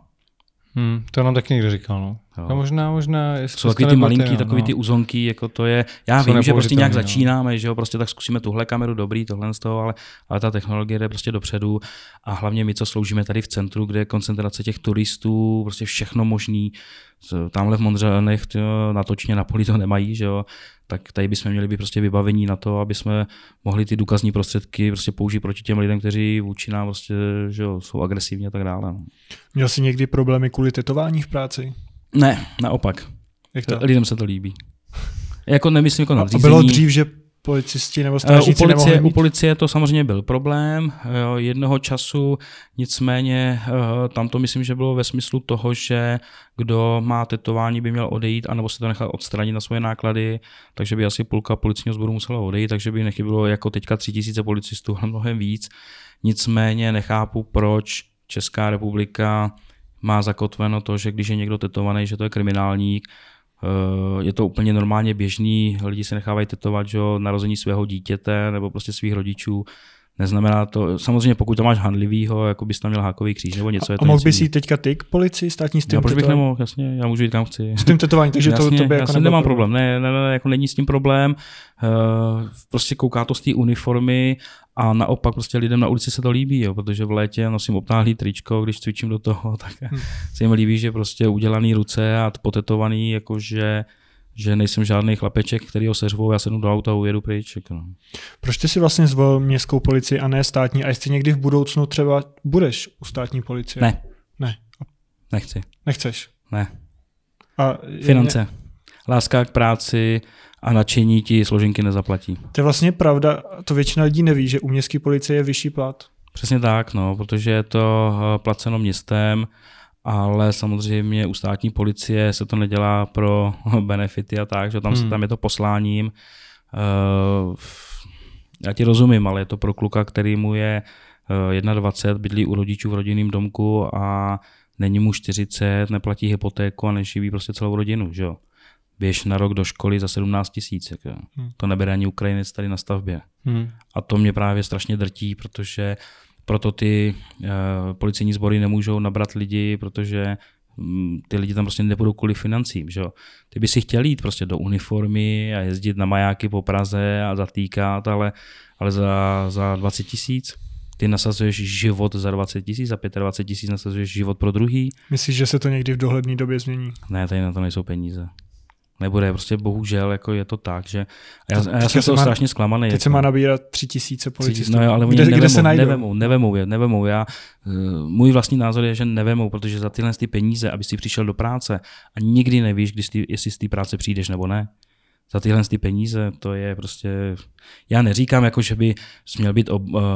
Speaker 1: To nám taky někdo říkal, no. A možná
Speaker 2: jsou takový ty malinký, takový ty uzonky, jako to je, já vím, že prostě nějak začínáme, že jo, prostě tak zkusíme tuhle kameru, dobrý, tohle z toho, ale ta technologie jde prostě dopředu a hlavně my, co sloužíme tady v centru, kde je koncentrace těch turistů, prostě všechno možný, tamhle v Mondřanech natočně na poli to nemají, že jo, tak tady bychom měli být prostě vybavení na to, aby jsme mohli ty důkazní prostředky prostě použít proti těm lidem, kteří vůči nám prostě, že jo, jsou agresivní a tak dále.
Speaker 3: Měl jsi někdy problémy kvůli tetování v práci?
Speaker 2: Ne, naopak. Jak to? Lidem se to líbí. Jako nemyslím jako nadřízení.
Speaker 3: A bylo dřív, že policisti nebo strážníci nemohli mít?
Speaker 2: U policie to samozřejmě byl problém jednoho času, nicméně tam to myslím, že bylo ve smyslu toho, že kdo má tetování by měl odejít anebo se to nechat odstranit na svoje náklady, takže by asi půlka policijního sboru musela odejít, takže by nechybilo jako teďka 3000 policistů, ale mnohem víc. Nicméně nechápu, proč Česká republika má zakotveno to, že když je někdo tetovaný, že to je kriminálník. Je to úplně normálně běžný, lidi se nechávají tetovat, že narození svého dítěte nebo prostě svých rodičů. Neznamená to, samozřejmě pokud to máš handlivýho, jako bys tam měl hákový kříž nebo něco.
Speaker 3: A mohl bys jít teďka ty k policii, státní s tím
Speaker 2: proč bych nemohl, jasně, já můžu jít kam chci.
Speaker 3: S tím tetováním, takže
Speaker 2: jasně,
Speaker 3: to by jako
Speaker 2: nemám problém. Ne, jako není s tím problém, prostě kouká to z té uniformy a naopak prostě lidem na ulici se to líbí, jo, protože v létě nosím obtáhlý tričko, když cvičím do toho, tak se jim líbí, že prostě udělaný ruce a potetovaný, jakože že nejsem žádný chlapeček, který ho seřvou, já sednu do auta a ujedu pryč. No.
Speaker 3: Proč ty si vlastně zvolil městskou policii a ne státní? A jestli někdy v budoucnu třeba budeš u státní policie?
Speaker 2: Ne. Nechci.
Speaker 3: Nechceš?
Speaker 2: Ne. A finance. Láska k práci a nadšení ti složenky nezaplatí.
Speaker 3: To je vlastně pravda, to většina lidí neví, že u městské policie je vyšší plat.
Speaker 2: Přesně tak, no, protože je to placeno městem, ale samozřejmě u státní policie se to nedělá pro benefity a tak, že tam je to posláním. Já ti rozumím, ale je to pro kluka, který mu je 21, bydlí u rodičů v rodinném domku a není mu 40, neplatí hypotéku a neživí prostě celou rodinu, že jo. Běž na rok do školy za 17 000. To nebere ani Ukrajinec tady na stavbě. A to mě právě strašně drtí, protože proto ty policejní sbory nemůžou nabrat lidi, protože ty lidi tam prostě nepůjdou kvůli financím. Že jo? Ty by si chtěl jít prostě do uniformy a jezdit na majáky po Praze a zatýkat, ale za 20 000 ty nasazuješ život za 20 000, za 25 000 nasazuješ život pro druhý.
Speaker 3: Myslíš, že se to někdy v dohledné době změní?
Speaker 2: Ne, tady na to nejsou peníze. Nebude, prostě bohužel jako je to tak, že já jsem toho strašně zklamaný.
Speaker 3: Teď se má nabírat 3 000 policistů.
Speaker 2: No jo, ale
Speaker 3: kde se najdou?
Speaker 2: Nevemou. Můj vlastní názor je, že nevemou, protože za tyhle ty peníze, aby si přišel do práce a nikdy nevíš, jestli z té práce přijdeš nebo ne. Za tyhle ty peníze, to je prostě... Já neříkám, jako, že by měl být,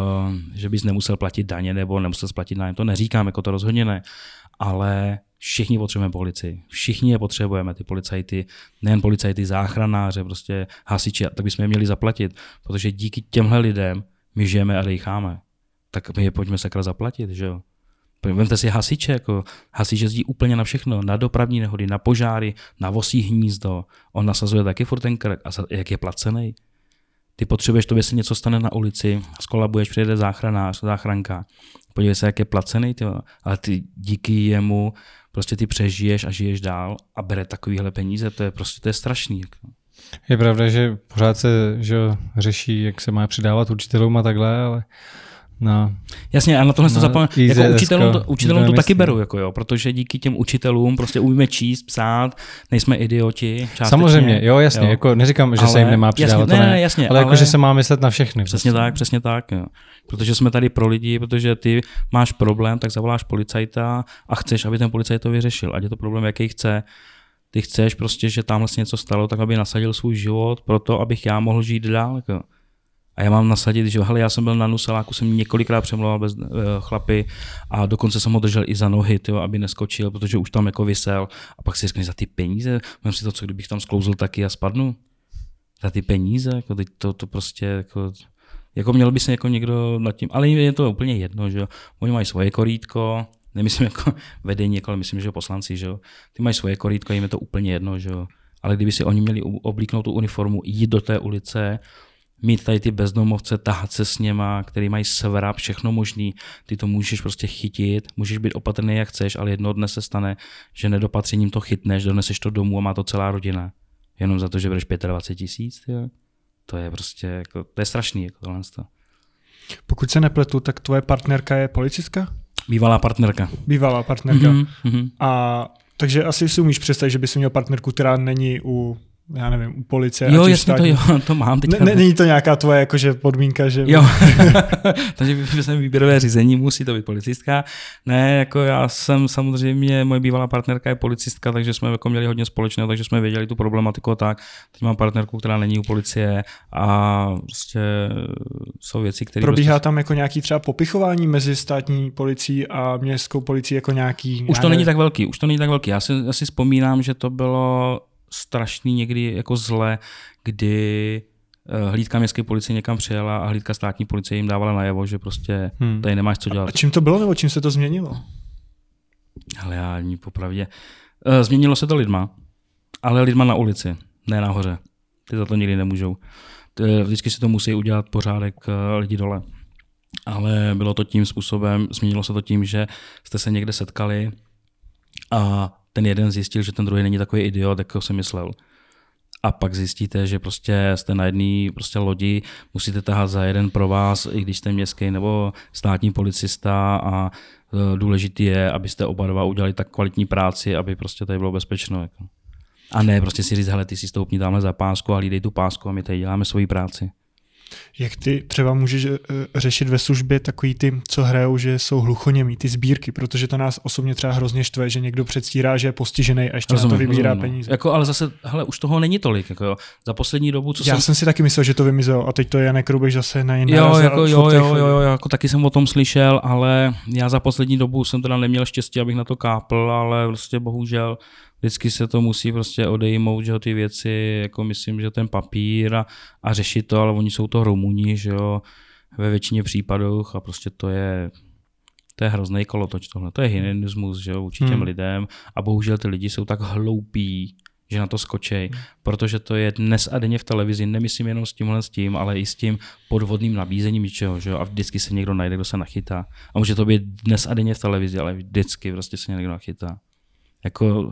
Speaker 2: že bys nemusel platit daně nebo nemusel splatit nájem, to neříkám, jako to rozhodně ne, ale všichni potřebujeme policii. Všichni je potřebujeme, ty policajty, nejen policajty, záchranáře, prostě hasiči, tak bychom je měli zaplatit, protože díky těmhle lidem my žijeme a dejcháme. Tak my je pojďme sakra zaplatit, že jo. Vemte si hasiče, jako hasič jezdí úplně na všechno, na dopravní nehody, na požáry, na vosí hnízdo, on nasazuje taky furt ten krk a jak je placený. Ty potřebuješ, tobě se něco stane na ulici, skolabuješ, přijede záchranář, záchranka, podívej se, jak je placený, ale ty díky jemu prostě ty přežiješ a žiješ dál a bere takovýhle peníze, to je strašný. Jako.
Speaker 1: Je pravda, že pořád se řeší, jak se má přidávat učitelům a takhle, ale
Speaker 2: jasně, a na tohle to zapomínám. Jako učitelům to taky beru, jako jo, protože díky těm učitelům prostě umíme číst, psát, nejsme idioti. Částečně.
Speaker 1: Samozřejmě, jo, jasně, jo. Jako neříkám, že se jim nemá přidávat,
Speaker 2: jasně,
Speaker 1: ale jako, že se má myslet na všechny.
Speaker 2: Přesně tak, jo. Protože jsme tady pro lidi, protože ty máš problém, tak zavoláš policajta a chceš, aby ten policajt to vyřešil, ať je to problém, jaký chce. Ty chceš prostě, že tam vlastně něco stalo, tak aby nasadil svůj život pro to, abych já mohl žít dál, jako. A já mám nasadit, že hele, já jsem byl na Nuseláku, jsem několikrát přemlouval bez chlapy a dokonce jsem ho držel i za nohy, tyjo, aby neskočil, protože už tam jako visel. A pak si řekneš, za ty peníze, mám si to, co kdybych tam sklouzl taky a spadnu. Za ty peníze, jako teď to prostě jako měl by se jako někdo nad tím, ale je to úplně jedno, že jo. Oni mají svoje korítko, nemyslím jako vedení, jako, ale myslím, že poslanci, že jo. Ty mají svoje korítko, jim je to úplně jedno, že jo. Ale kdyby si oni měli oblíknout tu uniformu, jít do té ulice, mít tady ty bezdomovce, tahat se s něma, který mají svrap, všechno možný, ty to můžeš prostě chytit, můžeš být opatrný jak chceš, ale jednoho dne se stane, že nedopatřením to chytneš, doneseš to domů a má to celá rodina. Jenom za to, že bereš 25 000, to je prostě, jako, to je strašný. Jako tohle.
Speaker 3: Pokud se nepletu, tak tvoje partnerka je policistka?
Speaker 2: Bývalá partnerka.
Speaker 3: Mm-hmm. A takže asi si umíš představit, že bys měl partnerku, která není u policie.
Speaker 2: Jo, jasně to mám teďka.
Speaker 3: Není to nějaká tvoje jakože podmínka, že...
Speaker 2: Jo, takže jsem výběrové řízení, musí to být policistka. Ne, jako já jsem samozřejmě, moje bývalá partnerka je policistka, takže jsme jako měli hodně společného, takže jsme věděli tu problematiku tak. Teď mám partnerku, která není u policie a prostě jsou věci, které...
Speaker 3: Probíhá
Speaker 2: prostě...
Speaker 3: tam jako nějaký třeba popichování mezi státní policií a městskou policií jako nějaký...
Speaker 2: Už to není tak velký. Já si vzpomínám, že to bylo strašný někdy jako zle, kdy hlídka městské policie někam přijela a hlídka státní policie jim dávala najevo, že prostě tady nemáš co dělat.
Speaker 3: A čím to bylo, nebo čím se to změnilo?
Speaker 2: Ale já ani popravdě. Změnilo se to lidma, ale lidma na ulici, ne nahoře. Ty za to nikdy nemůžou. Vždycky si to musí udělat pořádek lidi dole. Ale bylo to tím způsobem, změnilo se to tím, že jste se někde setkali a ten jeden zjistil, že ten druhý není takový idiot, jako jsem myslel. A pak zjistíte, že prostě jste na jedné prostě lodi, musíte tahat za jeden pro vás, i když jste městský nebo státní policista a důležitý je, abyste oba dva udělali tak kvalitní práci, aby prostě tady bylo bezpečno. Jako. A ne prostě si říct, hele, ty si stoupni tamhle za pásku a hlídej tu pásku a my tady děláme svoji práci.
Speaker 3: Jak ty třeba můžeš řešit ve službě takový ty, co hrajou, že jsou hluchoněmí, ty sbírky, protože to nás osobně třeba hrozně štve, že někdo předstírá, že je postižený a ještě na to vybírá peníze.
Speaker 2: Jako, ale zase, hele, už toho není tolik. Jako jo. Za poslední dobu,
Speaker 3: Já jsem si taky myslel, že to vymizelo a teď to Janek Rubeš zase na jiné.
Speaker 2: Jo, jako taky jsem o tom slyšel, ale já za poslední dobu jsem teda neměl štěstí, abych na to kápl, ale prostě bohužel vždycky se to musí prostě odejmout, že ty věci, jako myslím, že ten papír a řešit to, ale oni jsou to Rumuni, že jo. ve většině případů a prostě to je hrozný kolotoč tohle. To je hyenismus, že jo, vůči těm lidem a bohužel ty lidi jsou tak hloupí, že na to skočej, protože to je dnes a denně v televizi, nemyslím jenom s tím, ale i s tím podvodným nabízením něčeho, že jo, a vždycky se někdo najde, kdo se nachytá. A může to být dnes a denně v televizi, ale vždycky prostě se někdo nachytá. Jako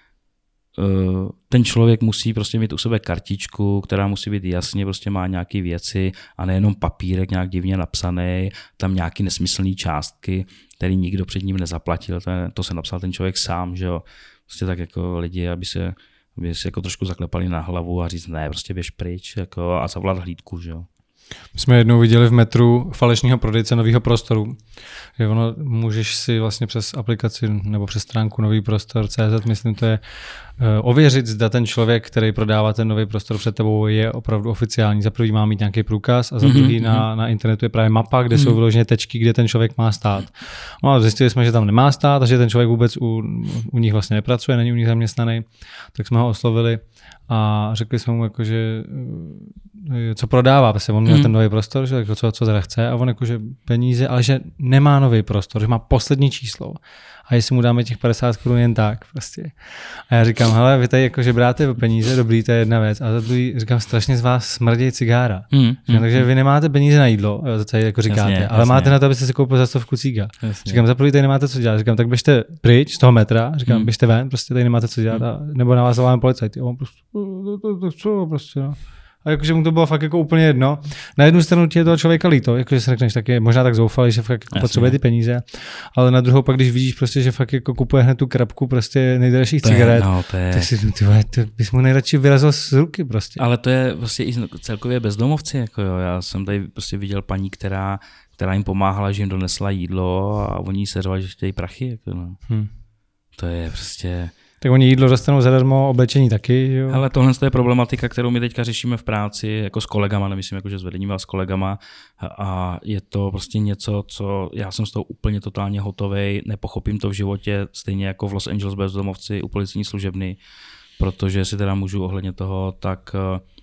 Speaker 2: ten člověk musí prostě mít u sebe kartičku, která musí být jasně, prostě má nějaké věci a nejenom papírek nějak divně napsaný, tam nějaký nesmyslný částky, který nikdo před ním nezaplatil, to se napsal ten člověk sám, že jo. Prostě tak jako lidi, aby se jako trošku zaklepali na hlavu a říct ne, prostě běž pryč jako, a zavolat hlídku, že jo.
Speaker 1: My jsme jednou viděli v metru falešného prodejce Nového prostoru. Že ono, můžeš si vlastně přes aplikaci nebo přes stránku Nový prostor.cz, myslím, to je ověřit, zda ten člověk, který prodává ten Nový prostor před tebou, je opravdu oficiální. Za prvý má mít nějaký průkaz a za druhý na internetu je právě mapa, kde jsou vyloženě tečky, kde ten člověk má stát. No a zjistili jsme, že tam nemá stát a že ten člověk vůbec u nich vlastně nepracuje, není u nich zaměstnaný. Tak jsme ho oslovili a řekli jsme mu, jako, že co prodává, protože on měl ten Nový prostor, že jako co teda chce a on jakože peníze, ale že nemá Nový prostor, že má poslední číslo a jestli mu dáme těch 50 korun jen tak prostě. A já říkám, hele, vy tady jakože bráte peníze, dobrý, to je jedna věc. A za druhý říkám, strašně z vás smrdí cigára. Takže vy nemáte peníze na jídlo, to tady jako říkáte, jasně, ale máte na to, abyste si koupil za 100 cíga. Říkám, za prvý tady nemáte co dělat. Říkám, tak běžte pryč z toho metra, říkám, běžte ven, prostě tady nemáte co dělat, nebo na vás voláme policajty. On prostě, no. A jakože mu to bylo fakt jako úplně jedno. Na jednu stranu ti je toho člověka líto, jakože si řekneš, tak je možná tak zoufalý, že fakt jako potřebuje ty peníze, ale na druhou pak, když vidíš prostě, že fakt jako kupuje hned tu krabku prostě nejdražších cigaret, tak si ty bys mu nejradši vyrazil z ruky prostě.
Speaker 2: Ale to je prostě i celkově bezdomovci, jako jo. Já jsem tady prostě viděl paní, která jim pomáhala, že jim donesla jídlo a oni se řvali, že chtějí prachy, jako no. To je prostě...
Speaker 1: Tak oni jídlo dostanou zadarmo, oblečení taky, jo?
Speaker 2: Ale tohle je problematika, kterou my teďka řešíme v práci jako s kolegama, nemyslím jako že s vedením, ale s kolegama a je to prostě něco, co já jsem z toho úplně totálně hotovej, nepochopím to v životě, stejně jako v Los Angeles bezdomovci u policejní služebny, protože si teda můžu ohledně toho, tak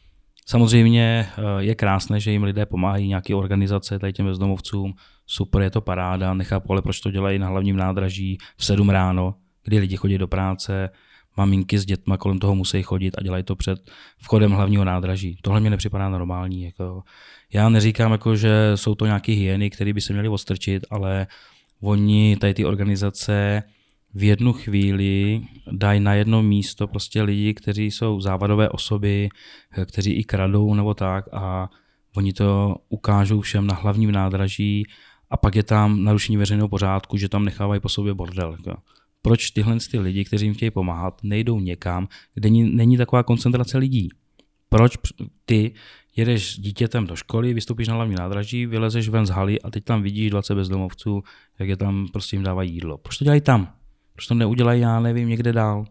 Speaker 2: samozřejmě je krásné, že jim lidé pomáhají, nějaké organizace tady těm bezdomovcům, super, je to paráda, nechápu, ale proč to dělají na hlavním nádraží v 7 ráno, kdy lidi chodí do práce, maminky s dětma kolem toho musí chodit a dělají to před vchodem hlavního nádraží. Tohle mě nepřipadá normální. Jako. Já neříkám, jako, že jsou to nějaké hyeny, které by se měly odstrčit, ale oni, tady ty organizace, v jednu chvíli dají na jedno místo prostě lidi, kteří jsou závadové osoby, kteří i kradou nebo tak a oni to ukážou všem na hlavním nádraží a pak je tam narušení veřejného pořádku, že tam nechávají po sobě bordel. Jako. Proč tyhle lidi, kteří jim chtějí pomáhat, nejdou někam, kde není taková koncentrace lidí? Proč ty jedeš s dítětem do školy, vystoupíš na hlavní nádraží, vylezeš ven z haly a teď tam vidíš 20 bezdomovců, jak je tam prostě jim dávají jídlo. Proč to dělají tam? Proč to neudělají, já nevím, někde dál?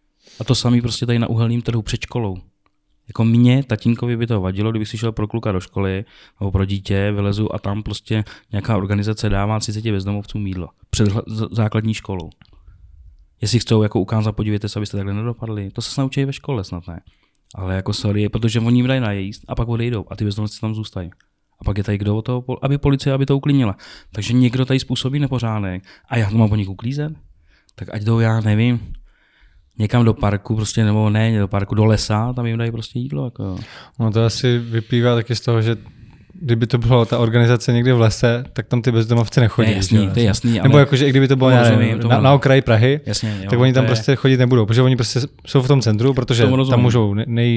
Speaker 2: A to samý prostě tady na Uhelném trhu před školou. Jako mě, tatínkovi by to vadilo, kdybych si šel pro kluka do školy nebo pro dítě, vylezu a tam prostě nějaká organizace dává 30 bezdomovcům jídlo před základní školou. Jestli chcou jako ukázat, podívejte se, abyste takhle nedopadli. To se naučí ve škole snad ne. Ale jako sorry, protože oni jim dají najíst a pak odejdou a ty bezdomovci tam zůstají. A pak je tady kdo o toho, aby policie, aby to uklidnila. Takže někdo tady způsobí nepořádek a já to mám po nich uklízet? Tak ať jdou, já nevím, někam do parku prostě, nebo ne do parku, do lesa, tam jim dají prostě jídlo. Jako.
Speaker 1: No to asi vyplývá taky z toho, že kdyby to bylo ta organizace někde v lese, tak tam ty bezdomovci nechodí.
Speaker 2: To je jasný.
Speaker 1: Nebo jakože i kdyby to bylo na okraji Prahy,
Speaker 2: jasně, jo,
Speaker 1: tak oni tam prostě chodit nebudou, protože oni prostě jsou v tom centru, protože tam můžou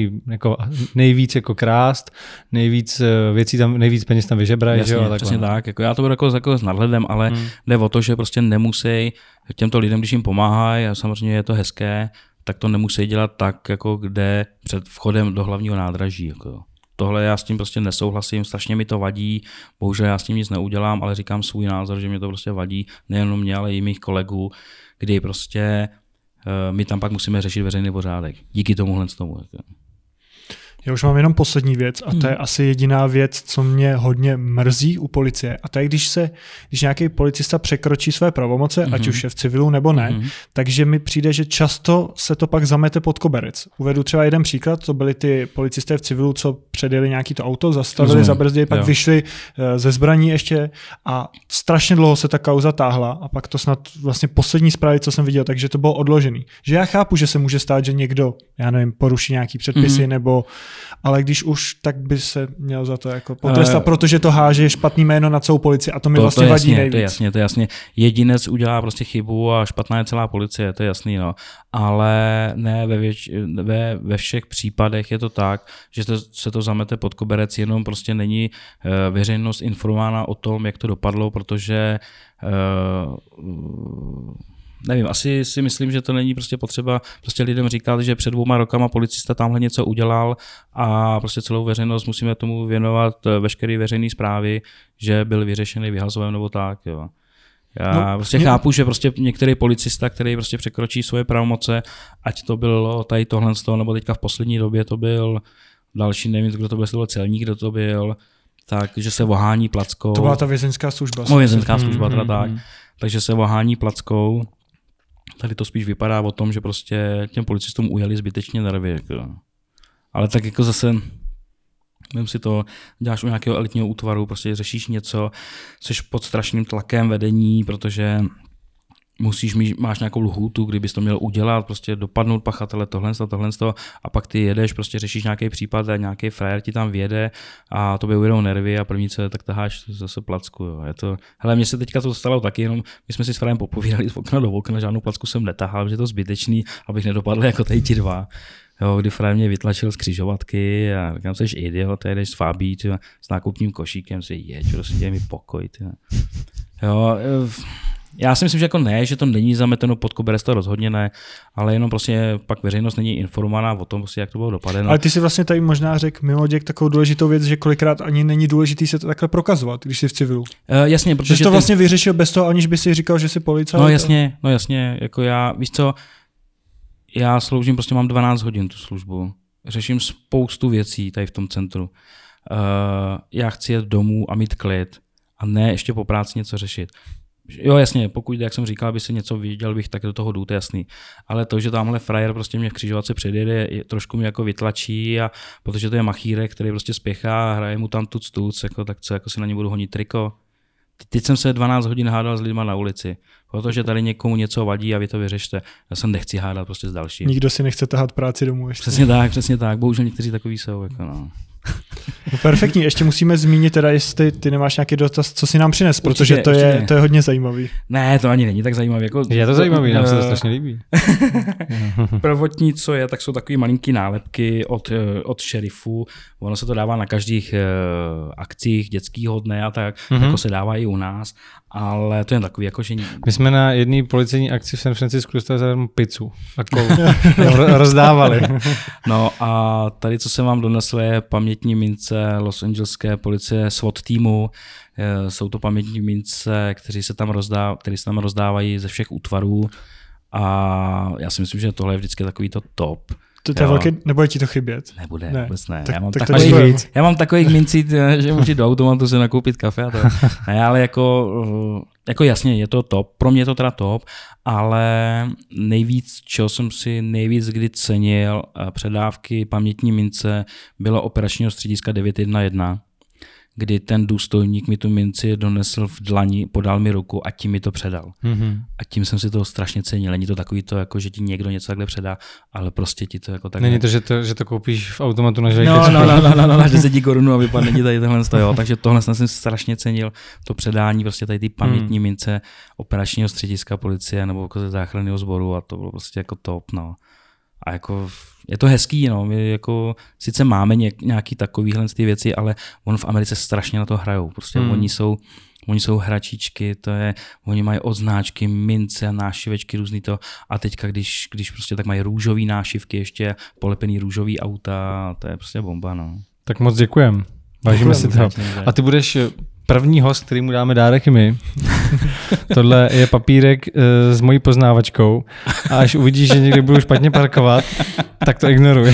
Speaker 1: nejvíc jako krást, nejvíc věcí tam, nejvíc peněz tam vyžebrají.
Speaker 2: Jasně, přesně tak. Jako já to budu jako s nadhledem, ale jde o to, že prostě nemusí těmto lidem, když jim pomáhají, a samozřejmě je to hezké, tak to nemusí dělat tak, jako kde před vchodem do hlavního nádraží. Jako. Tohle já s tím prostě nesouhlasím, strašně mi to vadí, bohužel já s tím nic neudělám, ale říkám svůj názor, že mě to prostě vadí, nejenom mě, ale i mých kolegů, kdy prostě my tam pak musíme řešit veřejný pořádek. Díky tomuhle tomu.
Speaker 3: Já už mám jenom poslední věc a to je asi jediná věc, co mě hodně mrzí u policie. A to je, když nějaký policista překročí své pravomoce, ať už je v civilu nebo ne, takže mi přijde, že často se to pak zamete pod koberec. Uvedu třeba jeden příklad, to byli ty policisté v civilu, co předjeli nějaký to auto, zastavili, zabrzdili, pak vyšli ze zbraní ještě a strašně dlouho se ta kauza táhla a pak to snad vlastně poslední zprávy, co jsem viděl, takže to bylo odložený. Že já chápu, že se může stát, že někdo, já nevím, poruší nějaký předpisy nebo ale když už, tak by se měl za to jako potrestat, protože to háže špatný jméno na celou policii a to mi vlastně vadí nejvíc.
Speaker 2: To je jasně. Jedinec udělá prostě chybu a špatná je celá policie, to je jasný, no. Ale ne ve všech případech je to tak, že se to zamete pod koberec, jenom prostě není veřejnost informována o tom, jak to dopadlo, protože nevím, asi si myslím, že to není prostě potřeba prostě lidem říkat, že před 2 rokama policista tamhle něco udělal a prostě celou veřejnost musíme tomu věnovat veškeré veřejné zprávy, že byl vyřešený vyhazovem nebo tak, jo. Já prostě chápu, že prostě některý policista, který prostě překročí svoje pravomoce, ať to bylo tady tohle z toho, nebo teďka v poslední době to byl další, nevím, kdo to byl, to byl celník, kdo to byl, takže se ohání plackou.
Speaker 3: To byla ta vězeňská služba.
Speaker 2: Vězeňská služba, teda tak. Takže se ohání plackou. Tady to spíš vypadá o tom, že prostě těm policistům ujeli zbytečně nervy. Jako. Ale tak jako zase, nevím si to, děláš u nějakého elitního útvaru, prostě řešíš něco, jsi pod strašným tlakem vedení, protože máš nějakou lhůtu, kdybys to měl udělat, prostě dopadnout pachatele, tohle a pak ty jedeš, prostě řešíš nějaký případ a nějaký frajer ti tam vjede a tobě ujedou nervy a první co je, tak taháš zase placku. Jo. Je to, hele, mně se teďka to stalo taky, jenom my jsme si s frajerem popovídali z okna do okna, žádnou placku jsem netahal, protože je to zbytečný, abych nedopadl jako tady ti dva. Jo, kdy frajer mě vytlačil z křižovatky a říkám, jsi idiot, jdeš s Fabí, s nákupním košíkem, si jeď, prostě dej mi pokoj. Jo, já si myslím, že jako ne, že to není zameteno pod koberec, to rozhodně ne, ale jenom prostě pak veřejnost není informovaná o tom, prostě, jak to bylo dopadeno.
Speaker 3: Ale ty si vlastně tady možná řekl mimo děk takovou důležitou věc, že kolikrát ani není důležitý se to takhle prokazovat, když jsi v civilu.
Speaker 2: Jasně, protože
Speaker 3: že jsi to vlastně vyřešil bez toho, aniž by si říkal, že jsi policajt.
Speaker 2: No jasně, jako já, víš co, já sloužím, prostě mám 12 hodin tu službu, řeším spoustu věcí tady v tom centru. Já chci jet domů a mít klid a ne ještě po práci něco řešit. Jo, jasně, pokud, jak jsem říkal, by se něco viděl bych, tak do toho jdu, to je jasný. Ale to, že tamhle frajer prostě mě v křižovatce předjede, trošku mě jako vytlačí a protože to je machírek, který prostě spěchá a hraje mu tam tuc, jako, tak co, jako si na ně budu honit triko. Teď jsem se 12 hodin hádal s lidma na ulici, protože tady někomu něco vadí a vy to vyřešte. Já se nechci hádat prostě s dalším.
Speaker 3: Nikdo si nechce tahat práci domů ještě.
Speaker 2: Přesně tak, bohužel někteří takový jsou, jako no.
Speaker 3: No perfektní, ještě musíme zmínit teda, jestli ty nemáš nějaký dotaz, co si nám přines, protože to je hodně zajímavý.
Speaker 2: Ne, to ani není tak zajímavý. Jako,
Speaker 1: je to zajímavý, nám se to strašně líbí.
Speaker 2: Prvotní, co je, tak jsou takový malinký nálepky od šerifů. Ono se to dává na každých akcích dětského dne a tak, jako se dává i u nás, ale to je takový jako, že...
Speaker 1: My jsme na jedné policejní akci v San Francisku dostali zadarmo pizzu a rozdávali.
Speaker 2: No a tady, co jsem vám donesl, je pamětní mince Los Angeleské policie SWAT týmu. Jsou to pamětní mince, které se tam rozdávají ze všech útvarů a já si myslím, že tohle je vždycky takový to top.
Speaker 3: To je velký, nebude ti to chybět?
Speaker 2: Nebude, vůbec ne.
Speaker 3: Já
Speaker 2: mám takových mincí, že můžu do automatu se nakoupit kafe a to. Ne, ale jako jasně, je to top. Pro mě je to teda top, ale nejvíc, čeho jsem si nejvíc kdy cenil předávky pamětní mince, bylo operačního střediska 911, kdy ten důstojník mi tu minci donesl v dlani, podal mi ruku a tím mi to předal. Mm-hmm. A tím jsem si to strašně cenil. Není to takový to, jako, že ti někdo něco takhle předá, ale prostě ti to jako takhle...
Speaker 1: Není to, že to koupíš v automatu na žvejkačku.
Speaker 2: No, 10 korun a vypadne ti tady tohle stojí. Takže tohle jsem strašně cenil, to předání prostě tady ty pamětní mince operačního střediska policie nebo jako ze záchranného sboru a to bylo prostě jako top, no. A jako je to hezký, no. My jako sice máme nějaký takovýhle ty věci, ale on v Americe strašně na to hrajou. Prostě oni jsou hračičky, oni mají odznáčky, mince, nášivečky, různý to. A teďka, když prostě tak mají růžový nášivky, ještě polepený růžový auta, to je prostě bomba, no.
Speaker 1: Tak moc děkujem. Vážíme si toho. A ty budeš první host, který mu dáme dárek my. Tohle je papírek s mojí poznávačkou a až uvidíš, že někdy budu špatně parkovat, tak to ignoruj.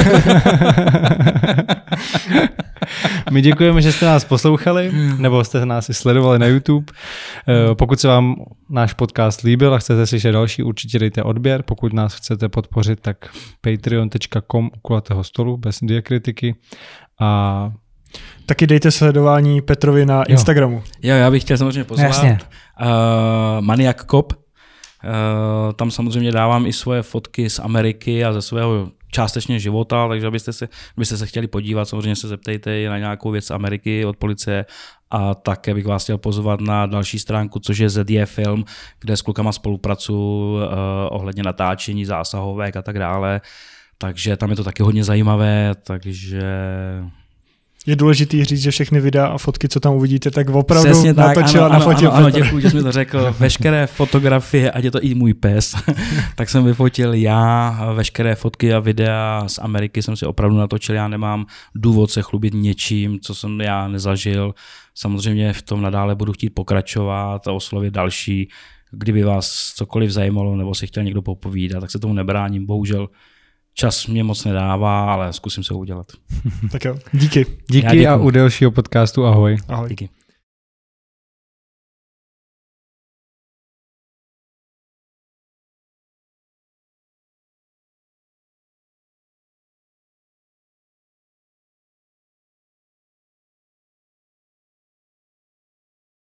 Speaker 1: My děkujeme, že jste nás poslouchali, nebo jste nás i sledovali na YouTube. Pokud se vám náš podcast líbil a chcete slyšet další, určitě dejte odběr. Pokud nás chcete podpořit, tak patreon.com/stolu bez diakritiky. A
Speaker 3: taky dejte sledování Petrovi na Instagramu.
Speaker 2: Jo, já bych chtěl samozřejmě pozvat Maniac Cop. Tam samozřejmě dávám i svoje fotky z Ameriky a ze svého částečně života, takže abyste se chtěli podívat, samozřejmě se zeptejte na nějakou věc z Ameriky od policie a také bych vás chtěl pozvat na další stránku, což je ZJ Film, kde s klukama spolupracuji ohledně natáčení, zásahovek a tak dále. Takže tam je to taky hodně zajímavé, takže...
Speaker 3: Je důležitý říct, že všechny videa a fotky, co tam uvidíte, tak opravdu natočil a nafotil.
Speaker 2: Ano, děkuji, že jsi mi to řekl. Veškeré fotografie, ať je to i můj pes, tak jsem vyfotil já, veškeré fotky a videa z Ameriky jsem si opravdu natočil. Já nemám důvod se chlubit něčím, co jsem já nezažil. Samozřejmě v tom nadále budu chtít pokračovat a oslovit další. Kdyby vás cokoliv zajímalo nebo si chtěl někdo popovídat, tak se tomu nebráním. Bohužel čas mě moc nedává, ale zkusím se ho udělat.
Speaker 3: Tak jo, díky.
Speaker 1: Díky a u dalšího podcastu ahoj.
Speaker 3: Ahoj.
Speaker 2: Díky.